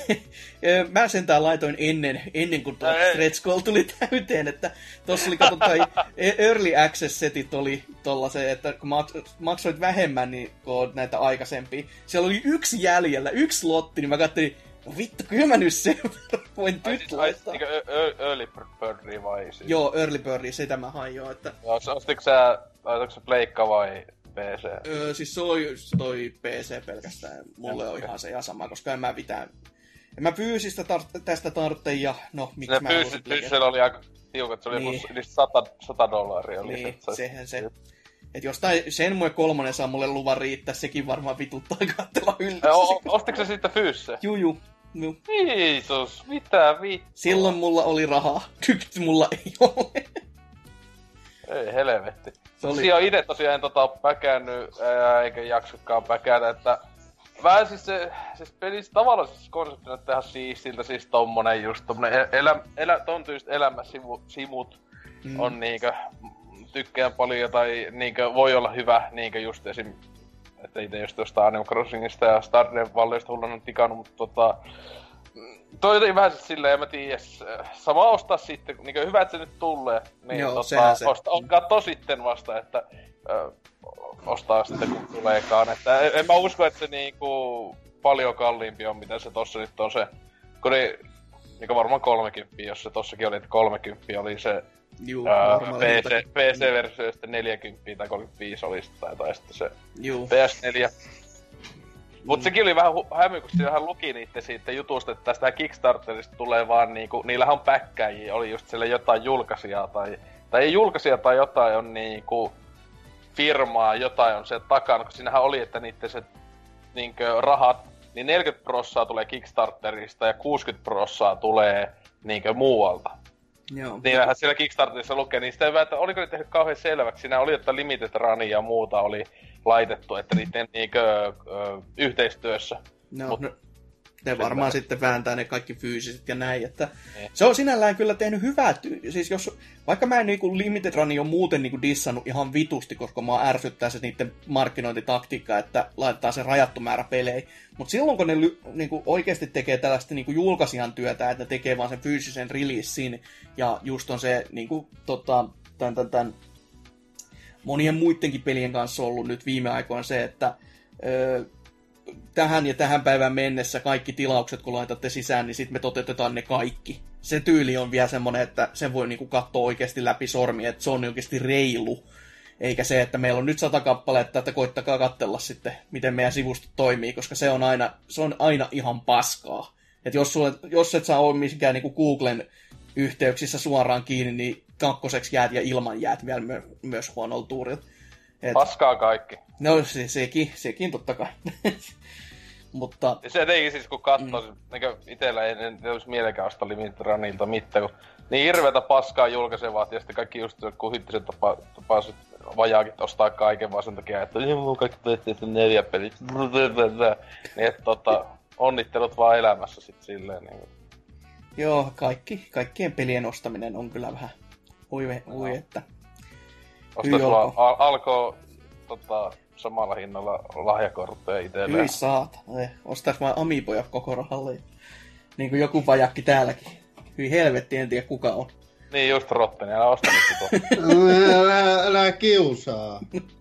Mä sentään laitoin ennen, ennen kuin tuo stretch goal tuli täyteen, että tossa oli kato toi early access-setit oli tollasen, että kun maksoit vähemmän niin kun näitä aikaisempia. Siellä oli yksi jäljellä, yksi lotti, niin mä katsoin, no vittu, kyllä mä nyt sen voin tyt laittaa. Siis, early bird vai siis? Joo, early bird, sitä mä hain jo, että... Joo, ostitko sä, laitoitko sä pleikka vai P C? Öö, siis se oli toi P C pelkästään. Mulle on ihan se ihan sama, koska en mä mitään... En mä fyysistä tar- tästä tarvitse ja no, miksi mä fyys- fyysisellä oli aika tiukat, se oli niin. Yli sata, sata dollaria. Oli niin, se, sehän se. Et jostain Shenmue kolmonen saa mulle luvan riittää, sekin varmaan vituttaa kattella yllässä. O- ostitko sä siitä fyysse? Juu, juu. Juu. Jeesus, mitä vittua? Silloin mulla oli rahaa, nyt mulla ei ole. Ei helvetti. Se oli... Tosiaan ite tosiaan en tota päkännyt, ää, eikä jaksotkaan päkätä, että... Vähän siis se, siis pelissä tavallaan siis konseptina tehdä siistiltä, siis tommonen just tommonen elä, elä, ton tyyst elämäsimut mm. on niinkö, tykkään paljon tai niinkö voi olla hyvä niinkö just esim... Että ite just jostain Animal Crossingista ja Stardew Valleysta hullana tikannut, mutta tota... Toi jotenkin vähän siis silleen, en mä tiiä, sama ostaa sitten, niinkö hyvä, että se nyt tulee, niin joo, tota, se. osta, on katso sitten vasta, että... Ö, ostaa sitten kun tuleekaan, että en, en mä usko, että se niinku paljon kalliimpi on, mitä se tossa nyt on se, kun oli niinku varmaan kolmekymmentä, jos se tossakin oli, että kolmekymmentä oli se Juu, ää, P C, P C-versio, sitten neljäkymmentä tai kolmekymmentäviisi oli tai, tai sitten se Juu. P S neljä. Mut mm. sekin oli vähän hu- hämy, kun siinähän luki niitte siitä jutusta, että tästä Kickstarterista tulee vaan niinku, niillähän on päkkäjiä, oli just siellä jotain julkaisijaa tai, tai ei julkaisijaa tai jotain on niinku firmaa, jotain on siellä takana, kun siinähän oli, että niitten se niinkö rahat, niin neljäkymmentä prosenttia tulee Kickstarterista ja kuusikymmentä prosenttia tulee niinkö muualta. Joo. Niinhän siellä Kickstarterissa lukee, niin sitä hyvä, että oliko ne tehnyt kauhean selväksi, siinä oli, että limited runia ja muuta oli laitettu, että niiden niinkö ö, yhteistyössä. No, Mut... no, Ne varmaan sitten vääntää ne kaikki fyysiset ja näin, että eh. se on sinällään kyllä tehnyt hyvää ty- siis jos, vaikka mä en niinku Limited Runin ole muuten niinku dissannut ihan vitusti, koska mä ärsyttää se niiden markkinointitaktiikka, että laitetaan se rajattu määrä pelejä, mutta silloin kun ne ly- niinku oikeasti tekee tällaista niinku julkaisijan työtä, että ne tekee vaan sen fyysisen releasin, ja just on se niinku tota, tän, tän, tän, monien muidenkin pelien kanssa ollut nyt viime aikoina se, että öö, tähän ja tähän päivään mennessä kaikki tilaukset, kun laitatte sisään, niin sitten me toteutetaan ne kaikki. Se tyyli on vielä semmoinen, että sen voi niinku katsoa oikeasti läpi sormi, että se on oikeasti reilu. Eikä se, että meillä on nyt sata kappaletta, että koittakaa katsella sitten, miten meidän sivusto toimii, koska se on aina, se on aina ihan paskaa. Että jos, sulle, jos et saa ole mikään niinku Googlen yhteyksissä suoraan kiinni, niin kakkoseksi jäät ja ilman jäät vielä my- myös huonolla tuurilla. Et... Paskaa kaikki. No se, sekin, sekin totta kai. Mutta... Se teki siis, kun katsoo, mm. niin itsellä ei, ei olisi mielekään ostaa Limited Runilta mitään, kun niin hirveätä paskaa julkaisevat, ja sitten kaikki just kuhittiset tapa, tapasit vajaakit ostaa kaiken vaan sen takia, että mun kaikki PlayStation neljä pelit. Niin että tota, onnittelut vaan elämässä sit silleen. Niin. Joo, kaikki, kaikkien pelien ostaminen on kyllä vähän ui, ui että... Ostais vaan, al- alkoi tota, samalla hinnalla lahjakortteja itselleen. Hyi saata. Ostais vaan Amiiboja koko rahalle. Niin kuin joku vajakki täälläkin. Hyi helvetti, en tiedä kuka on. Niin just Rotteni, älä osta nyt tuo. älä, älä kiusaa.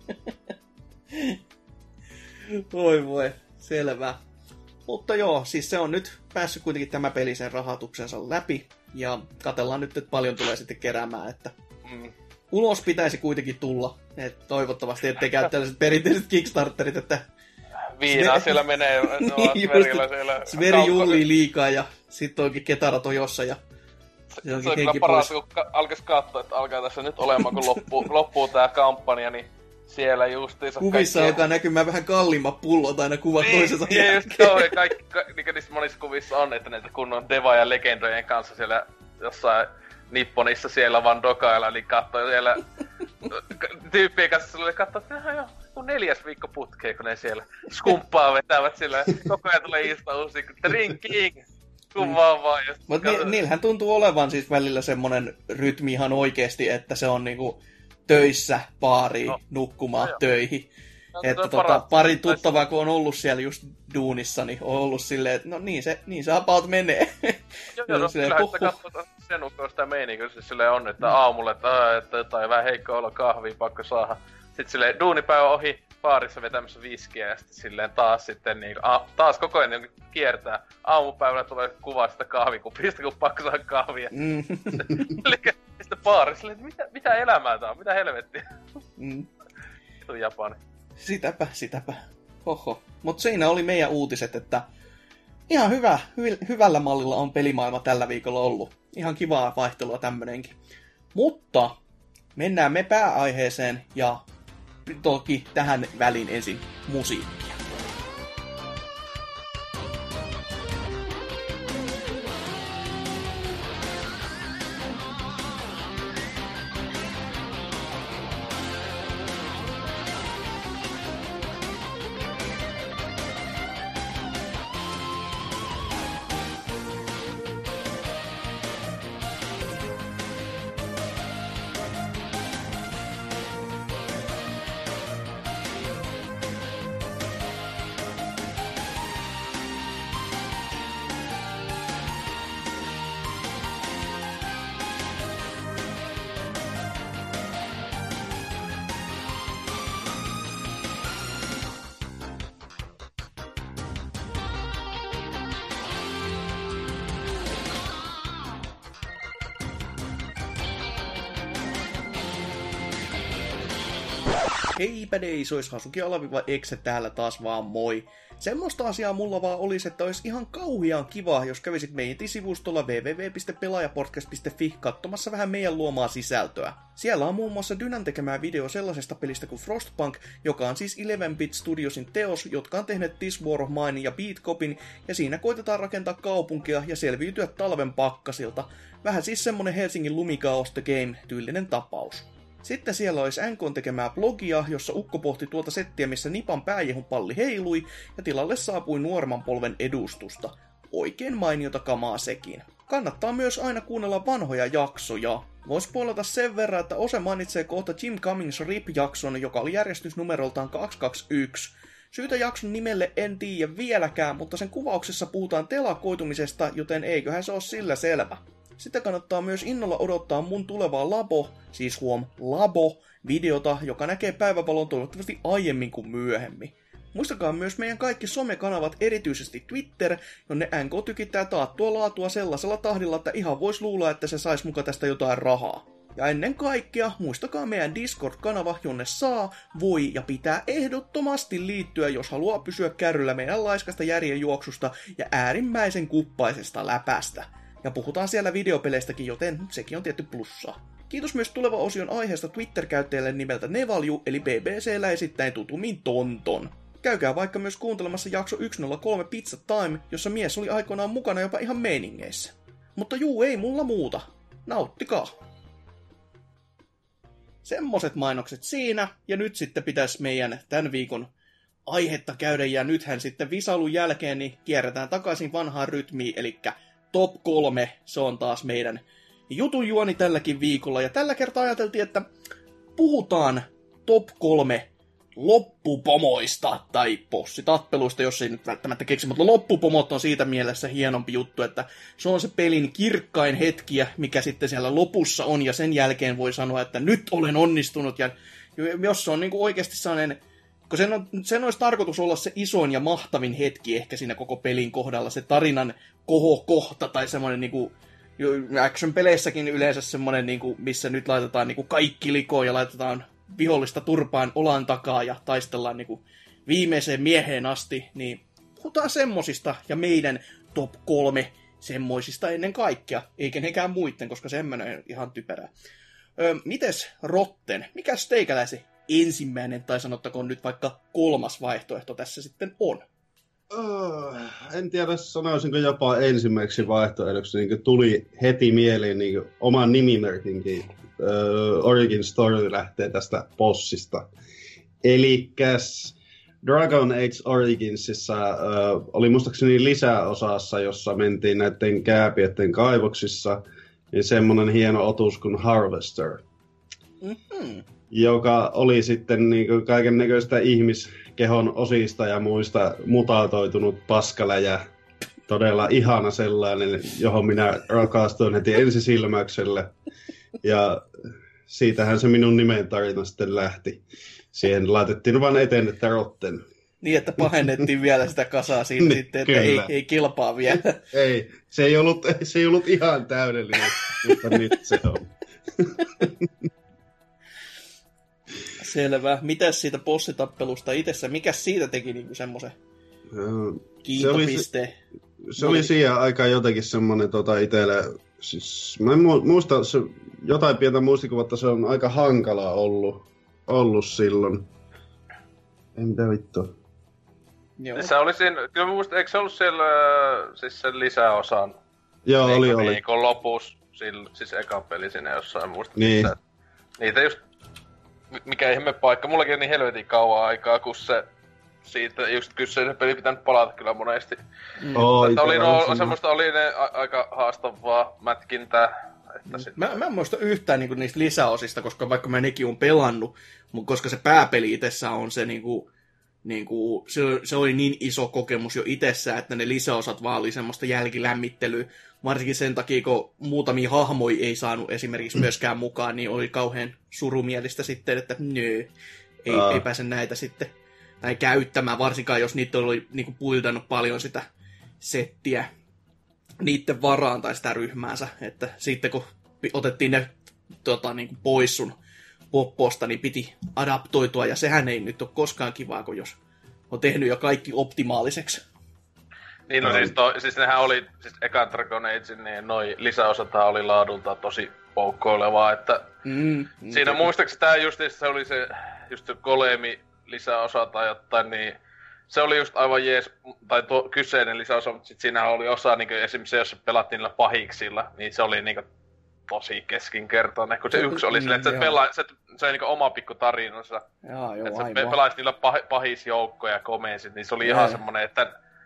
Voi voi, selvä. Mutta joo, siis se on nyt päässyt kuitenkin tämä peli sen rahoituksensa läpi. Ja katsellaan nyt, että paljon tulee sitten keräämään, että... Mm. Ulos pitäisi kuitenkin tulla. Et toivottavasti ettei käy tällaiset perinteiset Kickstarterit, että... Viinaa Sve... siellä menee, no niin, Sverillä siellä... Sveri juhlii liikaa ja sitten onkin ketarat on jossa ja... Se, se on kyllä paras, kun ka- alkaisi katsoa, että alkaa tässä nyt olemaan, kun loppuu, loppuu tää kampanja, niin siellä justiinsa kuvissa kaikki... alkaa näkymään vähän kalliimmat pullot aina kuvat niin, toisensa jälkeen. Just joo, ja kaikki, ka, niin kuin niissä monissa kuvissa on, että näitä kunnon Deva ja Legendojen kanssa siellä jossain Nipponissa siellä vaan dokailla, niin katsoo siellä tyyppien kanssa sulle katsoo, että ihan jo neljäs viikko putkeen, kun ne siellä skumppaa vetävät siellä, koko ajan tulee iistä uusia, drinking, kun vaan vaan. Mutta ni, niillähän tuntuu olevan siis välillä semmonen rytmi ihan oikeesti, että se on niinku töissä baariin, no. nukkumaan no, töihin. No, että tota, pari tuttavaa, kun on ollut siellä just duunissa, niin on ollut silleen, että no niin se, niin se about menee. Joo, joo, no kyllähän sitä katsotaan sen ukkoa sitä meininkiä, jos silleen on, että aamulla, että, että jotain vähän heikko olla kahvia, pakko saada. Sitten silleen duunipäivä ohi, baarissa vetämässä viskiä ja sitten silleen taas sitten niin, a, taas koko ajan niin kiertää. Aamupäivänä tulee kuva sitä kahvikupista, kun pakko saada kahvia. Mm. Eli sitten baarissa, että mitä, mitä elämää tää on, mitä helvettiä. Mm. Itu Japani. Sitäpä, sitäpä. Hoho. Mut siinä oli meidän uutiset, että ihan hyvä, hy- hyvällä mallilla on pelimaailma tällä viikolla ollut. Ihan kivaa vaihtelua tämmönenkin. Mutta mennään me pääaiheeseen ja toki tähän väliin ensin musiikkia. Heipä deis, ois Hasuki alaviva Exe täällä taas vaan moi. Semmoista asiaa mulla vaan olisi, että olisi ihan kauhean kiva, jos kävisit meidän sivustolla double-u double-u double-u piste pelaajapodcast piste fi katsomassa vähän meidän luomaa sisältöä. Siellä on muun muassa Dynan tekemää video sellaisesta pelistä kuin Frostpunk, joka on siis eleven bit Studiosin teos, jotka on tehneet This War of Mine ja Beat Copin, ja siinä koitetaan rakentaa kaupunkia ja selviytyä talven pakkasilta. Vähän siis semmonen Helsingin Lumikaos the Game-tyylinen tapaus. Sitten siellä olisi N K:n tekemää blogia, jossa ukko pohti tuota settiä, missä Nipan pääjehun palli heilui, ja tilalle saapui nuoremman polven edustusta. oikein mainiota kamaa sekin. Kannattaa myös aina kuunnella vanhoja jaksoja. Vois puolata sen verran, että Ose mainitsee kohta Jim Cummings R I P-jakson, joka oli järjestysnumeroltaan kaksisataakaksikymmentäyksi. Syytä jakson nimelle en tiedä vieläkään, mutta sen kuvauksessa puhutaan telakoitumisesta, joten eiköhän se ole sillä selvä. Sitten kannattaa myös innolla odottaa mun tulevaa Labo, siis huom, Labo-videota, joka näkee päivävalon toivottavasti aiemmin kuin myöhemmin. Muistakaa myös meidän kaikki somekanavat, erityisesti Twitter, jonne N K tykittää taattua laatua sellaisella tahdilla, että ihan vois luulla, että se sais muka tästä jotain rahaa. Ja ennen kaikkea, muistakaa meidän Discord-kanava, jonne saa, voi ja pitää ehdottomasti liittyä, jos haluaa pysyä kärryllä meidän laiskasta järjenjuoksusta ja äärimmäisen kuppaisesta läpästä. Ja puhutaan siellä videopeleistäkin, joten sekin on tietty plussaa. Kiitos myös tuleva osion aiheesta Twitter-käyttäjälle nimeltä Nevalju, eli B B C:llä esittäin tutummin Tonton. Käykää vaikka myös kuuntelemassa jakso sata kolme Pizza Time, jossa mies oli aikoinaan mukana jopa ihan meiningeissä. Mutta juu, ei mulla muuta. Nauttikaa! Semmoset mainokset siinä, ja nyt sitten pitäisi meidän tämän viikon aihetta käydä, ja nythän sitten visailun jälkeen niin kierretään takaisin vanhaan rytmiin, eli top kolme, se on taas meidän jutun juoni tälläkin viikolla, ja tällä kertaa ajateltiin, että puhutaan top kolme loppupomoista, tai bossitappeluista, jos ei nyt välttämättä keksi, mutta loppupomot on siitä mielessä hienompi juttu, että se on se pelin kirkkain hetki, mikä sitten siellä lopussa on, ja sen jälkeen voi sanoa, että nyt olen onnistunut, ja jos se on niin kuin oikeasti sellainen, kun sen, on, sen olisi tarkoitus olla se isoin ja mahtavin hetki ehkä siinä koko pelin kohdalla, se tarinan kohokohta, tai semmoinen niin kuin action-peleissäkin yleensä semmoinen, niin kuin, missä nyt laitetaan niin kuin kaikki likoon ja laitetaan vihollista turpaan olan takaa ja taistellaan niin kuin viimeiseen mieheen asti, niin puhutaan semmosista ja meidän top kolme semmoisista ennen kaikkea, eikä nekään muitten, koska semmoinen on ihan typerää. Öö, mites Rotten? Mikäs teikäläisi ensimmäinen, tai sanottakoon nyt vaikka kolmas vaihtoehto tässä sitten on? Uh, en tiedä, sanoisinko jopa ensimmäiseksi vaihtoehdoksi, niin tuli heti mieliin niin oman nimimerkinkin. Uh, Origin Story lähtee tästä bossista. Elikkäs Dragon Age Originsissa uh, oli muistaakseni lisäosassa, jossa mentiin näiden kääpietten kaivoksissa, niin semmonen hieno otus kuin Harvester. Mm-hmm. Joka oli sitten niin kaiken näköistä ihmiskehon osista ja muista mutatoitunut paskaläjä. Todella ihana sellainen, johon minä rakastuin heti ensisilmäykselle. Ja siitähän se minun nimen tarina sitten lähti. Siihen laitettiin vain eteen, että Rotten. Niin, että pahennettiin vielä sitä kasaa siitä sitten, että ei, ei kilpaa vielä. Ei, se ei ollut, se ei ollut ihan täydellinen, mutta nyt se on. Selvä. Mitäs siitä bossitappelusta itsessä? Mikäs siitä teki niinku semmoisen kiintopisteen? Se oli, se, se oli siihen aikaan jotenkin semmoinen tota itselle, siis mä en muista, se, jotain pientä muistikuvatta, se on aika hankala ollut, ollut silloin. En mitä vittu. Joo. Se oli siinä, kyllä mä muistan, eikö se ollut siellä siis sen lisäosan? Joo, niin, oli, oli. Viikon lopussa, siis eka peli siinä jossain muista. Niin. Missä, niitä just, mikä ihme paikka, mullakin on niin helvetin kauan aikaa, kun se siitä just kyseinen peli pitänyt palata kyllä monesti. Mm. Oh, että oli no, semmoista, oli ne a- aika haastavaa mätkintää. Että sit... mä, mä en muista yhtään niinku niistä lisäosista, koska vaikka mä nekin on pelannut, mutta koska se pääpeli itsessään on se niinku, niinku se, se oli niin iso kokemus jo itsessään, että ne lisäosat vaan oli semmoista jälkilämmittelyä. Varsinkin sen takia, kun muutamia hahmoja ei saanut esimerkiksi myöskään mukaan, niin oli kauhean surumielistä sitten, että nö, ei, uh. ei pääse näitä sitten tai käyttämään, varsinkaan jos niitä oli niinku puildannut paljon sitä settiä niiden varaan tai sitä ryhmäänsä, että sitten kun otettiin ne tota, niinku pois sun popposta, niin piti adaptoitua, ja sehän ei nyt ole koskaan kivaa, kun jos on tehnyt jo kaikki optimaaliseksi. Niin, no siis, to, siis nehän oli, siis ekan Dragon Agein, niin noi lisäosathan oli laadulta tosi poukkoilevaa, että mm, siinä muistaakseni tää just, se oli se, just se Golemi lisäosa tai jotain, niin se oli just aivan jees, tai tuo kyseinen lisäosa, mutta sit siinähän oli osa, niin esimerkiksi se, jos pelattiin niillä pahiksilla, niin se oli niin tosi keskinkertainen, kun se yksi oli silleen, että se, pela, se, se oli niin oma pikku tarinansa, joo, joo, että sä pelaisit niillä pah, pahisjoukkoja ja komeisit, niin se oli joo. Ihan semmonen, että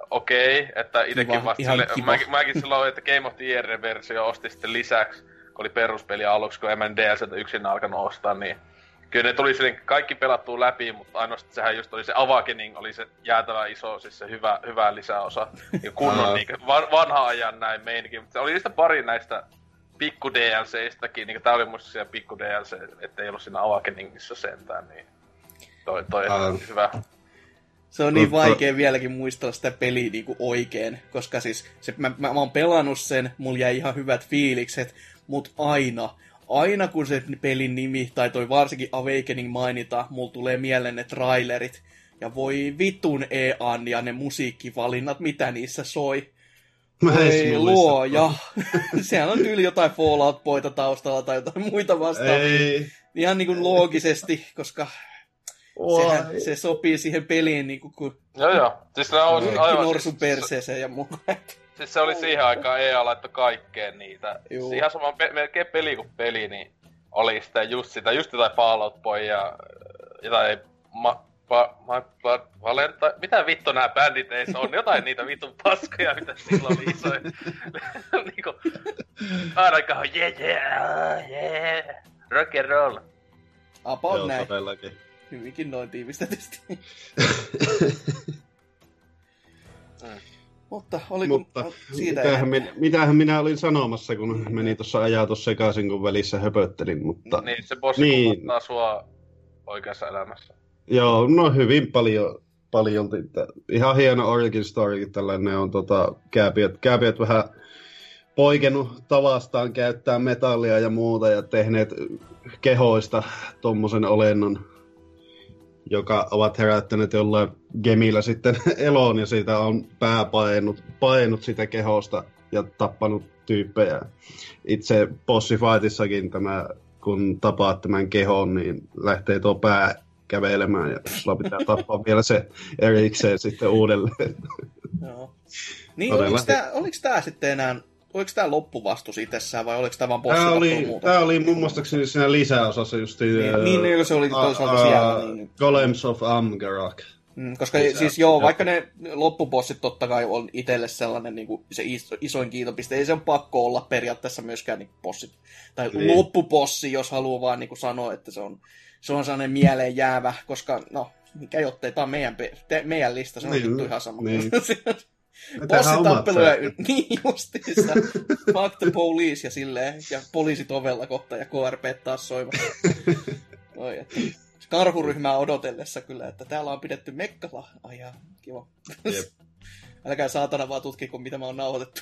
okei, okay, että itekin Kiva, vasta ihan sille, kiva. mäkin, mäkin silloin, että Game of the Year-versio osti sitten lisäksi, kun oli peruspeli aluksi, kun en mä D L C:tä yksin alkanut ostaa, niin kyllä ne tuli silleen kaikki pelattua läpi, mutta ainoastaan sehän just oli se Awakening, oli se jäätävä iso, siis se hyvä, hyvä lisäosa. Ja kunnon niinku van, vanha ajan näin meininkin, mutta oli niistä pari näistä pikku D L C:istäkin, niinku tää oli musta siellä pikku D L C, ettei ollut siinä Awakeningissa sentään, niin toi, toi Uh. hyvä. Se on niin vaikea vieläkin muistella sitä peliä niinku oikein, koska siis se, mä, mä, mä oon pelannut sen, mulla jäi ihan hyvät fiilikset, mut aina, aina kun se pelin nimi, tai toi varsinkin Awakening mainita, mulla tulee mieleen ne trailerit, ja voi vitun E A ja ne musiikkivalinnat, mitä niissä soi. Ei luoja. Sehän on tyyli jotain Fallout Boyta taustalla tai jotain muita vastaavia. Ei. Ihan niinku loogisesti, koska sehän, se sopii siihen peliin niinku kuin Joo joo. Siis se on aivan norsun siis, perseeseen ja muuta. siis se oli siihen aikaan E A laittoi kaikkeen niitä. Juu. Ihan sama pe- melkein peli kuin peli, niin oli sitä just sitä, just jotain Fallout Boy ja jotain ma- pa- ma- pa- Valenta... Mitä vittu nää bändit ei se on? Jotain niitä vitun paskoja, mitä silloin oli isoja. Niinku... Ainakaan yeah yeah yeah. Rock and roll. About Joo, näin. todellakin. Hyvinkin noin tiivistetysti. Mm. Mutta oliko Mutta siitä mitähän, minä, mitähän minä olin sanomassa, kun meni tuossa ajatus sekaisin, kun välissä höpöttelin, mutta... Niin, se bossi Niin. kuvattaa sua oikeassa elämässä. Joo, no hyvin paljon, paljolti. Että ihan hieno origin story, tällainen on tota, kääpiöt, kääpiöt vähän poikennut tavastaan käyttää metallia ja muuta ja tehneet kehoista tommosen olennon, joka ovat herättäneet jollain gemillä sitten eloon ja siitä on pää paennut, paennut sitä kehosta ja tappanut tyyppejä. Itse bossifightissakin tämä, kun tapaat tämän kehon, niin lähtee tuo pää kävelemään ja sulla pitää tappaa vielä se erikseen sitten uudelleen. Joo. Niin, oliko tää, oliko tää sitten enää, oliko tää loppuvastus itsessään vai oliko tää vaan bossi Tää oli, muuta? tää oli mun muistaakseni siinä lisäosassa just... Niin, niin, niin se oli toisaalta siellä. Niin. Golems of Amgarak. Mm, koska Lisää. siis joo, vaikka ne loppubossit totta kai on itselle sellainen niin kuin se iso, isoin kiitopiste, ei se on pakko olla periaatteessa myöskään niin bossit. Tai niin. Loppubossi, jos haluaa vaan niin kuin sanoa, että se on, se on sellainen mieleen jäävä, koska no, mikä jottei, tää on meidän, te, meidän lista, se on niin, vittu ihan sama. Niin. Bossitappeluja, niin justiinsa. Fuck the police ja silleen, ja poliisit ovella kohta ja K R P taas soimassa. Oi, että karhuryhmää odotellessa kyllä, että täällä on pidetty mekkala. Ai jaa, kiva. Jep. Älkää saatana vaan tutkiko, mitä mä oon nauhoitettu.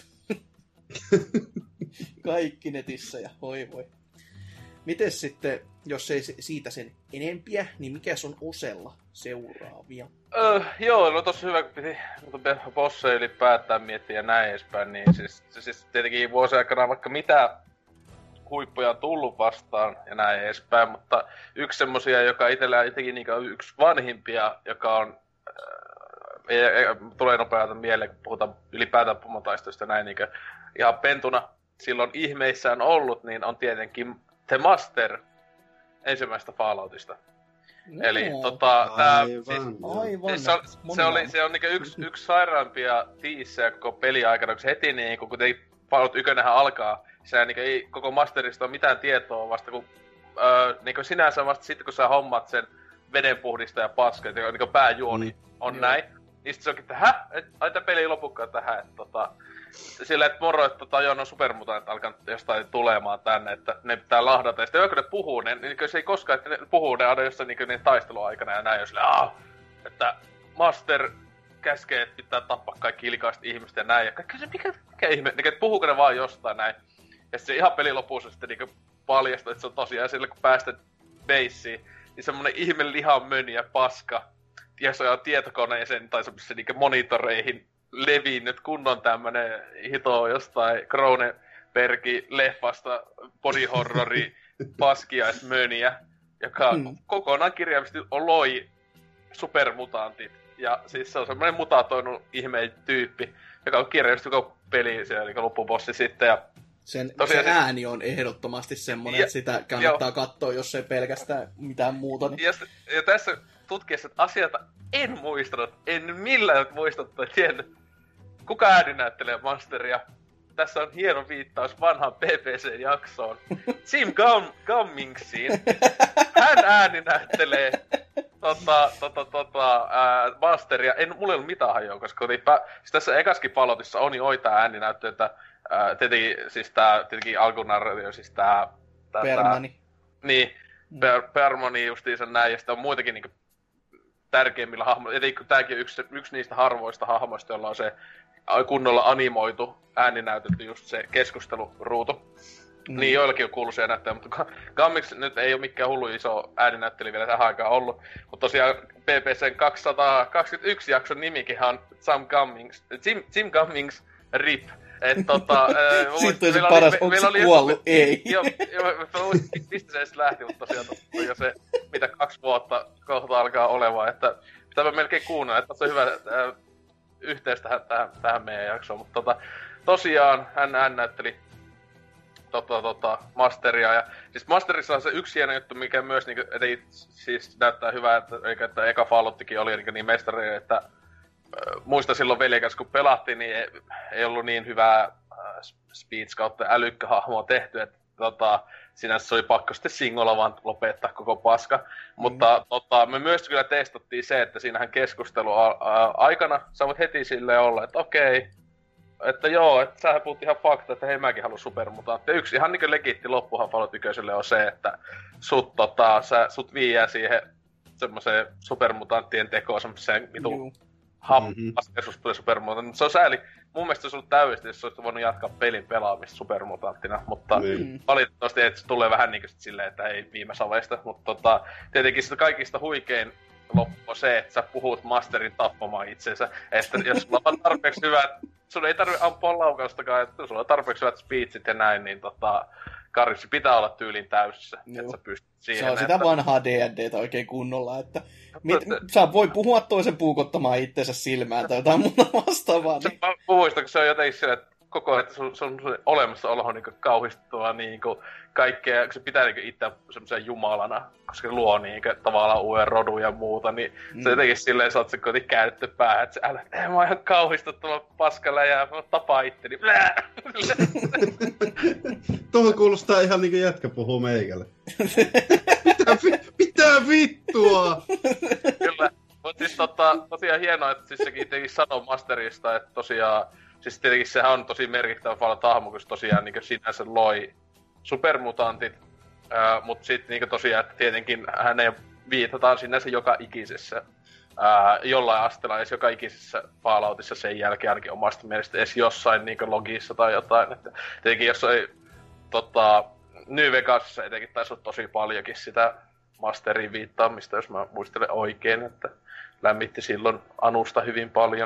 Kaikki netissä ja voi voi. Mites sitten, jos ei siitä sen enempiä, niin mikä on Osella seuraavia? Öö, joo, no tossa hyvä, kun piti bosseja ylipäätään miettiä ja näin edespäin, niin siis, siis tietenkin vuosien aikana vaikka mitä huippuja on tullut vastaan ja näin edespäin, mutta yksi semmosia, joka itsellä on jotenkin niin yksi vanhimpia, joka on, äh, tulee nopeasti mieleen, kun puhutaan ylipäätään pomotaistoista ja näin niin ihan pentuna silloin ihmeissään ollut, niin on tietenkin The Master ensimmäistä Falloutista. No. Eli tota, tää, Aivan. siis, Aivan. siis se, on, se, oli, se on niinku yksi, yksi sairaampia tiissejä koko peliaikana, kun se heti niinku, kun Fallout ykönenhän alkaa, se niinku ei koko Masterista ole mitään tietoa vasta, kun öö, niinku sinänsä vasta sitten, kun sä hommat sen vedenpuhdista ja paska, joka niinku pääjuoni Mm. on Joo. näin, niin sit se onkin, että hä? Et, ai tää peli ei lopukaan tähän, että tota... Silleen, että moro, että tota, joo, no supermutantit alkaa jostain tulemaan tänne, että ne pitää lahdata. Ja sitten joo, kun ne puhuu, ne, niin se ei koskaan, että ne puhuu, ne aina jossain niin ne taisteluaikana ja näin, jos silleen, aah, että Master käskee, että pitää tappaa kaikki ilikaiset ihmiset ja näin. Ja kaikki se, mikä, mikä ihme, niin, että puhuuko ne vaan jostain näin. Ja sitten se ihan pelin lopussa sitten niin paljastaa, että se on tosiaan sillä, kun päästät beissiin, niin semmonen ihme lihan möniä paska, ja se on tietokoneeseen tai semmoisen niin monitoreihin levinnyt kunnon tämmönen hito jostain Cronenbergin leffasta body horrori paskiaismöniä, joka Hmm. kokonaan kirjaimisesti loi supermutantit. Ja siis se on semmoinen mutatoinut ihmeen tyyppi, joka on kirjaimisesti koko peli siellä, eli loppubossi sitten. Ja Sen, tosiaan se se- ääni on ehdottomasti semmoinen, Ja- että sitä kannattaa katsoa, jos ei pelkästään mitään muuta. Niin... Ja, ja tässä tutkiessa asiata en muistanut, en millään muistanut tai tiennyt. kuka ääni näyttelee Masteria? Tässä on hieno viittaus vanhaan B B C-jaksoon. Jim Gum- Gummingsiin. Hän ääni näyttelee tota, tota, tota, ää, Masteria. En, mulla ei ollut mitään hajoa, koska oli pä- siis tässä ekaskin palotissa on jo oita ääninäyttöitä. Ää, tietenkin, siis tää, tietenkin alkunarratio, siis tää... tää Permani. Niin, per, Permani justiinsa näin, ja sitten on muitakin niinku tärkeimmillä hahmoilla. Etenkin tääkin on yksi, yksi niistä harvoista hahmoista, jolla on se kunnolla animoitu, ääninäytetty just se keskusteluruutu. Mm. Niin joillakin on kuuluisia näyttää, mutta Gammix nyt ei ole mikään hullu iso ääninäyttely vielä tähän aikaan ollut. Mutta tosiaan B B C:n kaksisataakaksikymmentäyksi jakson nimikin on Sam Gummings, Jim, Jim Gummings R I P. Et tota... Sitten on se paras, onko se kuollut? Ei. Joo, joo, mistä se edes lähti, mutta tosiaan on jo se, mitä kaksi vuotta kohta alkaa olemaan, että pitää melkein kuunnella, että se on hyvä äh, yhteys tähän, tähän, tähän meidän jaksoon, mutta tota, tosiaan hän, hän näytteli tota, tota, Masteria, ja siis Masterissa on se yksi hieno juttu, mikä myös niinku, ei, siis näyttää hyvää, että, eikä, että eka Fallouttikin oli niin, niin mestari, että muista silloin veljekäs, kun pelattiin, niin ei, ei ollut niin hyvää äh, speech kautta älykkähahmoa tehty, että tota, sinänsä se oli pakko sitten singolla vaan lopettaa koko paska. Mm. Mutta tota, me myös kyllä testattiin se, että siinähän keskustelu a- a- aikana sä voit heti silleen olla, että okei, että joo, että sähän puhut ihan fakta, että hei mäkin haluan supermutanttia. Yksi ihan niin legitti loppuhan Fallout ykköselle on se, että sut, tota, sä, sut viiää siihen semmoiseen supermutanttien tekoon, semmoiseen vitu happas, tulee supermutantti. Se on sääli. Mun mielestä se on ollut täydellisesti, jos olisi voinut jatkaa pelin pelaamista supermutanttina, mutta mm. valitettavasti että se tulee vähän niinku sit silleen, että ei viime saveista. Mutta tota, tietenkin sitä kaikista huikein loppu on se, että sä puhut Masterin tappamaan itsensä. Että jos sulla on tarpeeksi hyvät, sun ei tarvitse ampua laukaustakaan, että sulla on tarpeeksi hyvät speechit ja näin, niin tota, karissi pitää olla tyylin täysissä, Joo. että sä pystyt siihen. Se on että... sitä vanhaa D and D:tä oikein kunnolla, että mit, sä voi puhua toisen puukottamaan itsensä silmään tai jotain muuta vastaavaa. Niin... Mä puhuista, kun se on jotenkin sillä, että koko ajan sun, sun, sun olemassaolo on niinku kauhistuttavaa niinku kaikkea, kun se pitää niinku itse semmoisen jumalana, koska se luo niinku tavallaan uuden rodun ja muuta, niin mm. se jotenkin silleen sä oot se kotiin käännetty päähän, että se älä, ei mä oon ihan kauhistuttava paskalla ja mä tapaa itteni. Tuohon kuulostaa ihan niinku jätkä puhuu meikälle. Mitä, vi- mitä vittua? Kyllä, mutta siis tota, tosiaan hienoa, että siis sekin itsekin sanoo Masterista, että tosiaan siis tietenkin sehän on tosi merkittävä Fallout-hahmo, kun se tosiaan niin sinänsä loi supermutantit, ää, mutta sitten niin tosiaan, että tietenkin häneen viitataan sinänsä joka ikisessä, ää, jollain asteella edes joka ikisessä Falloutissa sen jälkeen ainakin omasta mielestä edes jossain niin logissa tai jotain. Että tietenkin jos ei tota, New Vegasissa etenkin taisi olla tosi paljonkin sitä Masterin viittaamista, jos mä muistelen oikein, että lämmitti silloin Anusta hyvin paljon.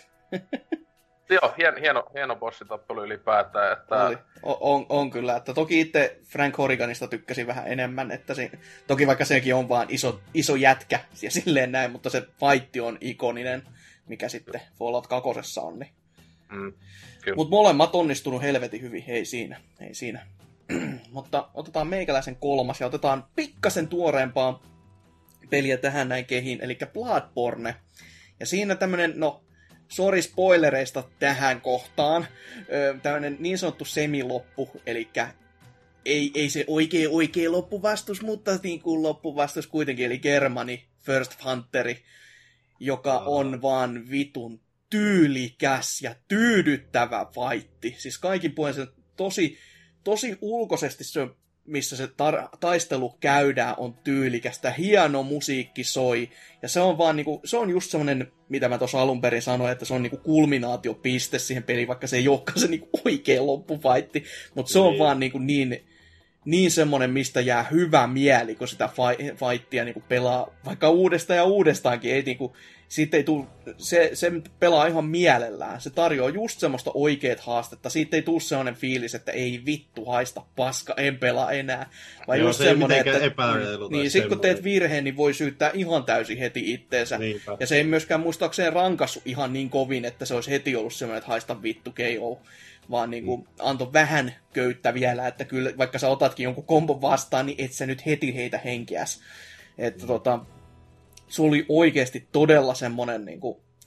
Joo, hien, hieno, hieno bossitappelu ylipäätään. Että... Oli. On, on kyllä, että toki itse Frank Horriganista tykkäsin vähän enemmän, että se, toki vaikka sekin on vaan iso, iso jätkä ja silleen näin, mutta se fight on ikoninen, mikä sitten Fallout kaksi on. Niin. Mm, mutta molemmat onnistunut helvetin hyvin, ei siinä, ei siinä. Mutta otetaan meikäläisen kolmas ja otetaan pikkasen tuoreempaa peliä tähän näin kehiin, eli Bloodborne. Ja siinä tämmönen, no, sori spoilereista tähän kohtaan, öö, tämmönen niin sanottu semiloppu, eli ei, ei se oikea oikea loppuvastus, mutta niin kuin loppuvastus kuitenkin, eli Germani, First Hunteri, joka on vaan vitun tyylikäs ja tyydyttävä faitti. Siis kaikin puolin se tosi, tosi ulkoisesti se, missä se tar- taistelu käydään, on tyylikästä, hieno musiikki soi, ja se on vaan niinku, se on just semmonen, mitä mä tuossa alun perin sanoin, että se on niinku kulminaatiopiste siihen peliin, vaikka se ei olekaan se niinku oikea loppufaitti, mutta se on niin. vaan niinku niin, niin semmonen, mistä jää hyvä mieli, kun sitä fi- fightia niinku pelaa, vaikka uudestaan ja uudestaankin, ei niinku, siitä ei tuu, se, se pelaa ihan mielellään. Se tarjoaa just semmoista oikeet haastetta. Siitä ei tule sellainen fiilis, että ei vittu haista paska, en pelaa enää. Vai Joo, just se semmoinen, että niin, sit kun teet virheen, niin voi syyttää ihan täysin heti itteensä. Niinpä. Ja se ei myöskään muistaakseen rankassu ihan niin kovin, että se olisi heti ollut semmoinen, että haista vittu K O. Vaan niin kuin, mm. antoi vähän köyttä vielä, että kyllä vaikka sä otatkin jonkun kombon vastaan, niin et sä nyt heti heitä henkeäs. Että mm. tota... Se oli oikeasti todella semmonen, niin kuin,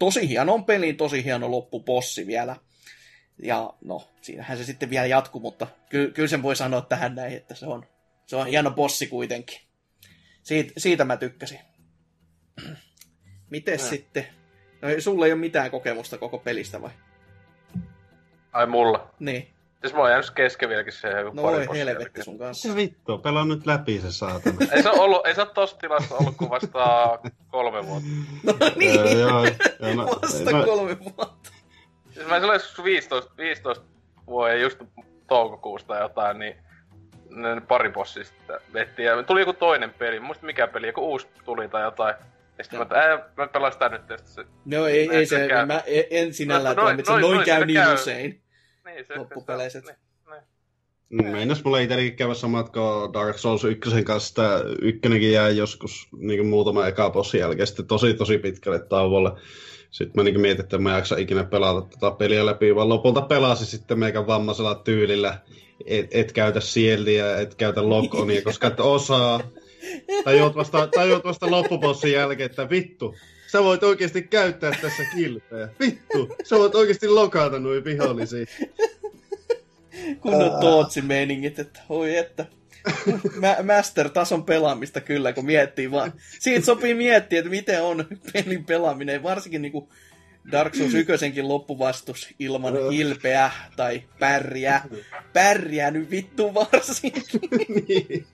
tosi hieno peli, tosi hieno loppupossi vielä. Ja no, siinähän se sitten vielä jatkuu, mutta ky- kyllä sen voi sanoa tähän näin, että se on, se on hieno bossi kuitenkin. Siit, siitä mä tykkäsin. Mites no. sitten? No, sulla ei ole mitään kokemusta koko pelistä vai? Ai mulla? Niin. Siis mulla on jäänyt kesken vieläkin se joku no pari voi helvetti sun kanssa. Se vittu, pelaa nyt läpi se saatana. ei, se ollut, ei se ole tossa tilassa ollut kuin vasta kolme vuotta. No niin, joo, joo, joo, no, vasta no, kolme vuotta. Siis mä silloin viisitoista, viisitoista vuoden just toukokuusta jotain, niin ne pari bossia sitten vettiin. Ja tuli joku toinen peli, muista mikä peli, joku uusi tuli tai jotain. Ja sitten mä että mä pelaan sitä nyt tästä se... No ei, ei se, käy. Mä en sinällään no, toimit, se noin, noin, noin käy niin käy. Usein. Niin, se loppupeleissä. Niin, niin. Meinas mulla itsellekin käydä samat kuin Dark Souls ykkösen kanssa, että ykkönenkin jäi joskus niin muutama eka bossin jälkeen sitten tosi tosi pitkälle tauolle. Sitten mä niin mietin, että mä en jaksa ikinä pelata tätä peliä läpi, vaan lopulta pelasin sitten meikän vammaisella tyylillä. Et, et käytä sieltiä, et käytä lock-onia, koska et osaa. Tajuut vasta, tajuut vasta loppubossin jälkeen, että vittu, sä voit oikeesti käyttää tässä kilpeä. Vittu, sä voit oikeesti lokata nuin vihollisia. Kunnon Tootsi-meiningit, että oi että. Master-tason pelaamista kyllä, kun miettii vaan. Siitä sopii miettiä, että miten on pelin pelaaminen, varsinkin niinku Dark Souls ykkösenkin loppuvastus ilman hilpeä tai pärjää. Pärjää nyt vittu varsinkin. Niin.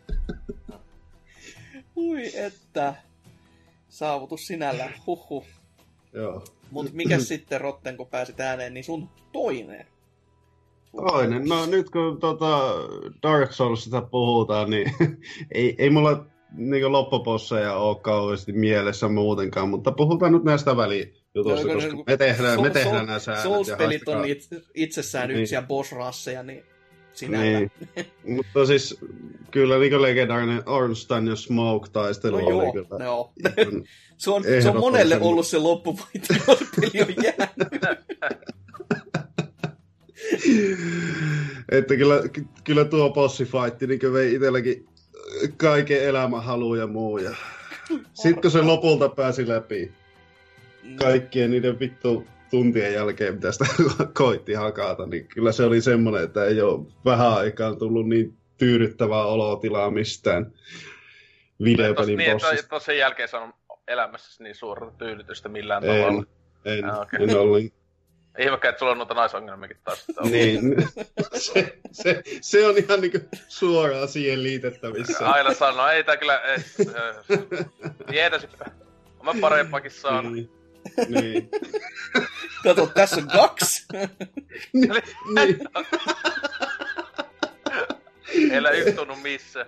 Ui että. Saavutus sinällään, huhhuh. Joo. Mut mikäs sitten, Rotten, kun pääsit ääneen, niin sun toinen? Toinen? No nyt kun tota Dark Soulsista puhutaan, niin ei, ei mulla niinku loppuposseja ole kauheasti mielessä muutenkaan, mutta puhutaan nyt näistä välijutuista, no, koska no, me tehdään, so, me tehdään so, nämä säännöt. Souls-pelit on itse, itsessään niin. Yksiä boss-rasseja, niin sinällään. Niin. Mutta siis kyllä niin legendaarinen Ornstein ja Smoke-taistelu no oli joo, kyllä. Joo. se, on, se on monelle ollut se loppuvoitto, jos peli on jäänyt. Että kyllä, kyllä tuo bossifightti niin vei itselläkin kaiken elämänhalu ja muu. Ja... Sitten kun se lopulta pääsi läpi kaikkien niiden vittu tuntien jälkeen, mitä sitä koitti hakata, niin kyllä se oli semmoinen, että ei ole vähän aikaan tullut niin tyydyttävää olotilaa mistään videopelin niin, bossista. Niin, että sen jälkeen se on elämässä niin suurta tyydytystä millään tavalla. En, ah, okay. en ollenkaan. Ihmekään, että sulla on noita naisongelmiakin taas. Niin, se, se, se on ihan niinku suoraan siihen liitettävissä. Aina sanoo, ei tää kyllä, ei. Jeetäsi, mä parempakin saanut. Niin. Niin. Kato, tässä on kaksi. niin. niin. Ei ole yhtunut missään.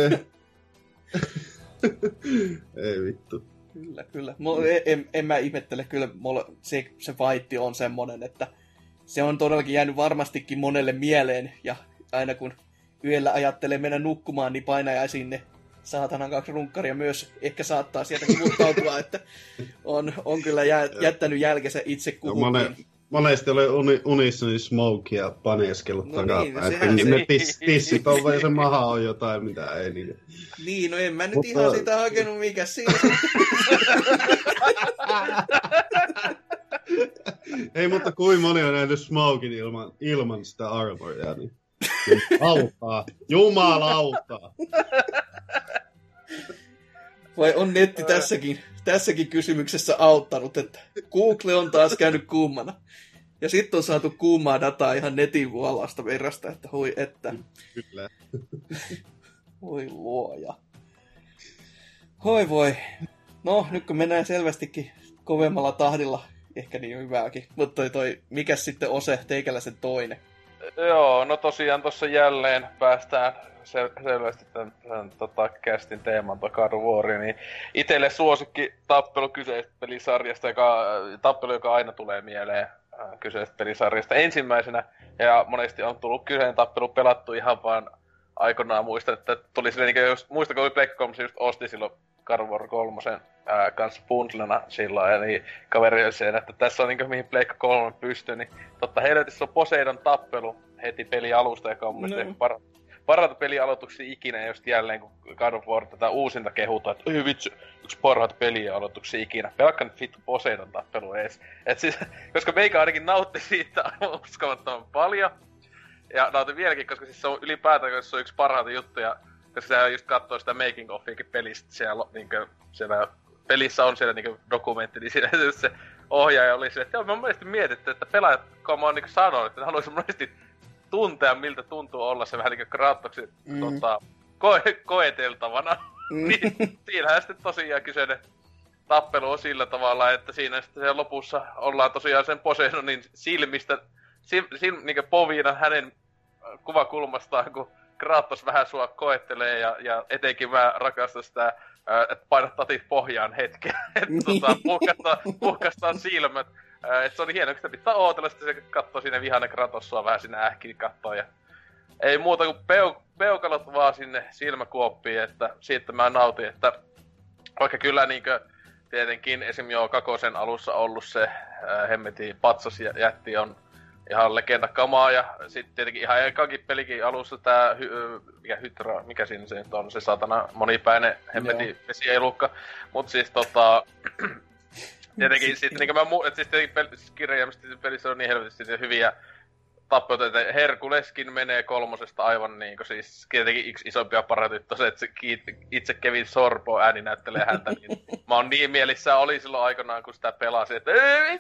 Ei vittu. Kyllä, kyllä. En, en mä ihmettele, kyllä se, se fight on semmonen, että se on todellakin jäänyt varmastikin monelle mieleen, ja aina kun yöllä ajattelee mennä nukkumaan, niin painaa sinne saatanan kaksi runkkaria myös ehkä saattaa sieltä kivuttautua, että on, on kyllä jää, jättänyt jälkensä itse kuhunkin. Monesti oli uni, unissa niin smokea paneskellut no takapäin. Niin, no ne tis, tissit on vai se maha on jotain, mitä ei niin. Niin, no en mä nyt mutta... ihan sitä hakenut, mikä siinä. Ei, mutta kuin moni on nähnyt smokin ilman, ilman sitä armoria, niin auttaa. Jumalauta. Vai on netti tässäkin, tässäkin kysymyksessä auttanut, että Google on taas käynyt kuumana. Ja sitten on saatu kuumaa dataa ihan netin vuolasta verrasta, että hui että. Kyllä. Voi luoja. Hoi voi. No, nyt kun mennään selvästikin kovemmalla tahdilla, ehkä niin hyvääkin. Mutta toi, toi mikäs sitten Ose, teikäläisen toinen? Joo, no tosiaan tossa jälleen päästään sel- selvästi tämän, tämän tota, castin teeman toi God of War, niin itelle suosikki tappelu kyseisestä pelisarjasta, joka, tappelu, joka aina tulee mieleen äh, kyseisestä pelisarjasta ensimmäisenä, ja monesti on tullut kyseinen tappelu pelattu ihan vaan aikanaan. Muistan, että tuli silleen, niin just, muistan, kun Black Ops just osti silloin God of War kolmosen ää, kanssa bundlena silloin, ja niin kaveri oli sen, että tässä on niin mihin Black kolme pystyy, niin totta helvetissä on Poseidon tappelu heti peli alusta, joka on mun mielestä no. par- parhaita pelialoituksia ikinä, just jälleen kun God of War tätä uusinta kehutaan, että oi vitsi, yksi parhaita pelialoituksia ikinä. Pelakka nyt vittu Poseidon tappelu ees. Et siis, koska meikä ainakin nautti siitä aivan uskomattoman paljon. Ja nautin vieläkin, koska siis se on ylipäätään, se on yksi parhaita juttuja. Koska sehän just katsoo sitä making offiakin pelistä siellä, niinkö, siellä pelissä on siellä niinkö dokumentti, niin siinä se ohjaaja oli se, että joo, mä oon monesti mietitty, että pelaajat, kun mä oon niinkö sanonut, että ne haluaisi monesti tuntea, miltä tuntuu olla se vähän niinkö Kratoksen mm. tota, koe- koeteltavana. Mm. Niin siinähän sitten tosiaan kyseinen tappelu on sillä tavalla, että siinä sitten sen lopussa ollaan tosiaan sen Poseidonin silmistä, sil, sil, niinkö povina hänen kuvakulmastaan, kun Kratos vähän sua koettelee ja, ja etenkin mä rakastan sitä, että painat tatit pohjaan hetken, että tota, puhkastaan, puhkastaan silmät. Että se oli hieno, kun sitä pitää ootella, sitten se katsoo sinne vihainen Kratos sua vähän sinne ähkiin kattoo. Ja ei muuta kuin peu, peukalot vaan sinne silmäkuoppiin, että siitä mä nautin, että vaikka kyllä niinkö tietenkin esim. Jo Kakosen alussa ollut se äh, hemmetin patsas jätti on ihan legendakamaa, ja sitten tietenkin ihan ekakin pelikin alussa tää hy, mikä Hydra, mikä siinä se nyt on, se satana monipäinen hemmetin vesielukka. Mut siis tota, tietenkin sitten niinku mä mu, et siis tietenkin pel, siis kirjaimisesti pelissä on niin helvetisti hyviä tappeluita, että Herkuleskin menee kolmosesta aivan niinku siis tietenkin yksi isompia parhaita se, että se itse Kevin Sorbo ääni näyttelee häntä, niin mä oon niin mielissä oli silloin aikanaan, kun sitä pelasi, että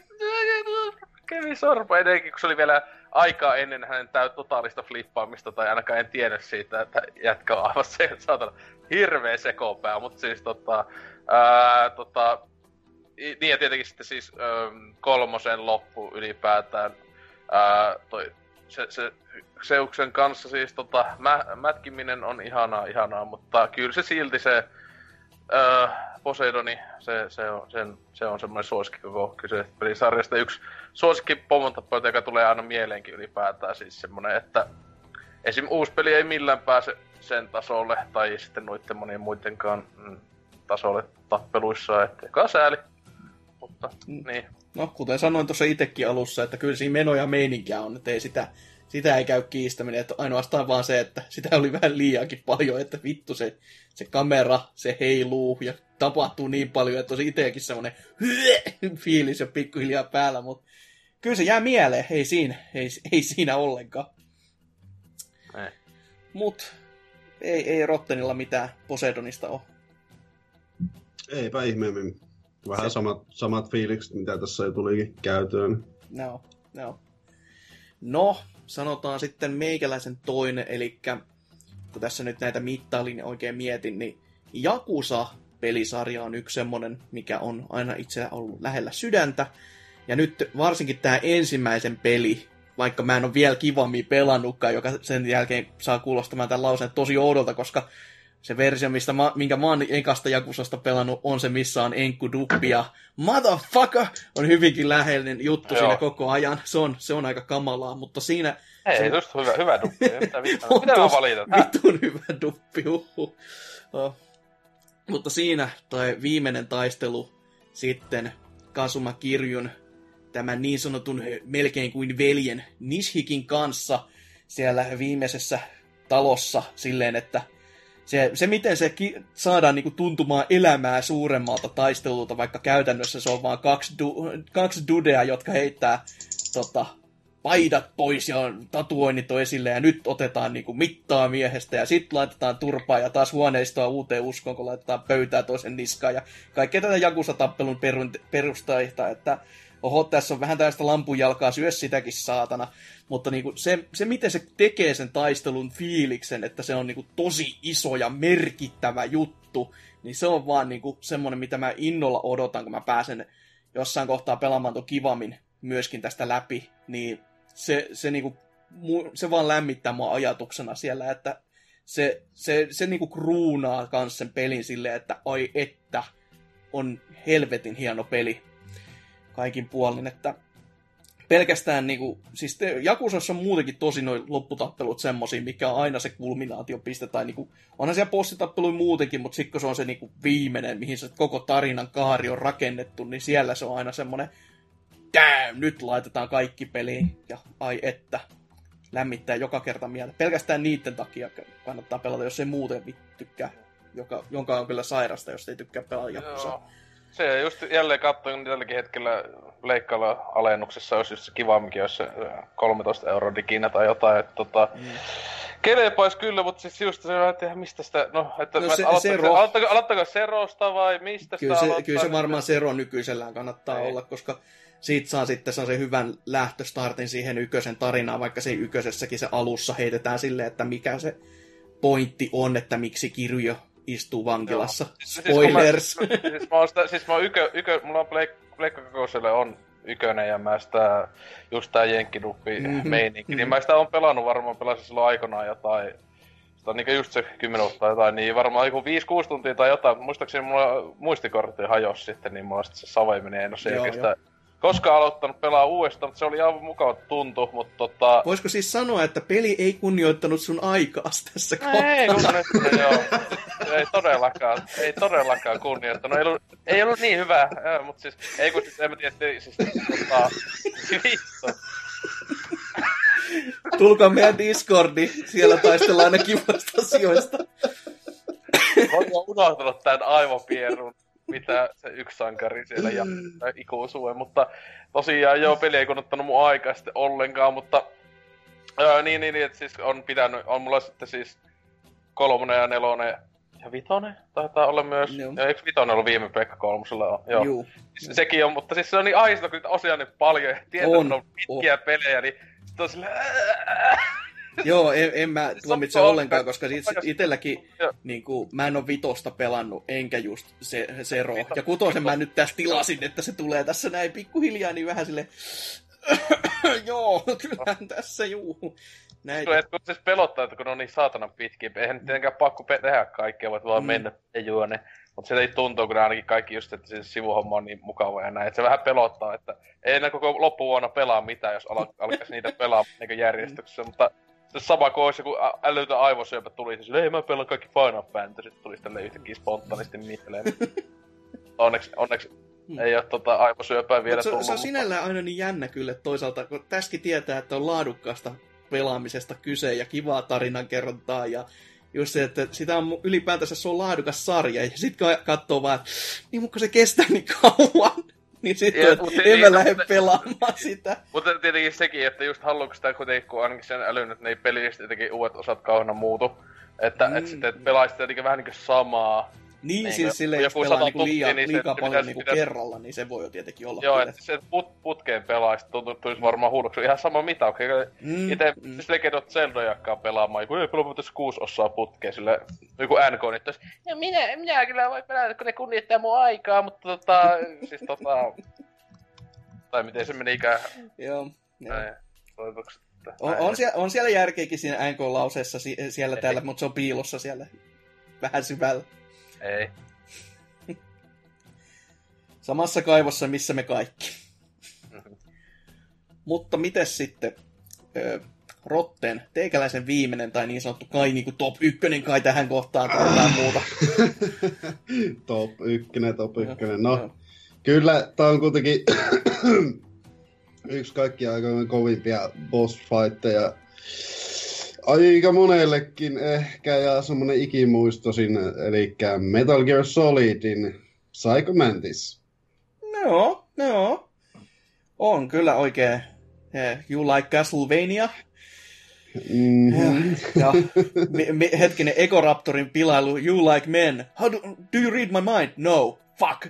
Kevin Sorbo edenkin, kun se oli vielä aikaa ennen hänen täyt totaalista flippaamista, tai ainakaan en tiedä siitä, että jätkä on aivan se, saatana hirveä sekopää, mutta siis tota, ää, tota, niin ja tietenkin sitten siis ää, kolmosen loppu ylipäätään, ää, toi, se, se Seuksen kanssa siis tota, mä, mätkiminen on ihanaa, ihanaa, mutta kyllä se silti se Öö, Poseidoni, se, se, on, sen, se on semmoinen suosikki koko kyseisestä pelisarjasta. Yksi suosikki pomontappoilta, joka tulee aina mieleenkin ylipäätään. Siis semmoinen, että esim. Uusi peli ei millään pääse sen tasolle, tai sitten noitten monien muidenkaan mm, tasolle tappeluissa, että joka sääli. Mutta, mm. niin. No, kuten sanoin tuossa itsekin alussa, että kyllä siinä meno ja meininkiä on, että ei sitä... Sitä ei käy kiistäminen, että ainoastaan vaan se, että sitä oli vähän liiankin paljon, että vittu se, se kamera, se heiluu ja tapahtuu niin paljon, että on itsekin semmoinen fiilis jo pikkuhiljaa päällä, mutta kyllä se jää mieleen, ei siinä, ei, ei siinä ollenkaan. Ei. Mut ei, ei Rottenilla mitään Poseidonista ole. Eipä ihmeemmin. Vähän samat, samat fiilikset, mitä tässä jo tulikin käytyön. No, no. No, sanotaan sitten meikäläisen toinen, eli kun tässä nyt näitä mittailin oikein mietin, niin Yakuza-pelisarja on yksi semmonen, mikä on aina itse ollut lähellä sydäntä. Ja nyt varsinkin tämä ensimmäisen peli, vaikka mä en ole vielä kivammin pelannutkaan, joka sen jälkeen saa kuulostamaan tämän lauseen tosi oudolta, koska se versio, mistä mä, minkä mä oon ekasta Yakuzasta pelannut, on se, missä on Enku Duppi ja motherfucker on hyvinkin läheinen juttu siinä koko ajan. Se on, se on aika kamalaa, mutta siinä... Ei, se... just hyvä, hyvä duppi. Mitä mä valitan? Vitun hyvä duppi, uhu. Oh. Mutta siinä toi viimeinen taistelu sitten Kazuma Kiryun tämän niin sanotun melkein kuin veljen Nishikin kanssa siellä viimeisessä talossa silleen, että Se, se miten se ki- saadaan niinku tuntumaan elämää suuremmalta taistelulta, vaikka käytännössä se on vaan kaksi, du- kaksi dudea, jotka heittää tota, paidat pois ja tatuoinnit on esille, ja nyt otetaan niinku mittaa miehestä, ja sitten laitetaan turpaa, ja taas huoneistoa uuteen uskoon, kun laitetaan pöytää toisen niskaan, ja kaikkea tätä Yakuza-tappelun perustaita, että oho, tässä on vähän tällaista lampunjalkaa, syö sitäkin saatana. Mutta niinku se, se, miten se tekee sen taistelun fiiliksen, että se on niinku tosi iso ja merkittävä juttu, niin se on vaan niinku semmoinen, mitä mä innolla odotan, kun mä pääsen jossain kohtaa pelaamaan tuon Kivamin myöskin tästä läpi, niin se, se, niinku, se vaan lämmittää mua ajatuksena siellä, että se, se, se niinku kruunaa kans sen pelin silleen, että ai että on helvetin hieno peli kaikin puolin, että pelkästään niinku, siis Yakuzassa on muutenkin tosi noi lopputappelut semmosia, mikä on aina se kulminaatiopiste, tai niinku, onhan siellä bossitappeluja muutenkin, mutta sitten kun se on se niinku viimeinen, mihin se koko tarinan kaari on rakennettu, niin siellä se on aina semmonen, damn, nyt laitetaan kaikki peliin, ja ai että. lämmittää joka kerta mieltä. Pelkästään niiden takia kannattaa pelata, jos ei muuten tykkää, joka, jonka on kyllä sairasta, jos ei tykkää pelata Yakuza. Se just jälleen katsoin tälläkin hetkellä leikkailla alennuksessa, olisi just se kiva, mikä olisi se kolmetoista euroa diginä tai jotain, että tota... Mm. Kelepais kyllä, mutta siis just se on, että mistä sitä, no, että no se, aloittako, aloittako, aloittako Serosta vai mistä kyllä sitä se, aloittaa? Kyllä se varmaan Sero nykyisellään kannattaa ei. olla, koska siitä saa sitten se hyvän lähtöstartin siihen Ykösen tarinaan, vaikka se Ykösessäkin se alussa heitetään silleen, että mikä se pointti on, että miksi Kirjo istuu vankilassa. Joo. Spoilers! Siis, siis, siis mä oon sitä, siis mä oon ykö, ykö, mulla on Pleikka kakoselle on Ykönen ja mä sitä, just tää jenkkiduppi mm-hmm. meininki, mm-hmm. niin mä sitä on pelannut varmaan, pelasin silloin aikanaan jotain, sitä on niinku just se kymmenen vuotta jotain, niin varmaan joku viisi kuusi tuntia tai jotain, muistaakseni mulla muistikortti hajosi sitten, niin mulla sitten se save meni, en oo sen oikeastaan koskaan aloittanut pelaa uudestaan, mutta se oli aivan mukava tuntu, mutta tota... Voisiko siis sanoa, että peli ei kunnioittanut sun aikaas tässä kohtaa? Ei kunnioittanut, joo. Ei todellakaan, ei todellakaan kunnioittanut. Ei ollut, ei ollut niin hyvä, mutta siis... Ei kun siis, en mä tiedä, siis tota... Vittu. Tulkaa meidän Discordi, siellä taistellaan aina kivasta asioista. Mä oon unohtanut tän aivopierun. Mitä se yksi sankari siellä ja ikuisuuden, mutta tosiaan joo, peli ei kunnottanut mun aikaa sitten ollenkaan, mutta ää, niin, niin, että siis on pitänyt, on mulla sitten siis kolmonen ja nelonen ja vitonen taitaa olla myös, ja eikö vitonen ollut viime Pekka kolmosella? Joo. Juu. Siis sekin on, mutta siis se on niin ahdistava, kun osia niin paljon, ja tietää, on, on pitkiä on. pelejä, niin sitten on silleen... Joo, en, en mä tuomitse ollenkaan, koska itselläkin niin kuin, mä en ole vitosta pelannut, enkä just se, Zero. Ja kutosen mä nyt tässä tilasin, että se tulee tässä näin pikkuhiljaa, niin vähän sille joo, kyllähän tässä juu. Näitä. Et kun siis pelottaa, että kun on niin saatanan pitkiä, eihän nyt tietenkään pakko pe- tehdä kaikkea, voit vaan mm. mennä ja juone. Mutta se ei tuntuu, kun ainakin kaikki just, että se sivuhomma on niin mukava ja näin. Että se vähän pelottaa, että ei enää koko loppuvuonna pelaa mitään, jos al- alkaisi niitä pelaa niin järjestyksessä, mutta se sama kuin olisi joku älytön aivosyöpä tuli, niin ei mä pelaan kaikki Final Fantasy, tulisi tälleen yhtäkkiä spontaanisti mieleen. onneksi, onneksi hmm. ei oo tota aivosyöpää vielä se, tullut. Se on sinällään aina niin jännä kyllä toisaalta, kun tässäkin tietää, että on laadukkaasta pelaamisesta kyse ja kivaa tarinankerrontaa ja just se, että sitä on ylipäätänsä se on laadukas sarja ja sit kun katsoo vaan, että niin mutta se kestää niin kauan. Niin sitten ja, en niin, mä lähde pelaamaan sitä. Mutta tietenkin sekin, että just haluuko sitä kuitenkin, kun ainakin sen älyn, että ne ei pelistä jotenkin uudet osat kauheena muutu. Että mm. et sitten et pelaisi jotenkin vähän niinku samaa. Niin, niin siis silleen, jos pelaa niinku liikaa, niin liikaa paljon pitäisi, niinku pitäisi... kerralla, niin se voi jo tietenkin olla. Joo, että se put, putkeen pelaisi, tulisi varmaan huudoksi ihan sama mitä. Okay? Mm, Itse mm. siis Legend of Zelda pelaamaan, kun ei pelaa tässä kuusi osaa putkeen, sille joku N K, niin tois, ja minä, minä kyllä voi pelata, kun ne kunnioittaa mun aikaa, mutta tota, siis tota... tai miten se menikään. Joo. Näin, on, on, siellä, on siellä järkeäkin siinä N K-lauseessa siellä ei. Täällä, mutta se on piilossa siellä vähän syvällä. Ei. Samassa kaivossa, missä me kaikki. Mm-hmm. Mutta mites sitten ö, Rotten, teikäläisen viimeinen tai niin sanottu kai niin kuin top ykkönen kai tähän kohtaan tai jotain muuta? top ykkönen, top ykkönen. No, no. Kyllä, tää on kuitenkin yksi kaikkia aikoina kovimpia boss fightteja. Aika monellekin ehkä, ja semmonen ikimuistosin, eli Metal Gear Solidin Psycho Mantis. No, no. On kyllä oikein. Yeah, you like Castlevania? Mm-hmm. Ja, ja me, me, hetkinen, Ekoraptorin pilailu, you like men. How do, do you read my mind? No. Fuck.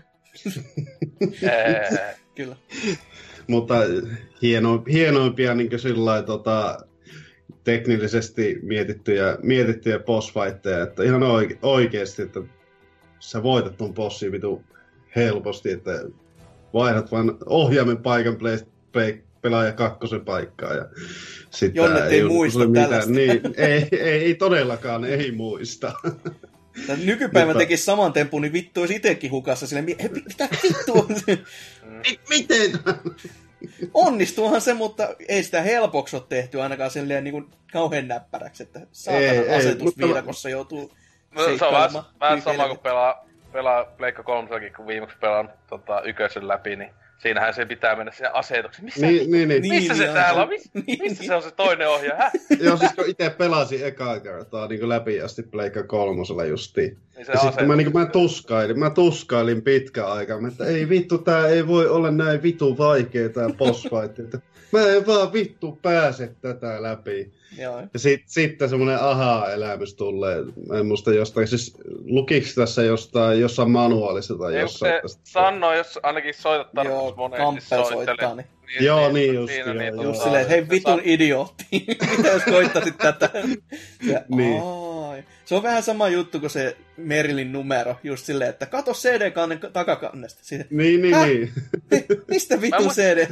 Kyllä. Mutta hieno, hienoimpia niin sillä tota, teknillisesti mietittyjä, mietittyjä boss-fightteja, että ihan oike, oikeesti, että sä voitat ton bossin vitu helposti, että vaihdat vaan ohjaimen paikan play, play, pelaaja kakkosen paikkaa ja sitten Jonnet ei, ei muista tällaista. Niin, ei, ei, ei todellakaan, ei muista. Nykypäivä mutta... tekisi saman tempun, niin vittu olisi itekin hukassa silleen, mitä vittua? Miten? Onnistuuhan se, mutta ei sitä helpoksi ole tehty ainakaan silleen niin kuin kauhean näppäräksi, että saatana asetusviidakossa mutta... joutuu no, seikkailemaan. Se on vähän sama kuin pelaa, pelaa Pleikka kolmosellakin, kun viimeksi pelaan tota, yköisen läpi, niin siinähän se pitää mennä siihen asetukseen. Missä, Niin, niin, niin. missä se niin, täällä on? niin, Missä, niin, missä niin. se on se toinen ohjaaja? Häh? Joo, siis kun itse pelasin ekaa kertaa niin läpi asti Pleikka kolmosella justiin. Niin se Ja sitten mä, niin mä asetus. tuskailin, mä tuskailin pitkän aikaa, että ei vittu, tää ei voi olla näin vittu vaikea tää boss fight. Että mä en vaan vittu pääse tätä läpi. Joo. Ja sit, sitten semmonen aha-elämys tulee, en muista jostain, siis lukiks tässä jostain, jossain manuaalissa tai Ei, jossain se tästä? sanoo, jos ainakin soitat Joo, tarkoitus monesti Campbell soittaa, niin. niin, Joo, siinä- niin just, siinä, joo, niin, joo. Just tota, silleen, että hei se vitun sa- idiootti, mitä jos koittaisit tätä? Ja, Niin. ai. Se on vähän sama juttu kuin se Merlin numero, just silleen, että kato C D-kannen takakannesta. Siitä, Niin, niin, Häh? niin. mistä vitun Mä C D?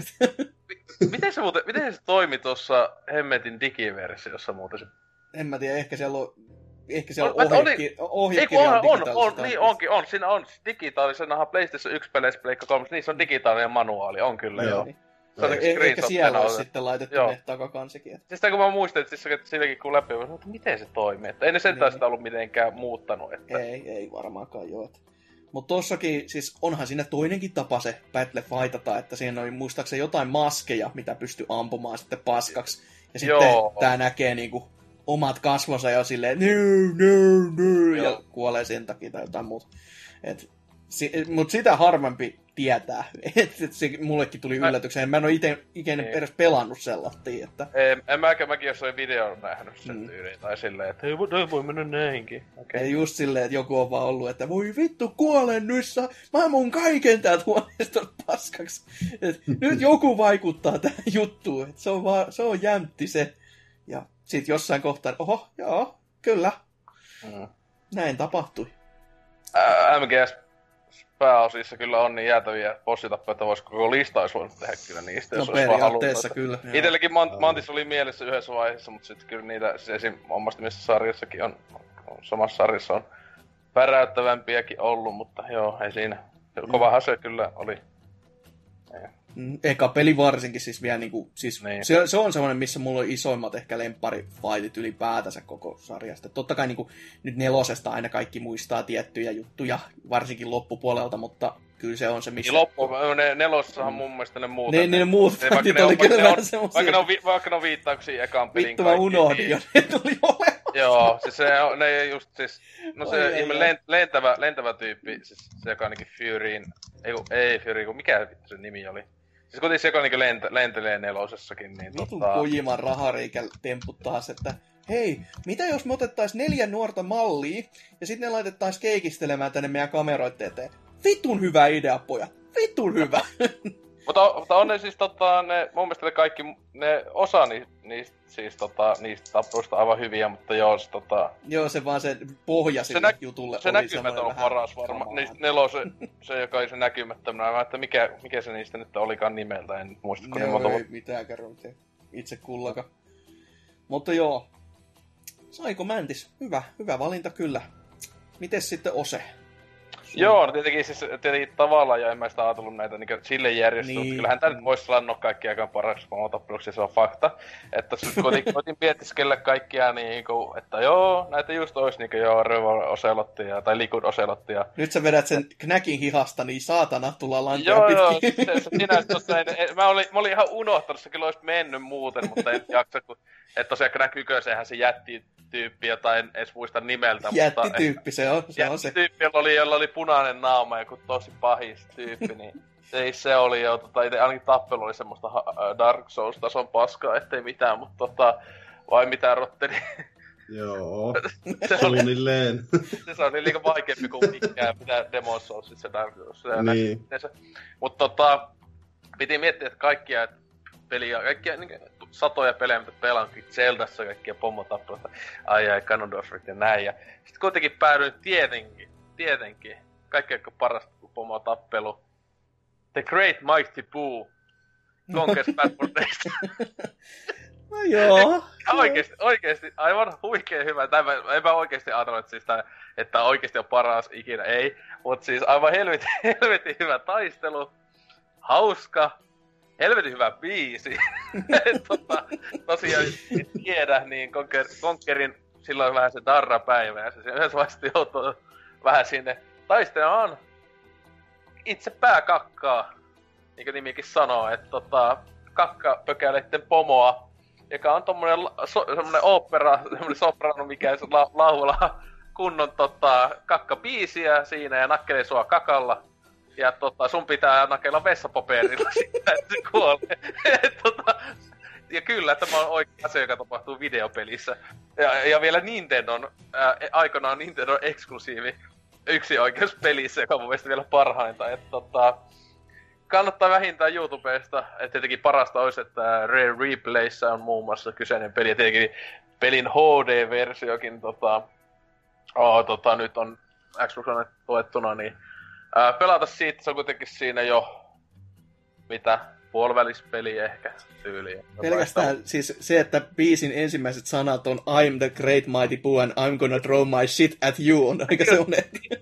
Miten se muuten, miten se toimi tuossa Hemmetin digiversiossa muuten? Se... En mä tiedä, ehkä siellä on, ehkä siellä On- on oli- ohjekir- Ei kun ohjekirja on, on, on, digitaalisesta niin ajasta. onkin, on, siinä on digitaalisenahan PlayStation yksi peleissä, Pleikka kolme, niissä on digitaalinen manuaali, on kyllä Joo. joo. Niin. Se on Eh- niinku Ehkä siellä screenshotteina olisi otettu. sitten laitettu Joo. ne takakansikin. että- Siis sitä kun mä muistin, että, siis, että silläkin kun läpi, mä sanoin, että miten se toimii. Että ei ne sentään Niin. sitä ollut mitenkään muuttanut. Että... Ei, ei varmaankaan joo. Mutta tossakin, siis onhan siinä toinenkin tapa se battle fightata, että siinä oli muistaakseni jotain maskeja, mitä pystyy ampumaan sitten paskaksi. Ja sitten Joo. tää näkee niinku omat kasvonsa jo silleen, no, no, no, ja Joo. kuolee sen takia tai jotain muuta. Et, si, mut sitä harvempi tietää, että et se mullekin tuli Mä- yllätykseen. Mä en ole ite, ikinä Niin. edes pelannut sellaista, että En, en mäkään, mäkin jossain videon nähnyt sen Mm. mm. tyyliin, tai silleen, että ei, voi- voi mennä näinkin. Okay. ja just silleen, että joku on vaan ollut, että voi vittu, kuolen nyt, saa- mä ammun kaiken täältä huoneesta paskaksi. Et nyt joku vaikuttaa tähän juttuun, että se on, vaan, se on jämtti se. Ja sit jossain kohtaa, oho, joo, kyllä, Mm. näin tapahtui. Ää, M G S pääosissa kyllä on niin jäätäviä bossitappoja, että vois koko lista olisi voinut tehdä kyllä niistä, No jos olisi vaan halunnut. periaatteessa Että- kyllä. joo. Itelläkin Mant- Mantis oli mielessä yhdessä vaiheessa, mutta sitten kyllä niitä, siis esim. omasta mielestä sarjassakin on, on, samassa sarjassa on päräyttävämpiäkin ollut, mutta joo, ei siinä. Kovahan se kyllä oli. Mm, Eka peli varsinkin siis vielä niinku, siis Niin. se, se on semmoinen, missä mulla on isoimmat ehkä lemparifaitit ylipäätänsä koko sarjasta. Totta kai niinku, nyt nelosesta aina kaikki muistaa tiettyjä juttuja, varsinkin loppupuolelta, mutta kyllä se on se, missä... Niin loppu, ne nelossahan mun mielestä ne muuten... Ne, ne, ne muut ne- vaikka faitit ne on- oli vaikka kyllä ne on- vähän semmosia. Vaikka ne on, vi- vaikka ne on viittauksia ekaan pelin Vittu mä kaikkiin, unohdin niin- jo, ne tuli olemaan. Joo, siis se on, ne just siis, no Oi, se ai, ihme ai. len, lentävä, lentävä tyyppi, siis se joka ainakin Furyin, ei kun, ei Fury, kun mikä vittu se nimi oli? Siis kuitenkin se joka ainakin lent, lentelee nelosessakin, niin Vitun tota... Kojiman rahareikä temput taas, että hei, mitä jos me otettais neljä nuorta mallia ja sitten ne laitettais keikistelemään tänne meidän kameroitten eteen? Vitun hyvä idea, pojat. Vitun hyvä. Mutta, mutta on ne siis tota, ne, mun mielestä ne kaikki, ne osa ni, niistä, siis tota, niistä tappeluista aivan hyviä, mutta joo, se tota... Joo, se vaan se pohja Se, sille nä, jutulle se oli näkymätön semmoinen on vähän paras varmaan. kamaa. Niistä nelose, se joka oli se näkymättömänä. Mä että mikä, mikä se niistä nyt olikaan nimeltä, en muista kun Ne ne monta ei mitään kerro, miten itse kullaka. Mutta joo, saiko Mäntis? Hyvä, hyvä valinta kyllä. Mites sitten Ose? Sun- Joo, no tietenkin, siis, tietenkin tavallaan, ja en mä sitä ajatellut näitä niin sille järjestelmät. Niin. Niin. Kyllähän tää nyt voisi sanoa kaikki aikaan paraksi pomotappeluksi, se on fakta. Että sit koitin, koitin mietiskellä kaikkia niin kuin, että joo, näitä just ois niin kuin joo, Revol Ocelottia tai Liquid Ocelottia. Nyt sä vedät sen knäkin hihasta, niin saatana tullaan lankoja Joo, joo, pitkin. se, se, sinä, totta, en, en, mä, olin, mä olin ihan unohtanut, se kyllä olisi mennyt muuten, mutta en jaksa, kun, että tosiaan näkyykö sehän se jättityyppi, jota en edes muista nimeltä. Jättityyppi se on, se on se. Jättityyppi, jolla oli, jolla oli punainen naama, joku tosi pahis tyyppi, niin ei se oli jo, tota, ite, ainakin tappelu oli semmoista ha- Dark Souls-tason paskaa, ettei mitään, mutta tota, vai mitään rotteli. Joo, se, oli, suunnilleen. se oli liikaa vaikeampi kuin mikään, mitä Demon Souls, se Dark Souls. Se Niin. mutta tota, piti miettiä, että kaikkia et peliä, kaikkia niin, satoja pelejä, mitä pelankin Zeldassa, kaikkia pommotappeluita, ai ai, Ganondorfit ja näin. Ja sitten kuitenkin päädyin tietenkin, tietenkin, kaikkein paras pomotappelu, The Great Mighty Boo, Conker's Bad for Days. No joo. Oikeesti, oikeesti, aivan huikea hyvä. Tämä, en mä oikeesti ajatellut, että, siis tää, että oikeesti on paras ikinä, ei. Mut siis aivan helvetin, helvetin hyvä taistelu, hauska, helvetin hyvä biisi. tota, tosiaan, en tiedä, niin Conker, Conkerin silloin vähän se darrapäivä, ja se yhdessä vaiheessa joutuu vähän sinne taistelemaan itse pääkakkaa niin kuin nimikin sanoo, että tota, kakkapökäleitten pomoa, joka on tommonen so, semmonen opera, semmonen soprano, mikä la, laulaa kunnon tota, kakkabiisiä siinä ja nakkelee sua kakalla. Ja tota, sun pitää nakella vessapaperilla siitä, että se kuolee. tota, ja kyllä, tämä on oikea asia, joka tapahtuu videopelissä. Ja, ja vielä Nintendon, ää, aikanaan Nintendon eksklusiivi yksi oikeus pelissä, joka on mun mielestä vielä parhainta. Et, tota, kannattaa vähintään YouTubesta, että tietenkin parasta olisi, että Rare Replayssä on muun muassa kyseinen peli. Ja tietenkin pelin H D-versiokin tota, oh, tota, nyt on Xbox One tuettuna, niin ää, pelata siitä, se on kuitenkin siinä jo, mitä, puolivälispeli ehkä tyyliin. Pelkästään siis se, että biisin ensimmäiset sanat on I'm the great mighty Pooh and I'm gonna throw my shit at you on aika semmonen.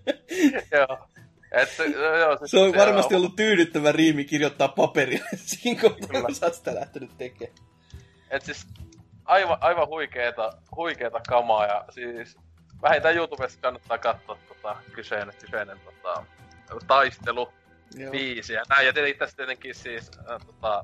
Joo. Et se, joo, se, se on se varmasti on ollut tyydyttävä riimi kirjoittaa paperille siinä kohtaa, kun sä oot sitä lähtenyt tekemään. Et siis aivan, aivan huikeeta, huikeeta kamaa ja siis vähintään YouTubessa kannattaa katsoa tota, kyseinen, kyseinen tota, taistelu. Joo. Biisi ja näin, ja tietenkin tässä tietenkin siis äh, tota,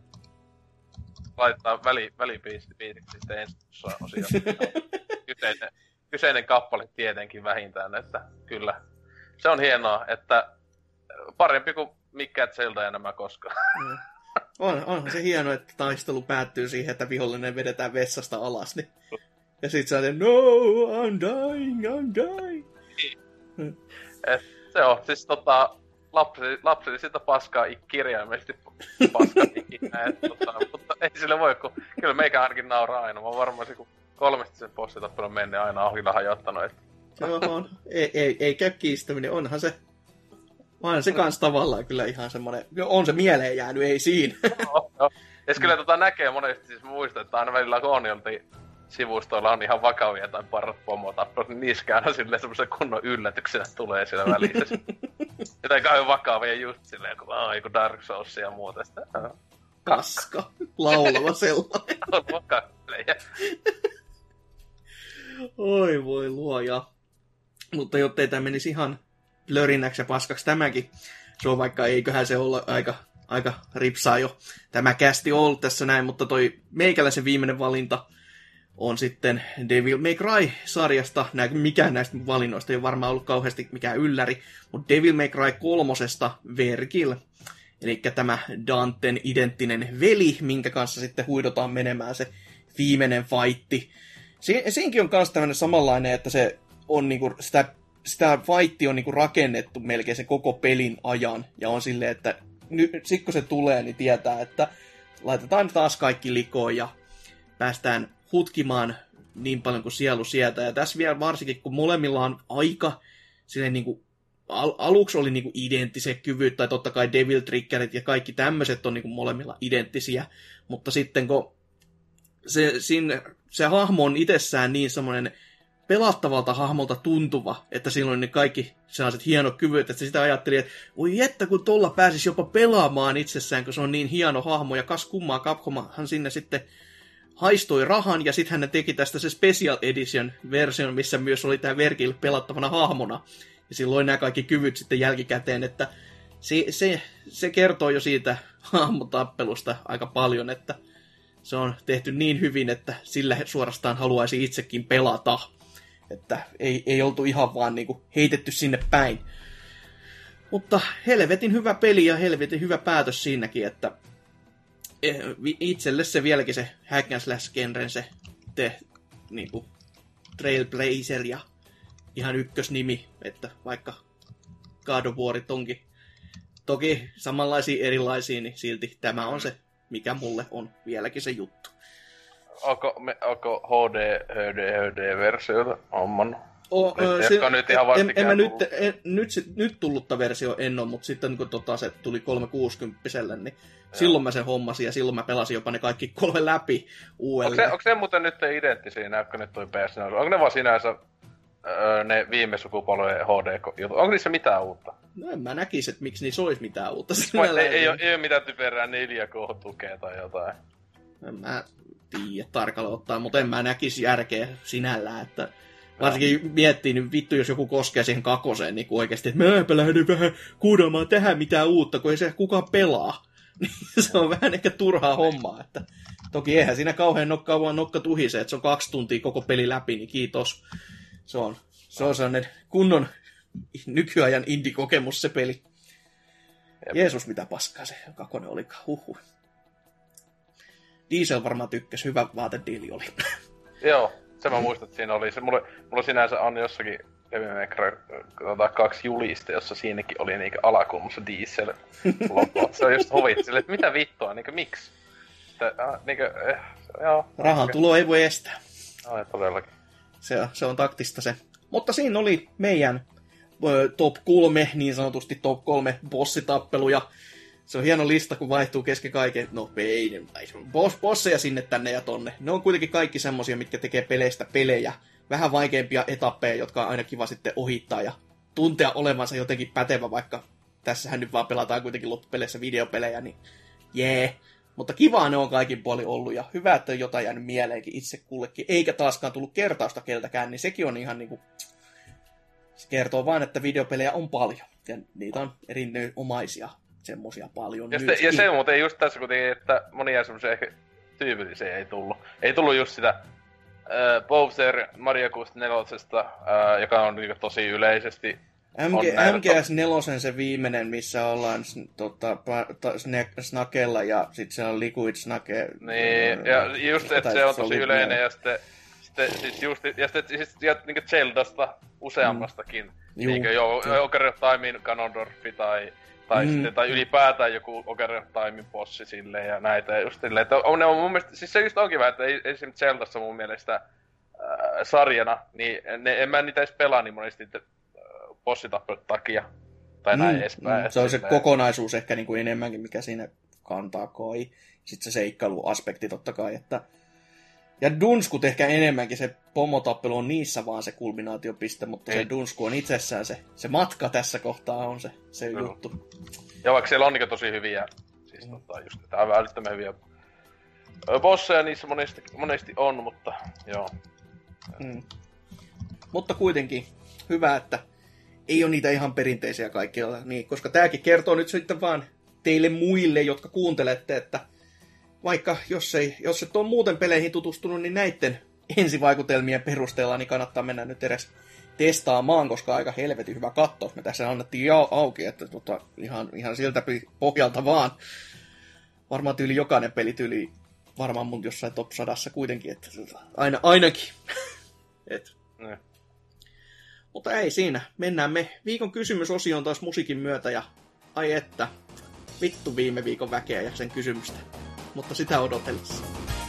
laitetaan väli, välibiisiksi sitten ensimmäisessä osiossa. kyseinen, kyseinen kappale tietenkin vähintään, että kyllä. Se on hienoa, että parempi kuin mikään Zelda ja nämä koskaan. Mm. On, onhan se hienoa, että taistelu päättyy siihen, että vihollinen vedetään vessasta alas. Niin. Ja sit sä oot, no, I'm dying, I'm dying. Mm. Et se on, siis tota... Lapsi, lapsi sitä paskaa kirjaimellisesti paskaa ikinä, et, tota, mutta ei sille voi, kun kyllä meikä ainakin nauraa aina. Mä oon varmaan se, kun kolmesti sen bossitappelun mennyt aina ohilla hajottanut. Et. Se on, ei, ei, ei käy kiistäminen, onhan se, onhan se kans tavallaan kyllä ihan semmonen, on se mieleen jäänyt, ei siinä. Joo, joo. Ja kyllä tota näkee monesti, siis mä muistan, että aina välillä kun on joltain sivustoilla on ihan vakavia tai parrat pomotappelus, niin niiskään silleen semmoisen kunnon yllätyksenä tulee siellä välissä. Jotain kauhean vakavia just silleen, kun aah, joku Dark Souls ja muuta sitä. Kaska. Laulava sellainen. Laulava kakkeleja. Oi voi luoja. Mutta jottei tämä menisi ihan lörinäksi ja paskaksi tämäkin. Se on vaikka eiköhän se olla aika, aika ripsaa jo tämä kästi ollut tässä näin, mutta toi meikäläisen viimeinen valinta on sitten Devil May Cry-sarjasta. Mikään näistä valinnoista ei ole varmaan ollut kauheasti mikään ylläri, mutta Devil May Cry kolmosesta Vergil. Eli tämä Danten identtinen veli, minkä kanssa sitten huidotaan menemään se viimeinen fightti. Si- siinkin on myös tämmöinen samanlainen, että se on niinku, sitä, sitä fightti on niinku rakennettu melkein se koko pelin ajan. Ja on silleen, että nyt sit kun se tulee, niin tietää, että laitetaan taas kaikki likoon ja päästään hutkimaan niin paljon kuin sielu sieltä. Ja tässä vielä varsinkin, kun molemmilla on aika silleen niinku, al- aluksi oli niinku identtiset kyvyt, tai totta kai Devil Triggerit ja kaikki tämmöiset on niinku molemmilla identtisiä, mutta sitten kun se, siinä, se hahmo on itsessään niin semmoinen pelattavalta hahmolta tuntuva, että silloin ne kaikki sellaiset hienot kyvyt, että sitä ajatteli, että voi että kun tolla pääsisi jopa pelaamaan itsessään, kun se on niin hieno hahmo, ja kas kummaa Capcomhan sinne sitten haistoi rahan, ja sitten hän teki tästä se Special Edition version, missä myös oli tämä Vergil pelattavana hahmona. Ja silloin nämä kaikki kyvyt sitten jälkikäteen, että se, se, se kertoo jo siitä hahmotappelusta aika paljon, että se on tehty niin hyvin, että sillä suorastaan haluaisi itsekin pelata. Että ei, ei oltu ihan vaan niinku heitetty sinne päin. Mutta helvetin hyvä peli ja helvetin hyvä päätös siinäkin, että itselle se vieläkin se hack and slash genren se te, niinku, Trailblazer ja ihan ykkösnimi, että vaikka God of Warit onkin toki samanlaisia erilaisia, niin silti tämä on se, mikä mulle on vieläkin se juttu. Onko, me, onko H D, H D, H D-versiota ommannut? O, nyt, se, nyt ihan en, en mä nyt, en, nyt, nyt tullutta versio en ole, mutta sitten kun tota, se tuli kolmesataakuusikymmentä, niin joo, silloin mä sen hommasin ja silloin mä pelasin jopa ne kaikki kolme läpi uudelleen. Onko se, onko se muuten nyt identtisiä, näykö nyt toi P S? Onko ne vaan sinänsä öö, ne viime sukupolven H D-jutut? Onko niissä mitään uutta? No en mä näkisi, että miksi niissä olisi mitään uutta. Ei, ei, ei, ole, ei ole mitään typerää neljä K-tukea tai jotain. En mä tiedä tarkalleen ottaen, mutta en mä näkisi järkeä sinällään, että varsinkin miettii, niin vittu jos joku koskee siihen kakoseen niin oikeasti, että mäpä lähden vähän kuulemaan tähän mitään uutta, kun ei se kukaan pelaa. niin se on vähän ehkä turhaa hommaa. Että toki eihän siinä kauhean nokkaa vaan nokka tuhisee, että se on kaksi tuntia koko peli läpi, niin kiitos. Se on, se on sellainen kunnon nykyajan indie-kokemus se peli. Jep. Jeesus, mitä paskaa se kakonen olikaan. Huhhuh. Diesel varmaan tykkäsi. Hyvä vaatediili oli. Joo, se mä muistan, että siinä oli. Se, mulla, mulla sinänsä on jossakin Devil May Cry kaksi juliste, jossa siinäkin oli niinkö alakulmassa Diesel. Se on just hovit sille, että mitä vittua, niinkö miksi? Että, äh, niinkö, eh, joo. Rahan tulo ei voi estää. Ai, todellakin. Se, se on taktista se. Mutta siinä oli meidän top kolme, niin sanotusti top kolme bossitappeluja. Se on hieno lista, kun vaihtuu kesken kaiken. No ei, boss, bosseja sinne tänne ja tonne. Ne on kuitenkin kaikki semmosia, mitkä tekee peleistä pelejä. Vähän vaikeampia etappeja, jotka on aina kiva sitten ohittaa ja tuntea olevansa jotenkin pätevä, vaikka tässähän nyt vaan pelataan kuitenkin loppupeleissä videopelejä, niin jee. Yeah. Mutta kivaa ne on kaikin puolin ollut ja hyvä, että on jotain jäänyt mieleenkin itse kullekin. Eikä taaskaan tullut kertausta keltäkään, niin sekin on ihan niinku... Se kertoo vaan, että videopelejä on paljon. Ja niitä on erinomaisia semmosia paljon. Ja, sitten, ja se on muuten just tässä kuitenkin, että monia semmosia ehkä tyypillisiä ei tullut. Ei tullut just sitä äh, Bowser Mario kuusikymmentäneljä, äh, joka on niinku tosi yleisesti... M G S neljä se viimeinen, missä ollaan tota, Snakella ja sitten se on Liquid Snake. Niin, ja just, että se on tosi yleinen ja sitten... Sitten, siis just, ja sitten siis, ja, niin Zeldasta useammastakin. Mm. Niin jo Ocarina of Timein Ganondorfi tai, tai, mm. sitten, tai ylipäätään joku Ocarina of Timein bossi silleen ja näitä. Just silleen, että on, ne on mun mielestä, siis se just onkin vähän, että esimerkiksi Zeldassa mun mielestä äh, sarjana, niin ne, en mä niitä edes pelaa niin monesti äh, bossitappelut takia. Tai näin mm. edespäin. Mm. Se on se kokonaisuus ehkä niin kuin enemmänkin, mikä siinä kantaa koi. Sitten se seikkailuaspekti totta kai, että ja Dunskut ehkä enemmänkin, se pomotappelu on niissä vaan se kulminaatiopiste, mutta ei. Se Dunsku on itsessään se, se matka tässä kohtaa on se, se no. juttu. Ja vaikka siellä on niin tosi hyviä, siis mm. tota, just aivan älyttömän hyviä bosseja niissä monesti, monesti on, mutta joo. Mm. Mutta kuitenkin hyvä, että ei ole niitä ihan perinteisiä kaikkialla, niin, koska tämäkin kertoo nyt sitten vaan teille muille, jotka kuuntelette, että vaikka jos, ei, jos et ole muuten peleihin tutustunut, niin näiden ensivaikutelmien perusteella niin kannattaa mennä nyt edes testaamaan, koska aika helvetin hyvä katto. Me tässä annettiin jau- auki, että tota, ihan, ihan siltä pohjalta vaan. Varmaan tyyli jokainen peli tyyli varmaan mun jossain top sadassa kuitenkin, että aina, ainakin. Et. Ne. Mutta ei siinä. Mennään me viikon kysymysosioon taas musiikin myötä ja ai että, vittu viime viikon väkeä ja sen kysymystä. Mutta sitä odotellessa.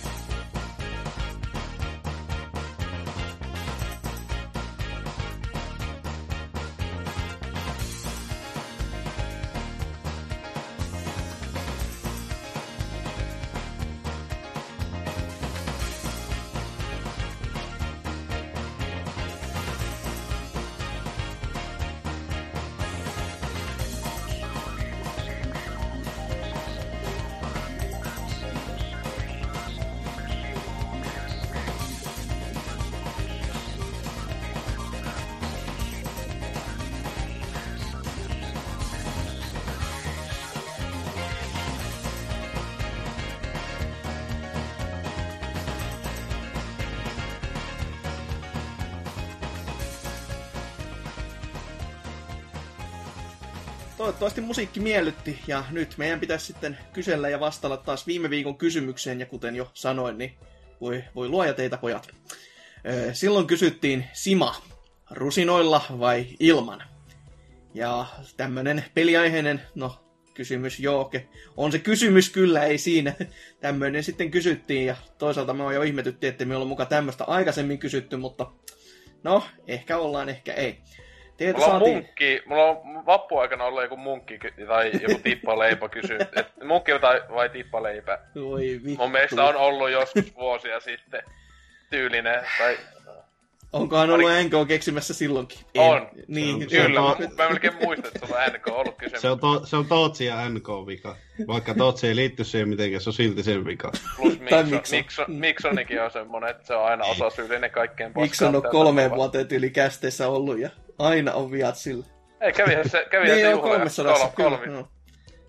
Toivottavasti musiikki miellytti, ja nyt meidän pitäisi sitten kysellä ja vastata taas viime viikon kysymykseen, ja kuten jo sanoin, niin voi, voi luoja teitä pojat. Silloin kysyttiin Sima, rusinoilla vai ilman? Ja tämmönen peliaiheinen, no kysymys joo, on se kysymys kyllä, ei siinä. Tämmöinen sitten kysyttiin, ja toisaalta me jo ihmetyttiin, että me ollaan muka tämmöistä aikaisemmin kysytty, mutta no, ehkä ollaan, ehkä ei. Teiltä mulla on saatiin... munkki, mulla on vappuaikana ollut joku munkki tai joku tippaleipä kysy, että munkki tai vai tippaleipä. Voi vittu. Mun mielestä on ollut joskus vuosia sitten tyylinen tai... Onkohan ollut N K keksimässä silloinkin? On. En. Niin, kyllä, mä, mä melkein muistan, että se on N K ollut kysymässä. Se on, to, se on Tootsi ja N K vika. Vaikka Tootsi ei liitty siihen mitenkään, se on silti sen vika. Plus Mikson, Mikson, Miksonikin on semmonen, että se on aina osasyyllinen kaikkeen paskaan. Mikson on kolmeen vuoteen yli kästeissä ollut ja aina on viat sillä. Ei, kävihän se, kävihän se juhla. kolmesadassa, kyllä. No.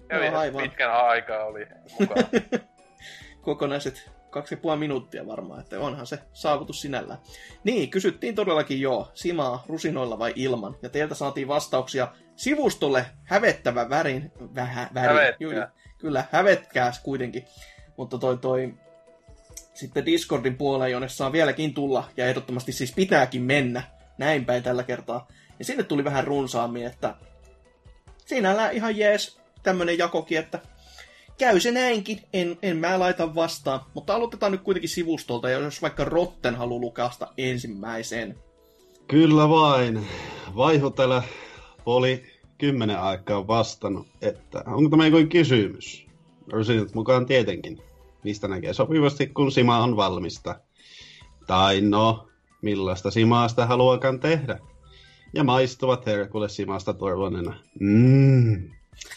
Kävi no, aivan. Pitkän aikaa oli mukaan. Kokonaiset kaksi ja puoli minuuttia varmaan, että onhan se saavutus sinällään. Niin, kysyttiin todellakin joo, simaa rusinoilla vai ilman, ja teiltä saatiin vastauksia sivustolle hävettävä värin, vähä, värin, kyllä, kyllä, hävetkääs kuitenkin, mutta toi toi sitten Discordin puoleen, jonne saa vieläkin tulla, ja ehdottomasti siis pitääkin mennä, näin päin tällä kertaa, ja sinne tuli vähän runsaammin, että siinä ihan jees tämmönen jakokin, että käy se näinkin, en, en mä laita vastaan. Mutta aloitetaan nyt kuitenkin sivustolta, ja jos vaikka Rotten haluaa lukasta ensimmäisen. Kyllä vain. Vaihotella oli kymmenen aikaa vastannut, että onko tämä joku kysymys? Rusinat mukaan tietenkin. Mistä näkee sopivasti, kun sima on valmista. Tai no, millaista simaa sitä haluakaan tehdä. Ja maistuvat herkulle simasta toivonena. Mmm.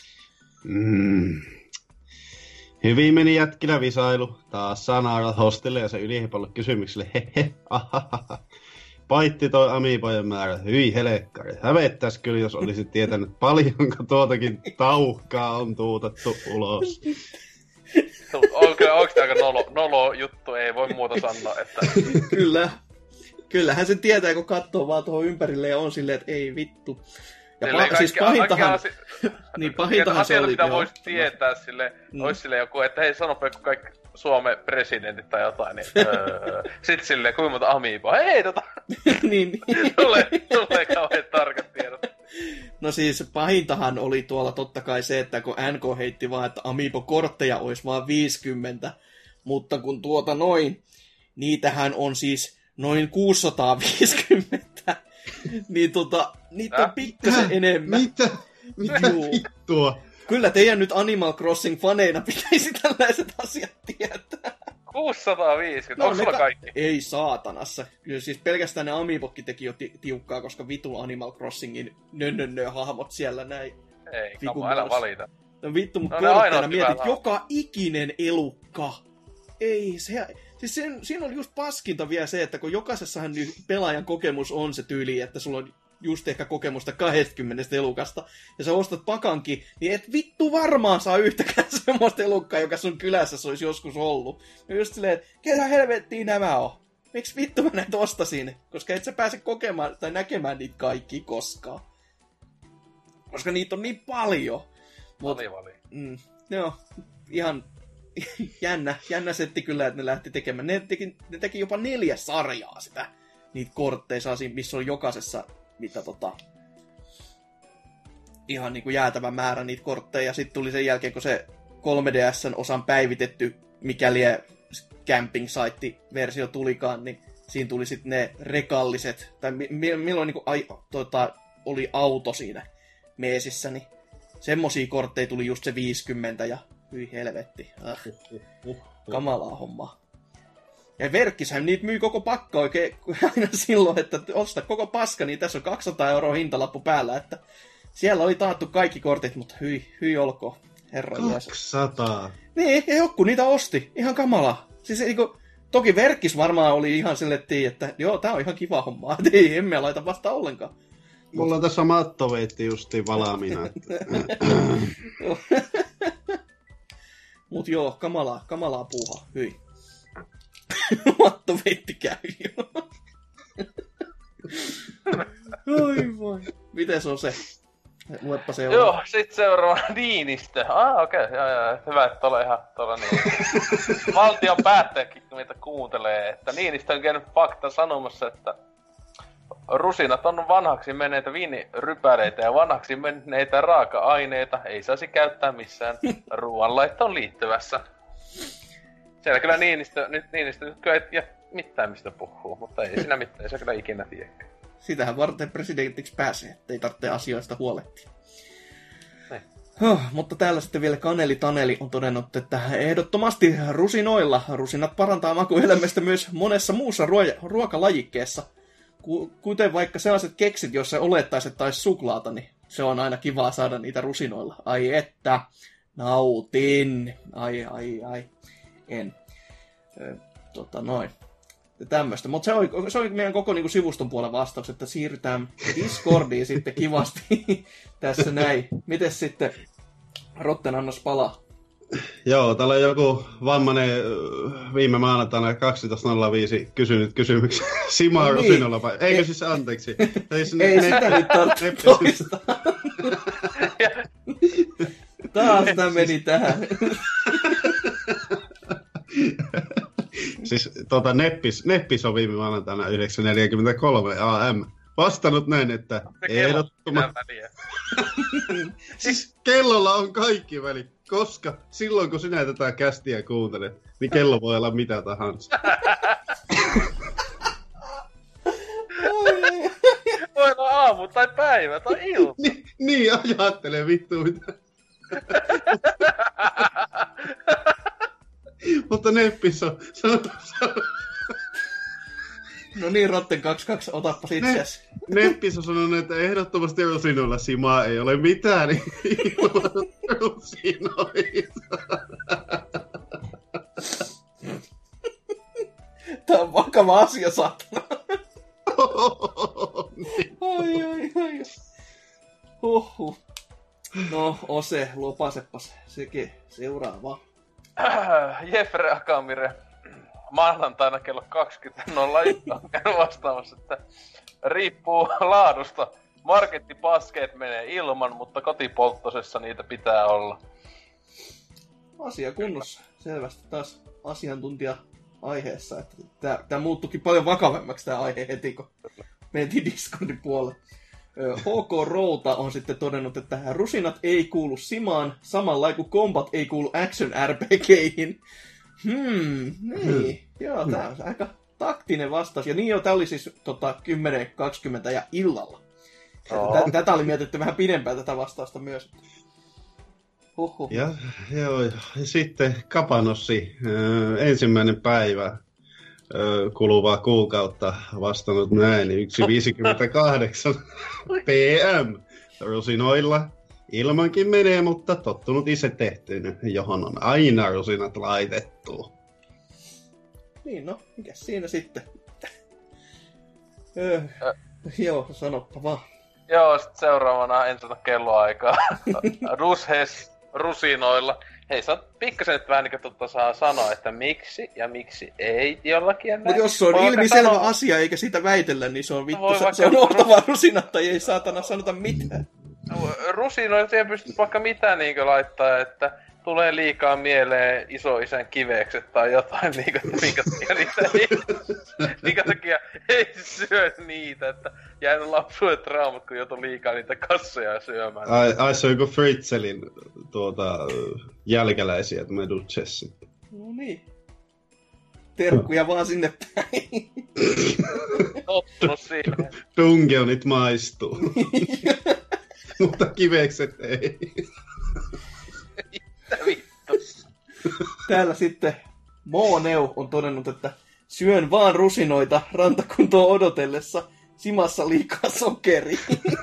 Mmm. Hyvin meni jätkillä visailu. Taas saa naarata hostille ja se ylihipolle kysymykselle. Hehe, ahahaha. Paitti toi amiipojen määrä. Hyi helekkari. Hävettäis kyllä, jos olisit tietänyt paljonko tuotakin tauhkaa on tuutettu ulos. Onko, onko tämä aika nolo, nolo juttu? Ei voi muuta sanoa, että... Kyllä. Kyllähän se tietää, kun katsoo vaan tuohon ympärille ja on silleen, että ei vittu. Ja pa- siis pahintahan... Asi... niin pahintahan se oli. Mitä voisi tietää sille, mm. olisi sille joku, että hei sanoppa joku kaikki Suomen presidentit tai jotain, niin öö, sit silleen kuinka monta amiiboa, hei tota! niin, niin. Tulee, tulee kauhean tarkat tiedot. No siis pahintahan oli tuolla totta kai se, että kun N K heitti vaan, että amiibo-kortteja olisi vaan viisikymmentä, mutta kun tuota noin, niitähän on siis noin kuusisataaviisikymmentä. Niin tota, niitä on pikkasen enemmän. Mitä? Mitä vittua? Kyllä teidän nyt Animal Crossing-faneina pitäisi tällaiset asiat tietää. kuusisataaviisikymmentä, no, onko sulla kaikki? Ei saatanassa. Kyllä siis pelkästään ne Amiibokki teki jo ti- tiukkaa, koska vitun Animal Crossingin nönnönnö-hahmot siellä näin. Ei, kama, älä valita. No vittu, mut no, kortteina mietit, joka ikinen elukka. Ei, se... Siis sen, siinä oli just paskinta vielä se, että kun jokaisessahan pelaajan kokemus on se tyyli, että sulla on just ehkä kokemusta kaksikymmentä elukasta, ja sä ostat pakankin, niin et vittu varmaan saa yhtäkään semmoista elukkaa, joka sun kylässä se olisi joskus ollut. Ja just silleen, että ketä helvettiin nämä on? Miksi vittu mä näitä ostasin? Koska et sä pääse kokemaan tai näkemään niitä kaikki koskaan. Koska niitä on niin paljon. Mut, vali vali. Mm, joo, ihan... jännä, jännä setti kyllä, että ne lähti tekemään. Ne teki, ne teki jopa neljä sarjaa sitä, niitä kortteja, missä oli jokaisessa mitä tota, ihan niinku jäätävä määrä niitä kortteja. Ja sitten tuli sen jälkeen, kun se kolme D S:n osan päivitetty, mikäli camping site-versio tulikaan, niin siinä tuli sitten ne rekalliset, tai mi- milloin niinku ai, tota, oli auto siinä meesissä, niin semmosia kortteja tuli just se viisikymmentä ja hyi helvetti. Ah. Kamalaa hommaa. Ja Verkkishän niitä myy koko pakka oikein aina silloin, että osta koko paska, niin tässä on kaksisataa euroa hintalappu päällä, että siellä oli taattu kaikki kortit, mutta hyi, hyi olkoon. Herra Jeesus. kaksisataa. Niin, ja joku niitä osti. Ihan kamalaa. Siis niinku, toki Verkkis varmaan oli ihan sille, että joo, tää on ihan kiva hommaa. Ei, emme laita vasta ollenkaan. Mulla on tässä mattoveitti justiin valaamina. Että... Mut joo, kamalaa, kamalaa puuhaa, hyi. Mattoveitti käy jo. Oi voi. Miten se on se? Luepa seuraava. Joo, sit seuraava Niinistö. Ah, okei, okay. joo, joo. Hyvä, että ole ihan tuolla niin. Valtion päättäjäkin meitä kuuntelee, että Niinistö on käynyt fakta sanomassa, että rusinat on vanhaksi menneitä viinirypäleitä ja vanhaksi menneitä raaka-aineita ei saisi käyttää missään ruoanlaittoon liittyvässä. Siellä kyllä Niinistö, nyt Niinistö nyt kyllä ei mitään mistä puhuu, mutta ei siinä mitään, ei se kyllä ikinä tiedä. Sitähän varten presidentiksi pääsee, ettei tarvitse asioista huolehtia. Huh, mutta täällä sitten vielä Kaneli Taneli on todennut, että ehdottomasti rusinoilla rusinat parantaa makuelämästä myös monessa muussa ruo- ruokalajikkeessa. Kuten vaikka sellaiset keksit, joissa olettaisiin, että taisi suklaata, niin se on aina kivaa saada niitä rusinoilla. Ai että, nautin. Ai, ai, ai. En. Ö, tota noin. Tämmöistä. Mutta se on, se on meidän koko niin kuin sivuston puolen vastaus, että siirrytään Discordiin sitten kivasti tässä näin. Mites sitten Rotten, annas palaa. Joo, täällä on joku vammainen viime maanantaina kaksitoista nolla viisi kysynyt kysymyksen Simaa No niin. Rusinolla vai? Eikö siis anteeksi? Siis ne- Ei ne- sitä nyt tarvitse ne- toistaa. Taas tää meni tähän. Siis tota Neppis, Neppis on viime maanantaina yhdeksän neljäkymmentäkolme A M vastannut näin, että ehdottoman... Siis kellolla on kaikki väli, koska silloin kun sinä tätä kästiä kuuntelet, niin kello voi olla mitä tahansa. Voi olla aamu tai päivä tai ilta. Ni, niin ajattele vittu mitä. Mutta Neppis on sanonut, No niin, Rotten kaksikymmentäkaksi, otappa itseäsi. Neppis on sanonut, että ehdottomasti rusinoilla Simaa ei ole mitään ilman rusinoita. Tää on vakava asia, saatana. Niin. Ai, ai, ai. Huhhuh. No, Ose, lupasepas sekin seuraava. Jeffrey Akamire. Maanantaina kello kaksikymmentä nolla yksi on käynyt vastaamassa, että riippuu laadusta. Markettipaskeet menee ilman, mutta kotipolttosessa niitä pitää olla. Asia kunnossa. Selvästi taas asiantuntija aiheessa. Että tää, tää muuttuikin paljon vakavemmaksi tää aihe heti, kun mentiin Discordin puolelle. H K Routa on sitten todennut, että rusinat ei kuulu Simaan, samalla kuin kombat ei kuulu action R P G:ihin. Hmm, niin. Hmm. Joo, tää on aika taktinen vastaus. Ja niin joo, tää oli siis tota, kymmenen kaksikymmentä ja illalla. Oh. Tätä oli mietitty vähän pidempään tätä vastausta myös. Huhhuh. Ja, joo, ja sitten Kapanossi, äh, ensimmäinen päivä äh, kuluvaa kuukautta vastannut näin, yksi viisikymmentäkahdeksan P M rusinoilla. Ilmankin menee, mutta tottunut itse tehtyyn, johon on aina rusinat laitettu. Niin no, mikäs siinä sitten? öö, äh. Joo, sanoppa vaan. Joo, sit seuraavana en sano kelloaikaa. Rushes rusinoilla. Hei, sä oot pikkasen nyt vähän niinku totta saa sanoa, että miksi ja miksi ei jollakin ja näin. Mut jos se on Voi ilmiselvä sanoa... asia eikä siitä väitellä, niin se on vittu, Voi se, vaikka- se on oltava rusinat tai ei saatana sanota mitään. Rusinoilla siihen pystyt vaikka mitä niinkö laittaa, että tulee liikaa mieleen isoisän kivekset tai jotain, niinkö, minkä takia niitä ei, minkä takia ei syö niitä, että jäänyt lapsuuden traumat, kun joutui liikaa niitä kassoja syömään. Ai, ai se on joku Fritzelin tuota, jälkeläisiä, tämä Duchessi. No niin. Terkkuja vaan sinne päin. Tottunut siihen. Dungeonit maistuu. Mutta kivekset ei. Mitä vittu? Täällä sitten Mooneu on todennut, että syön vaan rusinoita rantakuntoa odotellessa. Simassa liikaa sokeria.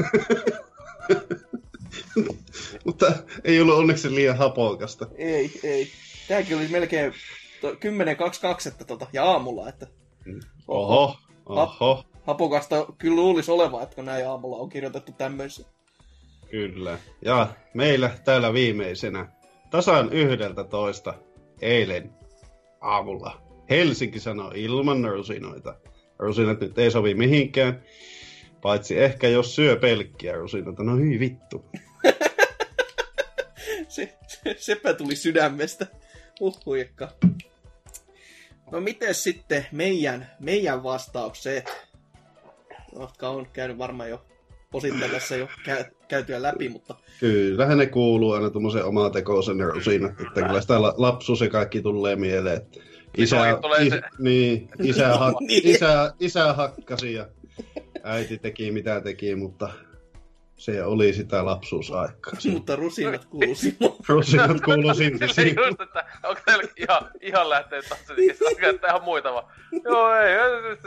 Mutta ei ollut onneksi liian hapokasta. Ei, ei. Tääkin oli melkein kymmenen kaksikymmentäkaksi että tota, ja aamulla, että Oho, oho. hapokasta kyllä luulisi olevan, että kun näin aamulla on kirjoitettu tämmöisiä. Kyllä. Ja meillä täällä viimeisenä tasan yhdeltä toista eilen aamulla Helsinki sanoi ilman rusinoita. Rusinat nyt ei sovi mihinkään, paitsi ehkä jos syö pelkkiä rusinoita. No hyi vittu. se, se, sepä tuli sydämestä. Uhuikka. No miten sitten meidän, meidän vastaukset, jotka on käynyt varmaan jo osittain tässä jo käy, käytyä läpi, mutta... Kyllähän ne kuuluu aina tommosen omatekoisen rusinat, että kyllä sitä la- lapsuus ja kaikki tulee mieleen. Isä, tulee is, se- niin, isä, hak, Niin. isä, isä hakkasi ja äiti teki mitä teki, mutta se oli sitä lapsuusaikaa. Mutta rusinat kuuluu silloin. Rusinat kuuluu silti Se siihen. just, että onko teillä ihan, ihan lähtee taas että ihan muita vaan. Joo, ei,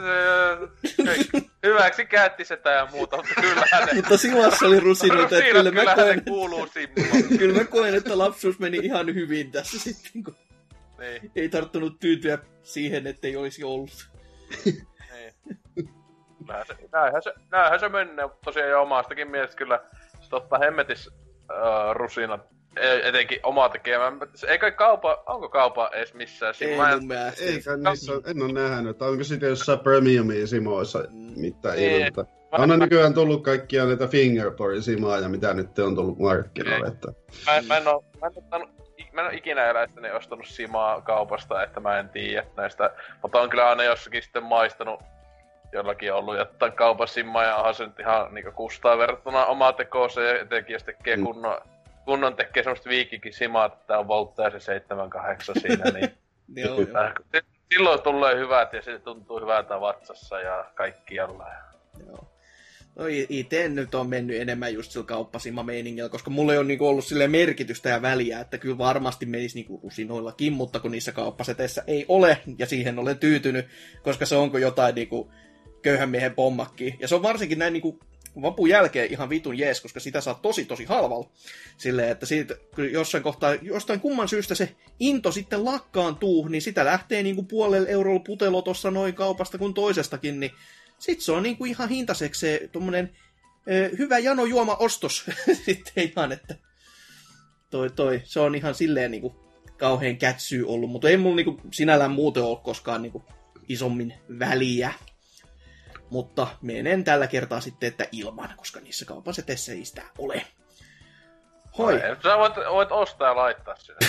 hyväksi käytti sitä ja muuta, mutta kyllähän ne... Mutta Simassa oli rusinoita, että kyllä mä kyllähän koen, ne kuuluu Simmaan. kyllä mä koen, että lapsuus meni ihan hyvin tässä sitten, kun Niin, ei tarttunut tyytyä siihen, ettei olisi ollut. niin. Näinhän se, näinhän se, näinhän se menee, mutta tosiaan jo omastakin mielestä kyllä totta hemmetis uh, rusinat etenkin oma tekemään. Ei kai kaupa, onko kaupa edes missään? Ei Mä en... mun mielestä. Eikä niissä, en ole nähnyt, että onko sitten jossain premiumia simoissa mitään ilta. On nykyään tullut kaikkia näitä fingerboard-simaa ja mitä nyt on tullut markkinoille. Että... Mä, mä, en oo, mä, en ottanut, mä en oo ikinä eläistäni ostanut simaa kaupasta, että mä en tiedä näistä. Mutta on kyllä aina jossakin sitten maistanut jollakin ollut jotain kaupan simaa ja onhan se nyt ihan niinku kustaa verrattuna omaa tekooseen ja etenkin jos tekee mm. kunnon, kunnon tekee semmoista viikikin simaa, että tää on volttaa se seitsemän kahdeksan siinä, niin Joo, joo. silloin tulee hyvät ja se tuntuu hyvältä vatsassa ja kaikkialla. Joo. No ite nyt on mennyt enemmän just sillä kauppasima-meiningillä, koska mulla ei ole niinku ollut silleen merkitystä ja väliä, että kyllä varmasti menisi niinku rusinoillakin, mutta kun niissä kauppaseteissä ei ole, ja siihen olen tyytynyt, koska se onko jotain niinku köyhän miehen pommakki. Ja se on varsinkin näin niinku vapun jälkeen ihan vitun jees, koska sitä saa tosi tosi halvalla. Silleen, että siitä jossain kohtaa, jostain kumman syystä se into sitten lakkaantuu, niin sitä lähtee niinku puolella eurolla putelo tossa noin kaupasta kuin toisestakin, niin sit se on niinku ihan hintaiseksi se tommonen ö, hyvä janojuoma-ostos sitten ihan, että toi toi, se on ihan silleen niinku kauhean kätsyy ollut, mutta ei mulla niinku sinällään muuten ole koskaan niinku isommin väliä. Mutta menen tällä kertaa sitten, että ilman, koska niissä kaupan seteissä ei sitä ole. Hoi. Ai, sä voit, voit ostaa ja laittaa sinne.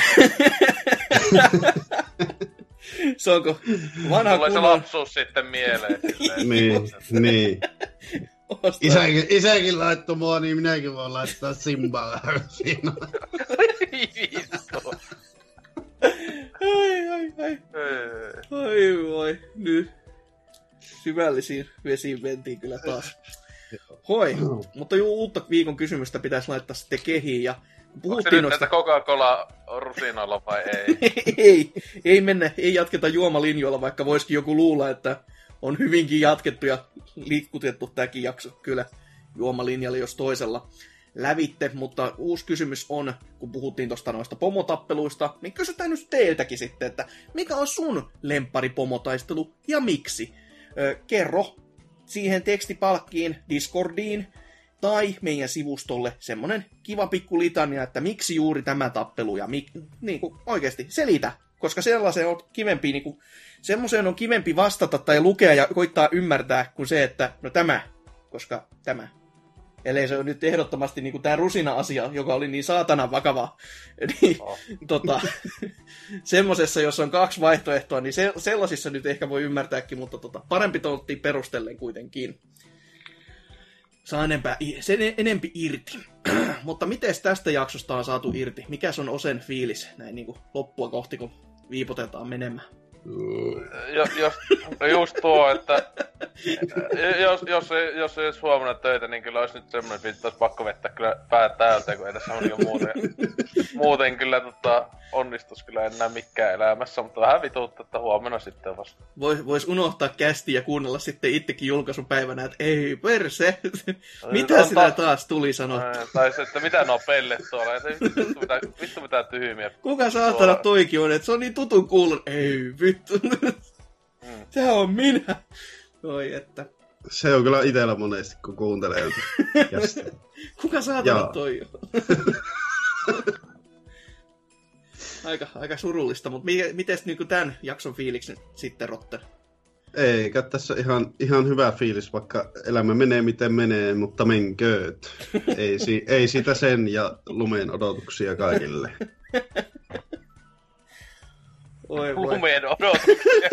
Se onko vanha tulee kunnon... se lapsuus sitten mieleen. niin, niin. Isäkin, isäkin laittoi mua, niin minäkin voin laittaa Simbaa siinä. Vittu. Ai, ai, ai. Ai voi, nyt. Syvällisiin vesiin mentiin kyllä taas. Hoi, mutta juu, uutta viikon kysymystä pitäisi laittaa sitten kehiin. Ja onko se nyt noista... Coca-Cola rusinoilla vai ei? ei, ei mennä, ei jatketa juomalinjoilla, vaikka voisikin joku luulla, että on hyvinkin jatkettu ja liikutettu tämäkin jakso kyllä juomalinjalle jos toisella lävitte. Mutta uusi kysymys on, kun puhuttiin tuosta noista pomotappeluista, niin kysytään nyt teiltäkin sitten, että mikä on sun lemppari pomotaistelu ja miksi? Ö, kerro siihen tekstipalkkiin, Discordiin tai meidän sivustolle semmonen kiva pikku litania, että miksi juuri tämä tappelu ja mik, niin kuin oikeasti selitä, koska sellaiseen on kivempi, niin kuin, semmoiseen on kivempi vastata tai lukea ja koittaa ymmärtää kuin se, että no tämä, koska tämä. Eli se on nyt ehdottomasti niin kuin tämä rusina-asia, joka oli niin saatanan vakava. Niin, oh. tota, semmosessa, jos on kaksi vaihtoehtoa, niin se, sellaisissa nyt ehkä voi ymmärtääkin, mutta tota, parempi tontti perustellen kuitenkin. Saa enempää, sen enempi irti. Mutta miten tästä jaksosta on saatu irti? Mikäs on Osen fiilis näin niin kuin loppua kohti, kun viipotetaan menemään? Jo, jos, just tuo, että jos, jos, ei, jos ei olisi huomenna töitä, niin kyllä olisi nyt semmoinen, että olisi pakko vettää kyllä päät täältä, kun ei tässä on jo muuten, muuten kyllä tota, onnistus kyllä enää mikään elämässä, mutta vähän vituutta, että huomenna sitten vasta. Vois, vois unohtaa kästi ja kuunnella sitten itsekin julkaisupäivänä, että ei perse, mitä sinä taas, taas tuli sanottu? Tai se, että mitä nuo pellet tuolla, että vittu mitä, vittu mitä tyhmiä. Kuka saatana toikin on, että se on niin tutun kuulun, ei vittu, mm. sehän on minä. Oi, että. Se on kyllä itellä monesti, kun kuuntelee. Kuka saatana toi on? aika, aika surullista, mutta miten niinku tämän jakson fiiliksi sitten, Rotter? Eikä tässä ihan, ihan hyvä fiilis, vaikka elämä menee miten menee, mutta menkööt. ei, si, ei sitä sen ja lumen odotuksia kaikille. Oi, voi. Lumeen odotuksia,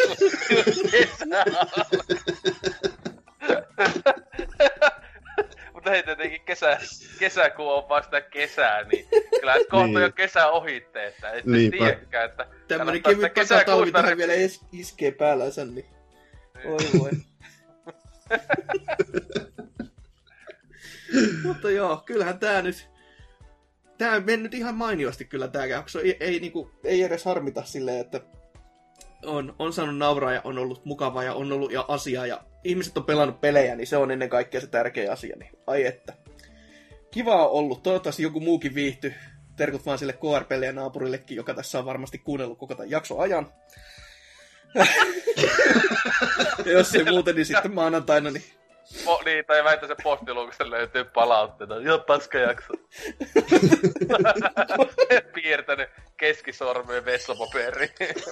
mutta hei, tietenkin kesä, kesäkuu on vasta kesää, niin kyllä et kohta niin. Jo kesä ohitte, että et tiedäkään, että tämmönen kevyt takatalvi tähän vielä is- iskee päällänsä, niin oi voi. Mutta joo, kyllähän tää nyt, tää on mennyt ihan mainiosti kyllä tää jakso, ei, ei, niinku, ei edes harmita silleen, että on, on saanut nauraa ja on ollut mukavaa ja on ollut ja asiaa ja ihmiset on pelannut pelejä, niin se on ennen kaikkea se tärkeä asia, niin ai että. Kiva on ollut, toivottavasti joku muukin viihtyy. Terkut vaan sille K R-pelejä naapurillekin, joka tässä on varmasti kuunnellut koko tämän jakson ajan. Ja jos ei muuten, niin sitten maanantaina, niin po, niin, tai väitä se postiluukusta löytyy palautteita. Joo, paska jakso. Piirtänyt keskisormeen vessapaperiin.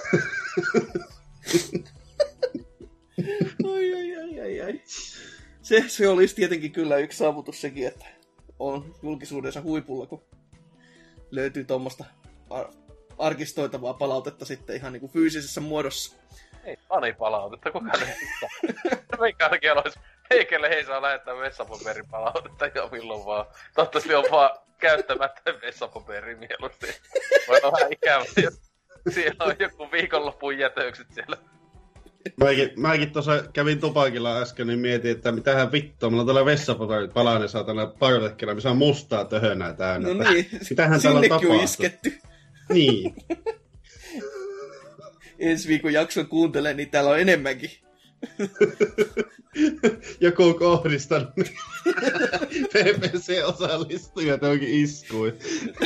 Ai, ai, ai, ai, ai. Se, se olisi tietenkin kyllä yksi saavutus sekin, että on julkisuudessa huipulla, kun löytyy tuommoista ar- arkistoitavaa palautetta sitten ihan niinku fyysisessä muodossa. Ei fanipalautetta, kukaan ei mitään. Meikä ainakin olisi, heikelle ei saa lähettää vessapaperin palautetta jo milloin vaan. Toivottavasti on vaan käyttämättä vessapaperi mieluusti. Voi olla vähän ikävä, jos siellä on joku viikonlopun jätökset siellä. Mäkin, mäkin tuossa kävin tupakilla äsken, niin mietin, että mitähän vittua, mulla on tällä vessapaperit palainen saatana parvekkella, missä on mustaa töhönää täynnä. No niin, mitähän täällä on sinnekin on tapahtunut? isketty. Niin. Ensi viikon jakson kuuntelee, niin täällä on enemmänkin. Joku on kohdistanut P P C-osallistujat onkin iskuin.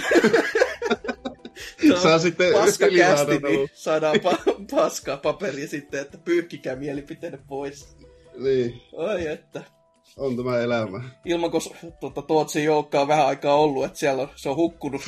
Saa sitten paskakästi, niin saadaan pa- paskaa paperia sitten, että pyyhkikää mielipiteenne pois. Niin. Ai että. On tämä elämä. Ilman, kun tuota, Tootsin joukkoa on vähän aikaa ollut, että siellä on, se on hukkunut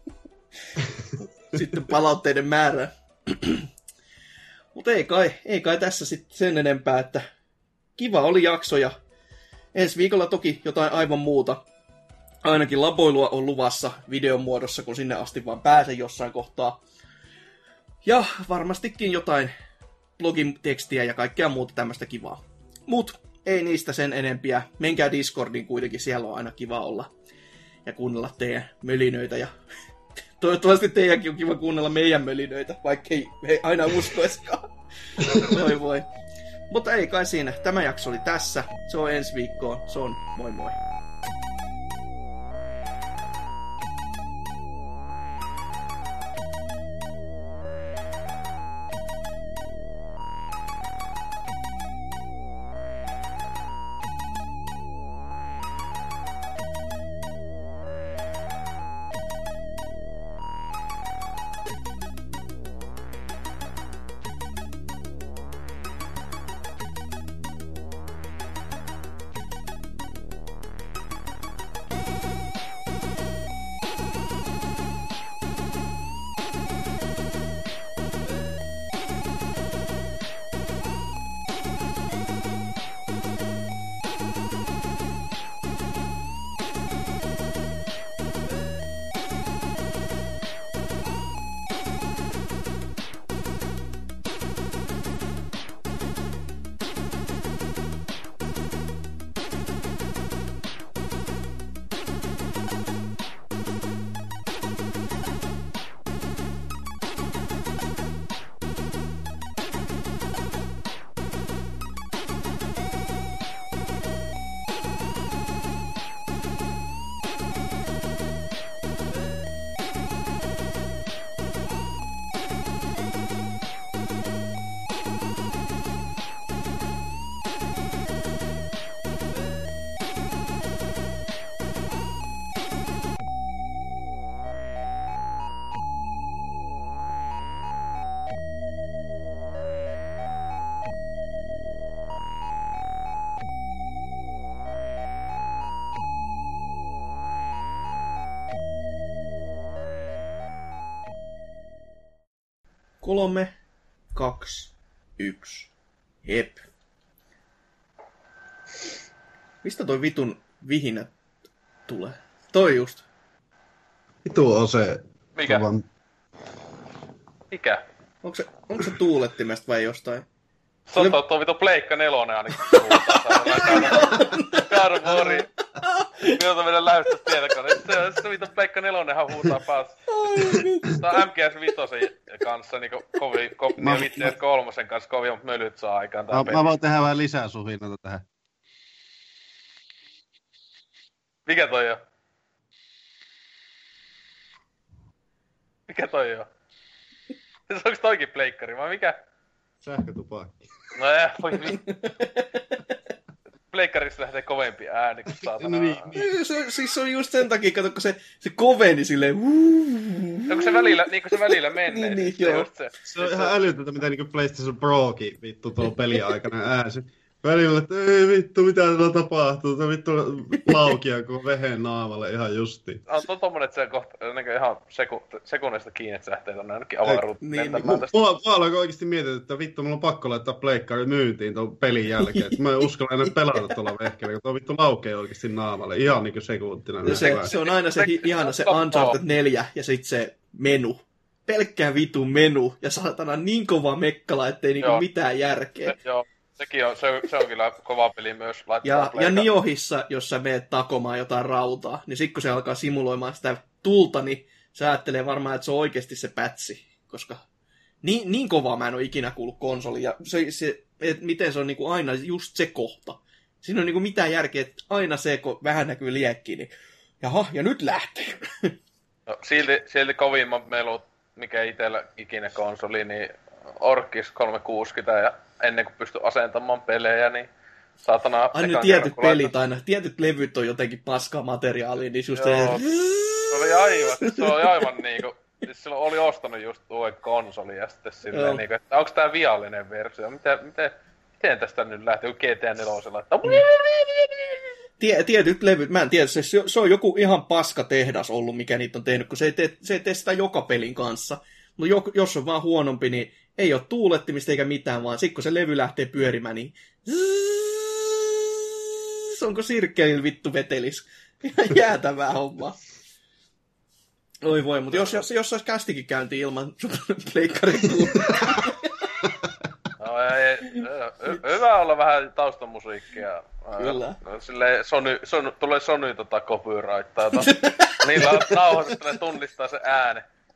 sitten palautteiden määrään. Mutta ei kai, ei kai tässä sitten sen enempää, että kiva oli jakso ja ensi viikolla toki jotain aivan muuta. Ainakin laboilua on luvassa videon muodossa, kun sinne asti vaan pääsen jossain kohtaa. Ja varmastikin jotain blogin tekstiä ja kaikkea muuta tämmöistä kivaa. Mut ei niistä sen enempiä. Menkää Discordiin kuitenkin, siellä on aina kiva olla. Ja kuunnella teidän mölinöitä. Ja toivottavasti teidänkin on kiva kuunnella meidän mölinöitä, vaikka ei, ei aina uskoiskaan. Voi voi. Mutta ei kai siinä. Tämä jakso oli tässä. Se on ensi viikkoon. Se on moi moi. Kolme, kaksi, yksi. Hep. Mistä toi vitun vihinä tulee? Toi just. Vitu on se... Mikä? Tavan... Mikä? Onko se, onko se tuulettimesta vai jostain? Se on tuo vitu Pleikka nelonen ainakin huutaa. Kaadu mori. Minulta mennä lähdöstä tietokone. Se, se vitu Pleikka nelonenhan huutaa päässä. Tää on M G S viisi kanssa niinku kovin, kovin ja vitsi kolmosen kanssa kovin mölyt saa aikaan tää Mä, peli. mä voin tehdä vähän lisää suhinoita tähän. Mikä toi on? Mikä toi on? Onks toikin pleikkari vai mikä? Sähkötupakki. No ei, voi vittu. Pleikkarissa lähtee kovempi ääni, kun saatana. No niin, niin. Se, siis se on just sen takia, kato, kun se, se koveni silleen... No kun se välillä, niin kun se välillä menee, niin, niin, se joo. just se. Se on ihan älytöntä, mitä niinku PlayStation Prokin vittu tuo peli aikana äänsi. Välillä, että ei vittu, mitä täällä tapahtuu, tämä vittu laukia kun vehen naamalle ihan justi. On to tommonen, että se kohta niin ihan seku, sekunnista kiinni, että se lähtee tonne ainakin avaruuteen. Niin, Niin, niin, tästä. Mulla, mulla alkoi oikeesti miettiä, että vittu, mulla on pakko laittaa pleikkari myyntiin ton pelin jälkeen. Että mä en uskalla enää pelata tuolla vehkellä, kun tuo vittu laukee oikeesti naamalle. Ihan niinku sekuntina. Se, se on aina se hi- ihana se Uncharted neljä ja sit se menu. Pelkkää vitun menu ja saatana niin kova mekkala, ettei niinku Joo. mitään järkeä. Se, joo, sekin on, se, se on kyllä kova peli myös. Ja, ja Niohissa, jos sä meet takomaan jotain rautaa, niin sit kun se alkaa simuloimaan sitä tulta, niin sä ajattelee varmaan, että se on oikeasti se pätsi. Koska niin, niin kovaa mä en ole ikinä kuullut konsoli. Ja se, se, et miten se on niinku aina just se kohta. Siinä on niinku mitään järkeä, että aina se, kun vähän näkyy liekkiä, niin jaha, ja nyt lähtee. No, silti, silti kovimmat melut, mikä itsellä ikinä konsoli, niin Orkis kolmesataakuusikymmentä, ja ennen kuin pystyi asentamaan pelejä, niin saatana... Aina tietyt pelit aina, tietyt levyt on jotenkin paskaa materiaalia, niin just Joo, se... se oli aivan, se oli aivan niinku... Siis silloin oli ostanut just uuden konsolin ja sitten silleen niinku, että onks tää viallinen versio, miten, miten, miten tästä nyt lähtee, kun G T A neljä, että... Tie, tietyt levyt, mä en tiedä, se, se on joku ihan paska tehdas ollut, mikä niitä on tehnyt, kun se ei tee, se ei tee sitä joka pelin kanssa. Mutta jos on vaan huonompi, niin ei ole tuulettimista eikä mitään, vaan sit kun se levy lähtee pyörimään, niin... Onko sirkkelillä vittu vetelis? Ihan jäätävää hommaa. Oi voi, mutta jos, jos, jos olisi kästikin käyntiin ilman pleikkarin No ei, hyvä olla vähän taustamusiikkia. Kyllä. Silleen Sony, Sony, tulee Sony tota copyrighttaa. Niillä on nauhoitus, että ne tunnistaa se ääne.